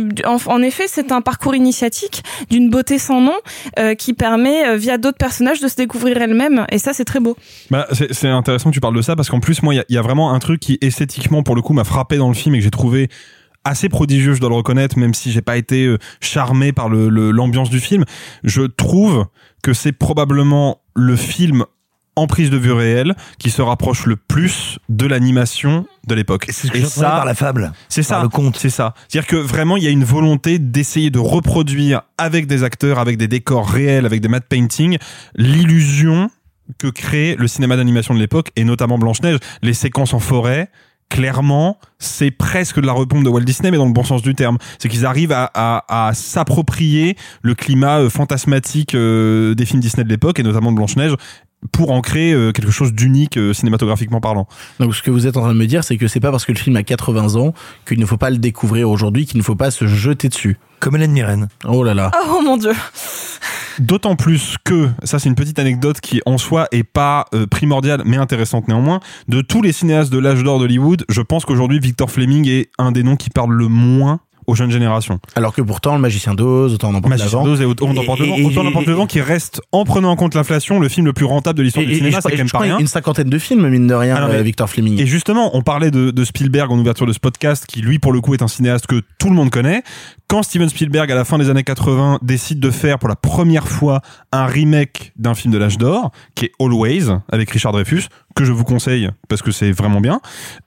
Speaker 7: en effet, c'est un parcours initiatique d'une beauté sans nom qui permet, via d'autres personnages, de se découvrir elle-même. Et ça, c'est très beau.
Speaker 8: Bah, c'est intéressant que tu parles de ça, parce qu'en plus, moi, il y a vraiment un truc qui esthétiquement, pour le coup, m'a frappé dans le film et que j'ai trouvé assez prodigieux, je dois le reconnaître, même si j'ai pas été charmé par l'ambiance du film. Je trouve que c'est probablement le film en prise de vue réelle qui se rapproche le plus de l'animation de l'époque.
Speaker 12: C'est ce que j'entendais par la fable.
Speaker 8: C'est ça.
Speaker 12: Par le conte.
Speaker 8: C'est ça. C'est-à-dire que vraiment, il y a une volonté d'essayer de reproduire avec des acteurs, avec des décors réels, avec des matte painting, l'illusion que crée le cinéma d'animation de l'époque, et notamment Blanche-Neige. Les séquences en forêt, clairement, c'est presque de la repompe de Walt Disney, mais dans le bon sens du terme. C'est qu'ils arrivent à s'approprier le climat fantasmatique des films Disney de l'époque, et notamment de Blanche-Neige, pour en créer quelque chose d'unique cinématographiquement parlant.
Speaker 6: Donc ce que vous êtes en train de me dire, c'est que c'est pas parce que le film a 80 ans qu'il ne faut pas le découvrir aujourd'hui, qu'il ne faut pas se jeter dessus.
Speaker 12: Comme Hélène Mirren.
Speaker 6: Oh là là.
Speaker 7: Oh mon Dieu.
Speaker 8: D'autant plus que, ça c'est une petite anecdote qui en soi est pas primordiale mais intéressante néanmoins, de tous les cinéastes de l'âge d'or d'Hollywood, je pense qu'aujourd'hui Victor Fleming est un des noms qui parle le moins aux jeunes générations.
Speaker 6: Alors que pourtant, le Magicien d'Oz, autant n'emporte le vent.
Speaker 8: Et autant n'emporte le vent, qui reste, en prenant en compte l'inflation, le film le plus rentable de l'histoire du cinéma, c'est quand même pas rien.
Speaker 6: Une cinquantaine de films, mine de rien, Victor Fleming.
Speaker 8: Et justement, on parlait de Spielberg en ouverture de ce podcast, qui lui, pour le coup, est un cinéaste que tout le monde connaît. Quand Steven Spielberg, à la fin des années 80, décide de faire pour la première fois un remake d'un film de l'âge d'or, qui est Always, avec Richard Dreyfuss, que je vous conseille, parce que c'est vraiment bien.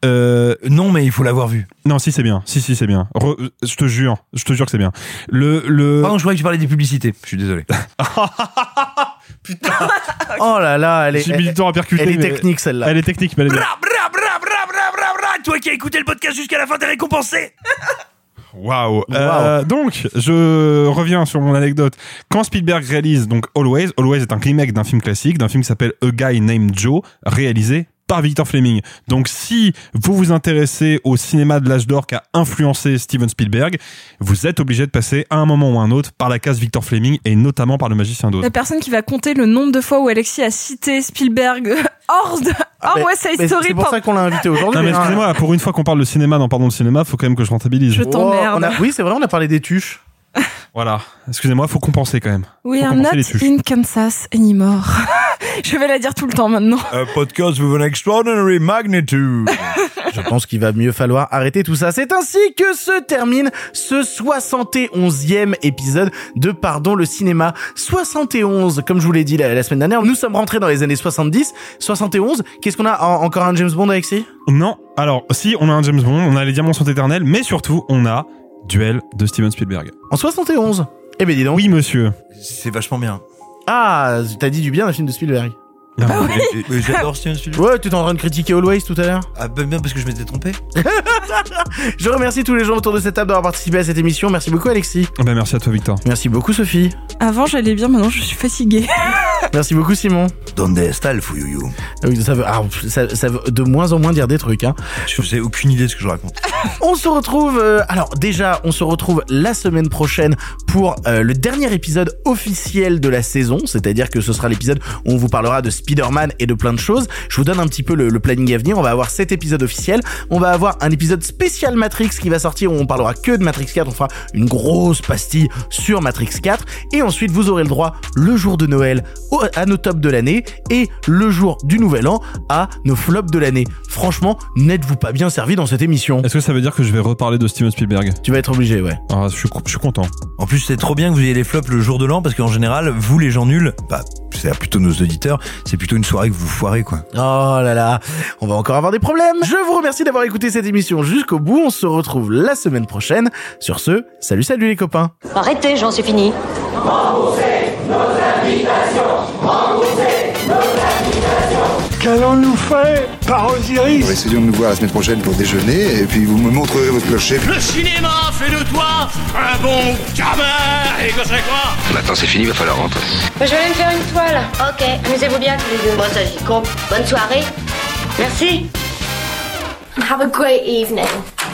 Speaker 12: Non, mais il faut l'avoir vu.
Speaker 8: Non, si, c'est bien. Si, c'est bien. Je te jure que c'est bien.
Speaker 12: Pardon, je croyais que tu parlais des publicités. Je suis désolé.
Speaker 6: Putain. Oh là là, elle est technique, celle-là.
Speaker 8: Elle est technique, mais elle est bien.
Speaker 12: Toi qui as écouté le podcast jusqu'à la fin, t'es récompensé.
Speaker 8: Waouh. Donc, je reviens sur mon anecdote. Quand Spielberg réalise donc Always est un remake d'un film classique, d'un film qui s'appelle A Guy Named Joe, réalisé par Victor Fleming. Donc, si vous vous intéressez au cinéma de l'âge d'or qui a influencé Steven Spielberg, vous êtes obligé de passer à un moment ou à un autre par la case Victor Fleming, et notamment par le Magicien d'Oz.
Speaker 7: La personne qui va compter le nombre de fois où Alexis a cité Spielberg hors West Side Story.
Speaker 6: C'est pour ça qu'on l'a invité aujourd'hui.
Speaker 8: Non mais excusez-moi, pour une fois qu'on parle de cinéma dans Pardon le cinéma, faut quand même que je rentabilise.
Speaker 7: Je t'emmerde.
Speaker 6: Oui, c'est vrai, on a parlé des tuches.
Speaker 8: Voilà, excusez-moi, faut compenser quand même.
Speaker 7: We are not in Kansas anymore. Je vais la dire tout le temps maintenant.
Speaker 12: A podcast with an extraordinary magnitude.
Speaker 6: Je pense qu'il va mieux falloir arrêter tout ça. C'est ainsi que se termine ce 71e épisode de Pardon le cinéma. 71, comme je vous l'ai dit la semaine dernière, nous sommes rentrés dans les années 70. 71, qu'est-ce qu'on a? Encore un James Bond, Alexis?
Speaker 8: Non, alors si, on a un James Bond, on a Les Diamants sont éternels, mais surtout, on a Duel de Steven Spielberg.
Speaker 6: En 71? Eh ben dis donc.
Speaker 8: Oui, monsieur.
Speaker 12: C'est vachement bien.
Speaker 6: Ah, t'as dit du bien d'un film de Spielberg.
Speaker 12: Ah oui. J'adore Steven Spielberg.
Speaker 6: Ouais, tu étais en train de critiquer Always tout à l'heure.
Speaker 12: Ah ben bien parce que je m'étais trompé.
Speaker 6: Je remercie tous les gens autour de cette table d'avoir participé à cette émission. Merci beaucoup Alexis.
Speaker 8: Ben merci à toi Victor.
Speaker 6: Merci beaucoup Sophie.
Speaker 7: Avant j'allais bien, maintenant je suis fatiguée.
Speaker 6: Merci beaucoup Simon.
Speaker 12: Donde está el fuyuyu?
Speaker 6: Oui, ça veut de moins en moins dire des trucs. Hein.
Speaker 12: Je n'ai aucune idée de ce que je raconte.
Speaker 6: On se retrouve... on se retrouve la semaine prochaine pour le dernier épisode officiel de la saison. C'est-à-dire que ce sera l'épisode où on vous parlera de Spider-Man et de plein de choses. Je vous donne un petit peu le planning à venir. On va avoir 7 épisodes officiels. On va avoir un épisode spécial Matrix qui va sortir où on parlera que de Matrix 4. On fera une grosse pastille sur Matrix 4. Et ensuite, vous aurez le droit, le jour de Noël, à nos tops de l'année et le jour du Nouvel An à nos flops de l'année. Franchement, n'êtes-vous pas bien servi dans cette émission?
Speaker 8: Est-ce que ça veut dire que je vais reparler de Steven Spielberg?
Speaker 6: Tu vas être obligé, ouais.
Speaker 8: Ah, je suis content.
Speaker 12: En plus, c'est trop bien que vous ayez les flops le jour de l'an parce qu'en général, vous les gens nuls, c'est plutôt nos auditeurs, c'est plutôt une soirée que vous foirez, quoi.
Speaker 6: Oh là là, on va encore avoir des problèmes. Je vous remercie d'avoir écouté cette émission jusqu'au bout. On se retrouve la semaine prochaine. Sur ce, salut les copains.
Speaker 4: Arrêtez, Jean, c'est fini.
Speaker 13: Remboursez nos invitations. Remboursez nos invitations. Qu'allons-nous faire par Osiris?
Speaker 10: Essayons de nous voir la semaine prochaine pour déjeuner et puis vous me montrerez votre clocher.
Speaker 14: Le cinéma fait de toi un bon gamin. Et que c'est quoi?
Speaker 11: Maintenant c'est fini, va falloir rentrer.
Speaker 4: Moi, je vais aller me faire une toile. Ok, amusez-vous bien tous les deux. Bon, ça j'y compte. Bonne soirée. Merci.
Speaker 16: Have a great evening.